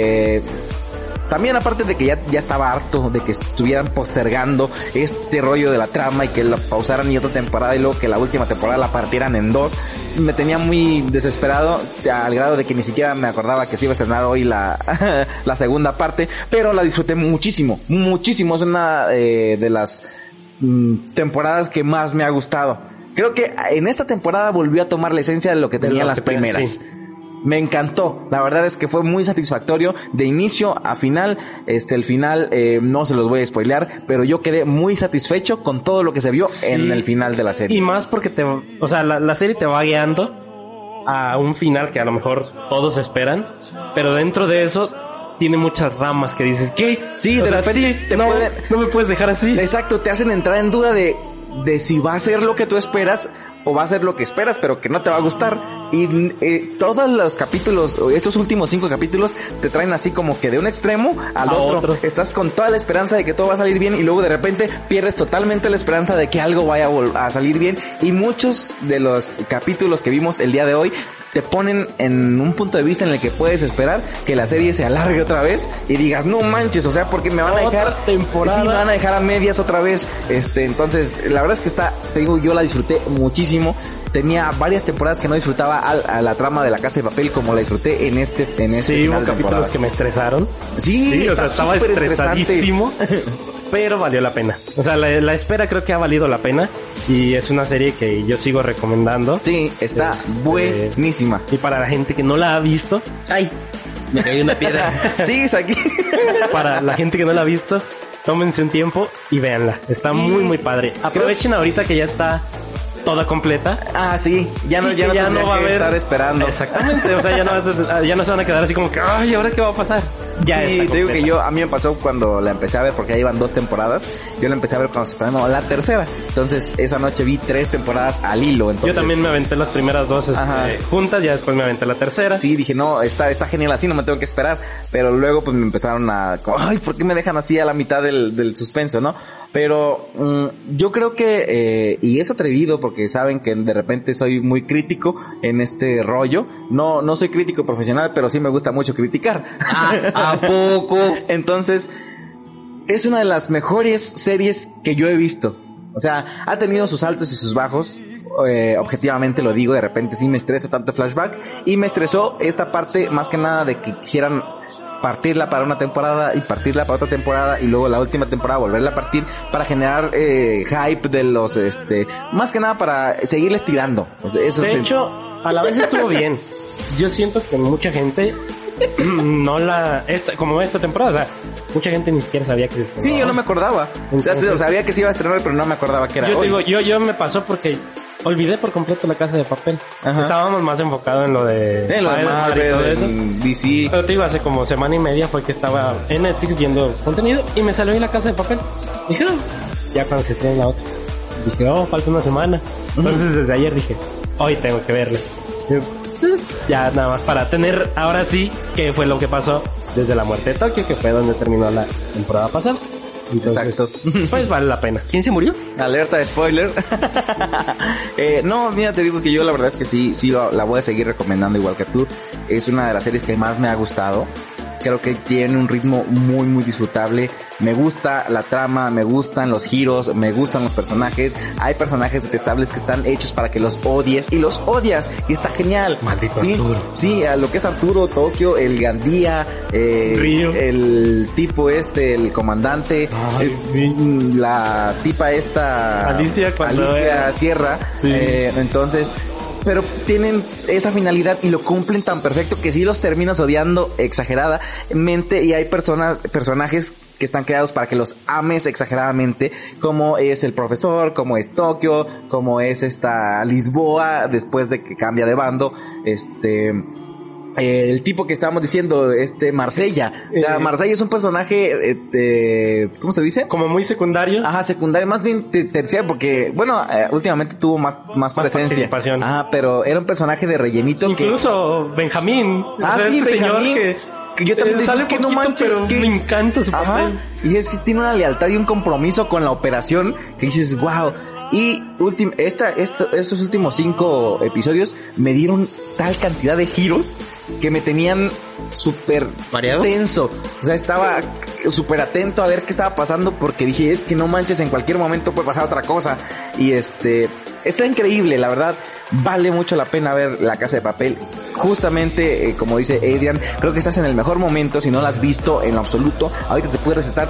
[SPEAKER 1] también, aparte de que ya estaba harto de que estuvieran postergando este rollo de la trama y que la pausaran y otra temporada y luego que la última temporada la partieran en 2, me tenía muy desesperado al grado de que ni siquiera me acordaba que se iba a estrenar hoy la segunda parte, pero la disfruté muchísimo. Es una de las temporadas que más me ha gustado. Creo que en esta temporada volvió a tomar la esencia de lo que tenía las primeras. Sí. Me encantó, la verdad es que fue muy satisfactorio de inicio a final. El final no se los voy a spoilear, pero yo quedé muy satisfecho con todo lo que se vio en el final de la serie.
[SPEAKER 5] Y más porque la serie te va guiando a un final que a lo mejor todos esperan, pero dentro de eso tiene muchas ramas que dices, ¿qué?
[SPEAKER 1] Sí, de repente
[SPEAKER 5] no me puedes dejar así.
[SPEAKER 1] Exacto, te hacen entrar en duda de si va a ser lo que tú esperas o va a ser lo que esperas pero que no te va a gustar. Y todos los capítulos, estos últimos 5 capítulos te traen así como que de un extremo al otro. Estás con toda la esperanza de que todo va a salir bien y luego de repente pierdes totalmente la esperanza de que algo vaya a salir bien. Y muchos de los capítulos que vimos el día de hoy te ponen en un punto de vista en el que puedes esperar que la serie se alargue otra vez y digas, no manches, o sea, porque me van a dejar
[SPEAKER 5] temporada.
[SPEAKER 1] Sí, me van a dejar a medias otra vez. Entonces, la verdad es que te digo, yo la disfruté muchísimo. Tenía varias temporadas que no disfrutaba a la trama de La Casa de Papel como la disfruté en este
[SPEAKER 5] sí, hubo capítulos que me estresaron.
[SPEAKER 1] Sí,
[SPEAKER 5] o sea, estaba estresadísimo. Pero valió la pena. O sea, la espera creo que ha valido la pena. Y es una serie que yo sigo recomendando.
[SPEAKER 1] Sí, está buenísima.
[SPEAKER 5] Y para la gente que no la ha visto...
[SPEAKER 3] ¡Ay! Me cayó una piedra.
[SPEAKER 1] Sí, es aquí.
[SPEAKER 5] Para la gente que no la ha visto, tómense un tiempo y véanla. Está muy, muy padre. Aprovechen ahorita que ya está toda completa.
[SPEAKER 1] Ah, sí. Ya no va a haber estar esperando.
[SPEAKER 5] Exactamente. O sea, ya no se van a quedar así como que, ay, ¿ahora qué va a pasar? Ya
[SPEAKER 1] sí,
[SPEAKER 5] está
[SPEAKER 1] te digo que a mí me pasó cuando la empecé a ver, porque ya iban 2 temporadas. Yo la empecé a ver cuando se estrenó la tercera. Entonces, esa noche vi 3 temporadas al hilo. Entonces,
[SPEAKER 5] yo también me aventé las primeras 2 juntas, ya después me aventé la tercera.
[SPEAKER 1] Sí, dije, no, está genial así, no me tengo que esperar. Pero luego pues me empezaron ay, ¿por qué me dejan así a la mitad del suspenso, no? Pero yo creo que, y es atrevido porque saben que de repente soy muy crítico en este rollo. No soy crítico profesional, pero sí me gusta mucho criticar.
[SPEAKER 3] ¿A poco?
[SPEAKER 1] Entonces, es una de las mejores series que yo he visto. O sea, ha tenido sus altos y sus bajos. Objetivamente lo digo, de repente sí me estresa tanto flashback. Y me estresó esta parte más que nada de que quisieran partirla para una temporada y partirla para otra temporada y luego la última temporada volverla a partir para generar hype de los más que nada para seguirles tirando. O sea, eso
[SPEAKER 5] de hecho, a la vez estuvo bien. Yo siento que mucha gente como esta temporada, o sea, mucha gente ni siquiera sabía que se estrenaba.
[SPEAKER 1] Sí, yo no me acordaba. Entonces, o sea, sabía que se iba a estrenar, pero no me acordaba que era
[SPEAKER 5] yo
[SPEAKER 1] hoy.
[SPEAKER 5] Digo, yo me pasó porque olvidé por completo La Casa de Papel. Ajá. Estábamos más enfocados en lo de
[SPEAKER 1] Marvel, todo eso. DC.
[SPEAKER 5] Pero te digo, hace como semana y media fue que estaba en Netflix viendo contenido y me salió ahí La Casa de Papel. Dije, ya cuando se estrena la otra. Dije, falta una semana. Entonces desde ayer dije, hoy tengo que verla. Ya nada más para tener ahora sí qué fue lo que pasó desde la muerte de Tokio, que fue donde terminó la temporada pasada. Entonces, exacto. Pues vale la pena.
[SPEAKER 3] ¿Quién se murió?
[SPEAKER 1] Alerta de spoiler. No, mira, te digo que yo la verdad es que sí la voy a seguir recomendando igual que tú. Es una de las series que más me ha gustado. Creo que tiene un ritmo muy, muy disfrutable. Me gusta la trama, me gustan los giros, me gustan los personajes. Hay personajes detestables que están hechos para que los odies y los odias. Y está genial.
[SPEAKER 5] Maldito
[SPEAKER 1] ¿sí?
[SPEAKER 5] Arturo.
[SPEAKER 1] Sí, a lo que es Arturo, Tokio, el Gandía,
[SPEAKER 5] Río.
[SPEAKER 1] El tipo el comandante,
[SPEAKER 5] sí.
[SPEAKER 1] La tipa
[SPEAKER 5] Alicia
[SPEAKER 1] Sierra. Sí. Entonces, pero tienen esa finalidad y lo cumplen tan perfecto que sí los terminas odiando exageradamente, y hay personajes que están creados para que los ames exageradamente, como es el profesor, como es Tokio, como es esta Lisboa después de que cambia de bando, el tipo que estábamos diciendo, Marsella. O sea, Marsella es un personaje, ¿cómo se dice?
[SPEAKER 5] Como muy secundario.
[SPEAKER 1] Ajá, secundario, más bien terciario, porque, bueno, últimamente tuvo más presencia.
[SPEAKER 5] Participación.
[SPEAKER 1] Ajá, pero era un personaje de rellenito.
[SPEAKER 5] Incluso Benjamín.
[SPEAKER 1] Ah, sí, Benjamín. Que yo también
[SPEAKER 5] sale
[SPEAKER 1] que
[SPEAKER 5] poquito,
[SPEAKER 1] no manches,
[SPEAKER 5] pero
[SPEAKER 1] que
[SPEAKER 5] me encanta su papel.
[SPEAKER 1] Y tiene una lealtad y un compromiso con la operación que dices, wow. Y estos últimos 5 episodios me dieron tal cantidad de giros que me tenían súper tenso. O sea, estaba súper atento a ver qué estaba pasando, porque dije, es que no manches, en cualquier momento puede pasar otra cosa. Y está increíble, la verdad. Vale mucho la pena ver La Casa de Papel. Justamente, como dice Adrian, creo que estás en el mejor momento. Si no la has visto en lo absoluto, ahorita te puedes recetar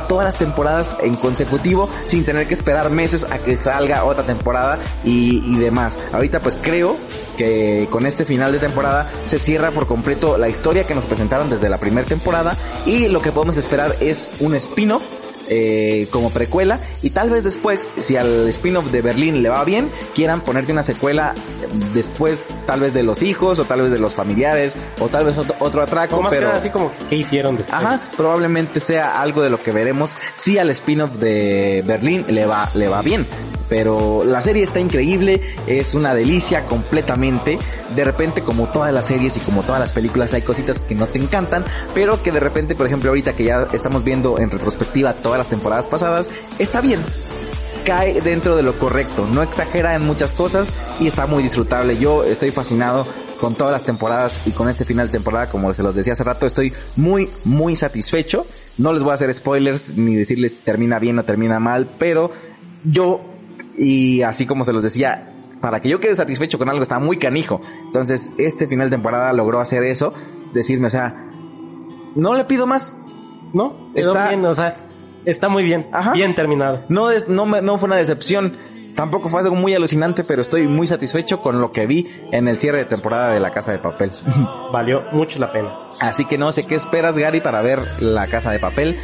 [SPEAKER 1] todas las temporadas en consecutivo sin tener que esperar meses a que salga otra temporada y demás. Ahorita pues creo que con este final de temporada se cierra por completo la historia que nos presentaron desde la primera temporada, y lo que podemos esperar es un spin-off como precuela, y tal vez después, si al spin-off de Berlín le va bien, quieran ponerte una secuela después, tal vez de los hijos, o tal vez de los familiares, o tal vez otro atraco, pero
[SPEAKER 5] así como ¿qué hicieron después?
[SPEAKER 1] Ajá, probablemente sea algo de lo que veremos si al spin-off de Berlín le va bien. Pero la serie está increíble, es una delicia completamente. De repente, como todas las series y como todas las películas, hay cositas que no te encantan, pero que de repente, por ejemplo, ahorita que ya estamos viendo en retrospectiva todas las temporadas pasadas, está bien. Cae dentro de lo correcto, no exagera en muchas cosas y está muy disfrutable. Yo estoy fascinado con todas las temporadas y con este final de temporada, como se los decía hace rato, estoy muy, muy satisfecho. No les voy a hacer spoilers ni decirles si termina bien o termina mal, pero yo... Y así como se los decía, para que yo quede satisfecho con algo está muy canijo. Entonces este final de temporada logró hacer eso, decirme, o sea, no le pido más.
[SPEAKER 5] No, está bien, o sea, está muy bien. Ajá. Bien terminado.
[SPEAKER 1] No fue una decepción, tampoco fue algo muy alucinante, pero estoy muy satisfecho con lo que vi en el cierre de temporada de La Casa de Papel.
[SPEAKER 5] Valió mucho la pena.
[SPEAKER 1] Así que no sé qué esperas, Gary, para ver La Casa de Papel.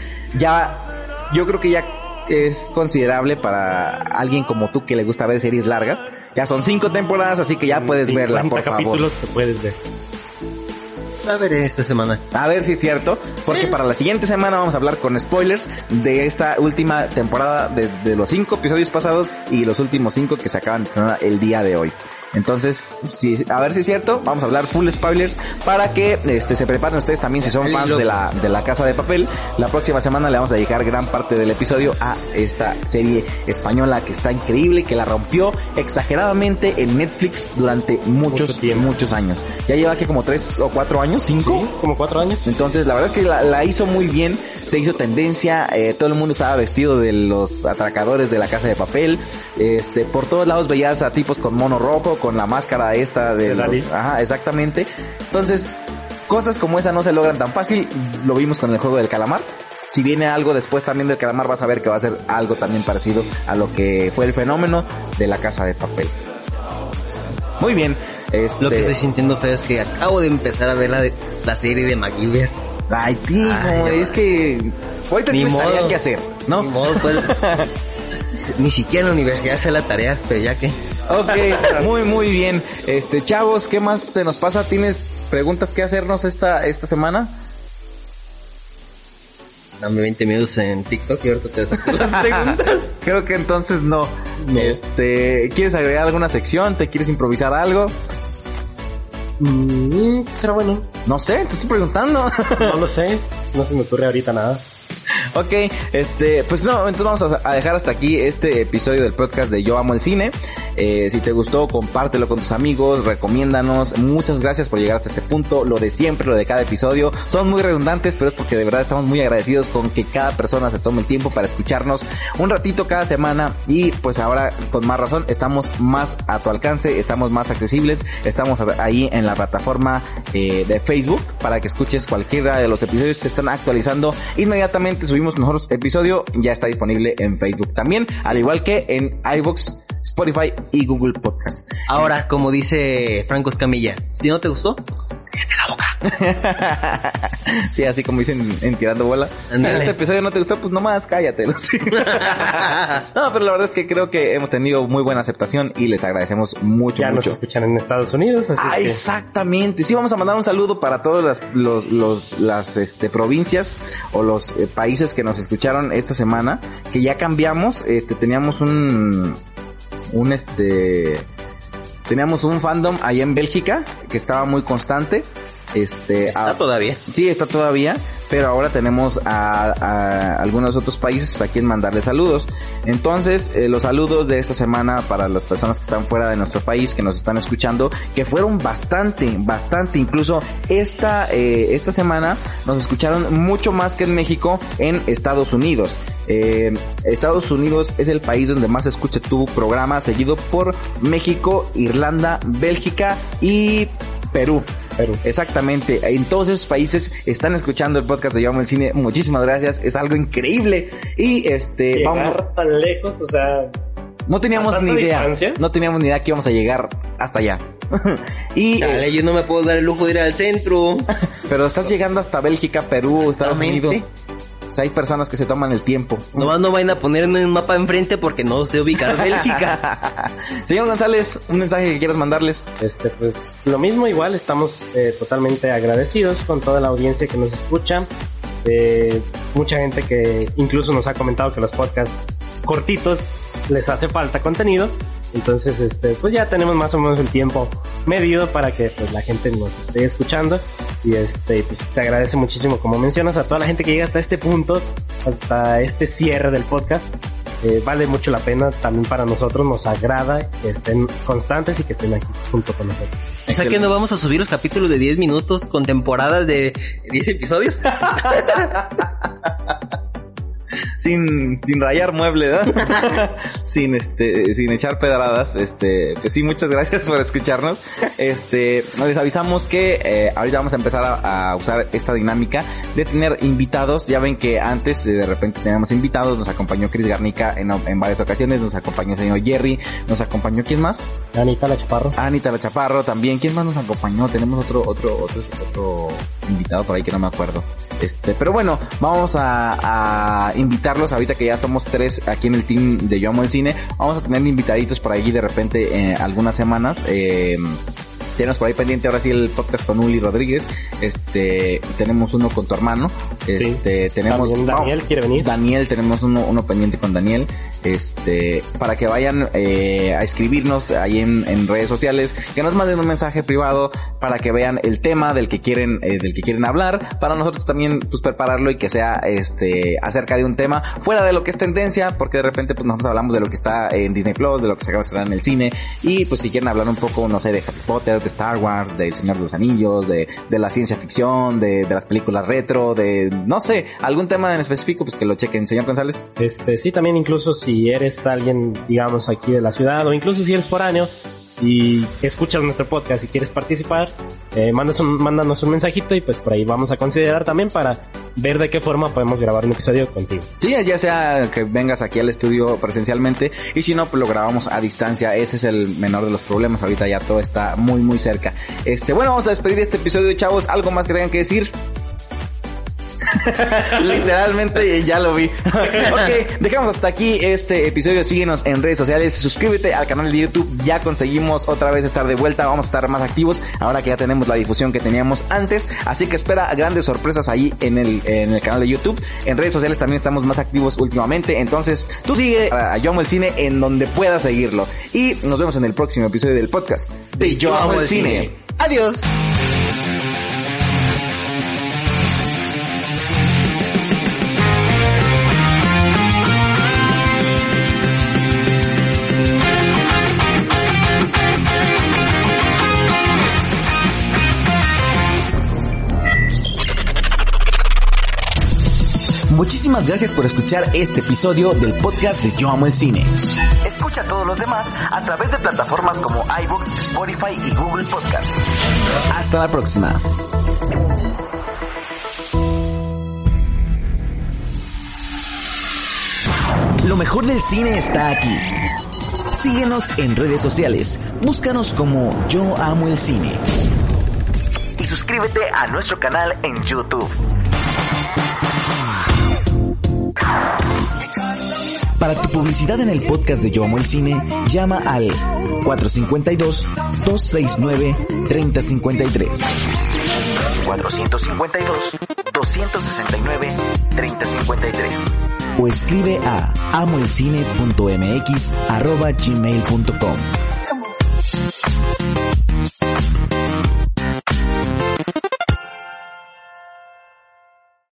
[SPEAKER 1] Yo creo que ya es considerable para alguien como tú que le gusta ver series largas. Ya son 5 temporadas, así que ya puedes verla, por favor.
[SPEAKER 5] Capítulos que puedes ver.
[SPEAKER 3] A ver esta semana.
[SPEAKER 1] A ver si es cierto, porque para la siguiente semana vamos a hablar con spoilers de esta última temporada, de los 5 episodios pasados y los últimos 5 que se acaban de estrenar el día de hoy. Entonces, a ver si es cierto, vamos a hablar full spoilers para que se preparen ustedes también si son fans de la Casa de Papel. La próxima semana le vamos a dedicar gran parte del episodio a esta serie española que está increíble, que la rompió exageradamente en Netflix durante muchos años. Ya lleva que como 3 o 4 años, 5.
[SPEAKER 5] Sí, como 4 años.
[SPEAKER 1] Entonces, la verdad es que la hizo muy bien, se hizo tendencia, todo el mundo estaba vestido de los atracadores de La Casa de Papel. Por todos lados veías a tipos con mono rojo, con la máscara esta de ajá, exactamente. Entonces, cosas como esa no se logran tan fácil. Lo vimos con el juego del calamar. Si viene algo después también del calamar, vas a ver que va a ser algo también parecido a lo que fue el fenómeno de La Casa de Papel. Muy bien.
[SPEAKER 3] Lo que estoy sintiendo feo es que acabo de empezar a ver la serie de MacGyver.
[SPEAKER 1] Ay, tío, es que ahorita tienes tarea que hacer, ¿no?
[SPEAKER 3] Ni modo, pues. Ni siquiera en la universidad sé la tarea, pero ya que...
[SPEAKER 1] Ok, muy bien. Chavos, ¿qué más se nos pasa? ¿Tienes preguntas que hacernos esta semana?
[SPEAKER 3] Dame 20 minutos en TikTok y ahorita te saco las preguntas.
[SPEAKER 1] Creo que entonces no. ¿Quieres agregar alguna sección? ¿Te quieres improvisar algo?
[SPEAKER 5] Será bueno.
[SPEAKER 1] No sé, te estoy preguntando.
[SPEAKER 5] No lo sé, no se me ocurre ahorita nada.
[SPEAKER 1] Ok, pues no, entonces vamos a dejar hasta aquí este episodio del podcast de Yo Amo el Cine. Si te gustó, compártelo con tus amigos, recomiéndanos. Muchas gracias por llegar hasta este punto. Lo de siempre, lo de cada episodio, son muy redundantes, pero es porque de verdad estamos muy agradecidos con que cada persona se tome el tiempo para escucharnos un ratito cada semana. Y pues ahora, con más razón, estamos más a tu alcance, estamos más accesibles, estamos ahí en la plataforma de Facebook para que escuches cualquiera de los episodios. Se están actualizando inmediatamente. Subimos nuestro episodio, ya está disponible en Facebook también, al igual que en iVoox, Spotify y Google Podcast.
[SPEAKER 3] Ahora, como dice Franco Escamilla, si no te gustó, cállate la boca.
[SPEAKER 1] Sí, así como dicen en Tirando Bola.
[SPEAKER 3] Andale.
[SPEAKER 1] Si este episodio no te gustó, pues nomás cállate. No, pero la verdad es que creo que hemos tenido muy buena aceptación y les agradecemos mucho.
[SPEAKER 5] Ya nos escuchan en Estados Unidos, así es que...
[SPEAKER 1] Exactamente. Sí, vamos a mandar un saludo para todas las provincias o los países que nos escucharon esta semana, que ya cambiamos. Teníamos teníamos un fandom allá en Bélgica que estaba muy constante.
[SPEAKER 3] Está todavía.
[SPEAKER 1] Sí, está todavía, pero ahora tenemos a algunos otros países a quien mandarle saludos. Entonces, los saludos de esta semana para las personas que están fuera de nuestro país, que nos están escuchando, que fueron bastante, incluso esta semana nos escucharon mucho más que en México, en Estados Unidos. Estados Unidos es el país donde más se escucha tu programa, seguido por México, Irlanda, Bélgica y Perú.
[SPEAKER 5] Perú.
[SPEAKER 1] Exactamente, en todos esos países están escuchando el podcast de Yo Amo el Cine. Muchísimas gracias, es algo increíble. Y
[SPEAKER 5] llegar tan lejos, o sea,
[SPEAKER 1] no teníamos ni idea.
[SPEAKER 5] Distancia.
[SPEAKER 1] No teníamos ni idea que íbamos a llegar hasta allá. Y
[SPEAKER 3] dale, yo no me puedo dar el lujo de ir al centro.
[SPEAKER 1] Pero estás llegando hasta Bélgica, Perú, Estados Unidos. O sea, hay personas que se toman el tiempo.
[SPEAKER 3] Nomás no vayan a ponerme un mapa enfrente porque no sé ubicar Bélgica.
[SPEAKER 1] Señor González, un mensaje que quieras mandarles.
[SPEAKER 5] Pues lo mismo, igual estamos totalmente agradecidos con toda la audiencia que nos escucha. Mucha gente que incluso nos ha comentado que los podcasts cortitos les hace falta contenido. Entonces, pues ya tenemos más o menos el tiempo medido para que pues la gente nos esté escuchando. Y pues te agradece muchísimo, como mencionas, a toda la gente que llega hasta este punto, hasta este cierre del podcast. Vale mucho la pena también para nosotros, nos agrada que estén constantes y que estén aquí junto con nosotros.
[SPEAKER 3] O sea que no vamos a subir los capítulos de 10 minutos con temporadas de 10 episodios.
[SPEAKER 1] Sin rayar mueble, ¿verdad? sin echar pedradas. Pues sí, muchas gracias por escucharnos. Les avisamos que ahorita vamos a empezar a usar esta dinámica de tener invitados. Ya ven que antes de repente teníamos invitados, nos acompañó Chris Garnica en varias ocasiones, nos acompañó el señor Jerry, nos acompañó ¿quién más?
[SPEAKER 5] Anita la Chaparro.
[SPEAKER 1] Anita la Chaparro también. ¿Quién más nos acompañó? Tenemos otro invitado por ahí que no me acuerdo. Pero bueno, vamos a invitarlos ahorita que ya somos 3 aquí en el team de Yo Amo el Cine. Vamos a tener invitaditos por ahí de repente algunas semanas. Tenemos por ahí pendiente ahora sí el podcast con Uli Rodríguez. Tenemos uno con tu hermano.
[SPEAKER 5] Sí.
[SPEAKER 1] Tenemos
[SPEAKER 5] Daniel quiere venir.
[SPEAKER 1] Daniel, tenemos uno pendiente con Daniel. Para que vayan a escribirnos ahí en redes sociales, que nos manden un mensaje privado para que vean el tema del que quieren hablar, para nosotros también pues prepararlo y que sea acerca de un tema fuera de lo que es tendencia, porque de repente pues nosotros hablamos de lo que está en Disney Plus, de lo que se acaba de estrenar en el cine, y pues si quieren hablar un poco, no sé, de Harry Potter, de Star Wars, de El Señor de los Anillos, de la ciencia ficción, de las películas retro, de no sé, algún tema en específico, pues que lo chequen. Señor González.
[SPEAKER 5] Sí, también incluso si eres alguien, digamos, aquí de la ciudad, o incluso si eres foráneo y escuchas nuestro podcast y quieres participar, mándanos un mensajito y pues por ahí vamos a considerar también para ver de qué forma podemos grabar un episodio contigo.
[SPEAKER 1] Sí, ya sea que vengas aquí al estudio presencialmente, y si no, pues lo grabamos a distancia. Ese es el menor de los problemas. Ahorita ya todo está muy muy cerca. Bueno, vamos a despedir este episodio, chavos. ¿Algo más que tengan que decir? Literalmente ya lo vi. Ok, dejamos hasta aquí este episodio. Síguenos en redes sociales, suscríbete al canal de YouTube. Ya conseguimos otra vez estar de vuelta, vamos a estar más activos ahora que ya tenemos la difusión que teníamos antes, así que espera grandes sorpresas ahí en el canal de YouTube. En redes sociales también estamos más activos últimamente, entonces tú sigue a Yo Amo el Cine en donde puedas seguirlo, y nos vemos en el próximo episodio del podcast de Yo Amo el Cine. Adiós. Muchísimas gracias por escuchar este episodio del podcast de Yo Amo el Cine. Escucha todos los demás a través de plataformas como iVoox, Spotify y Google Podcast. Hasta la próxima. Lo mejor del cine está aquí. Síguenos en redes sociales. Búscanos como Yo Amo el Cine. Y suscríbete a nuestro canal en YouTube. Para tu publicidad en el podcast de Yo Amo el Cine, llama al 452-269-3053. 452-269-3053. O escribe a amoelcine.mx@gmail.com.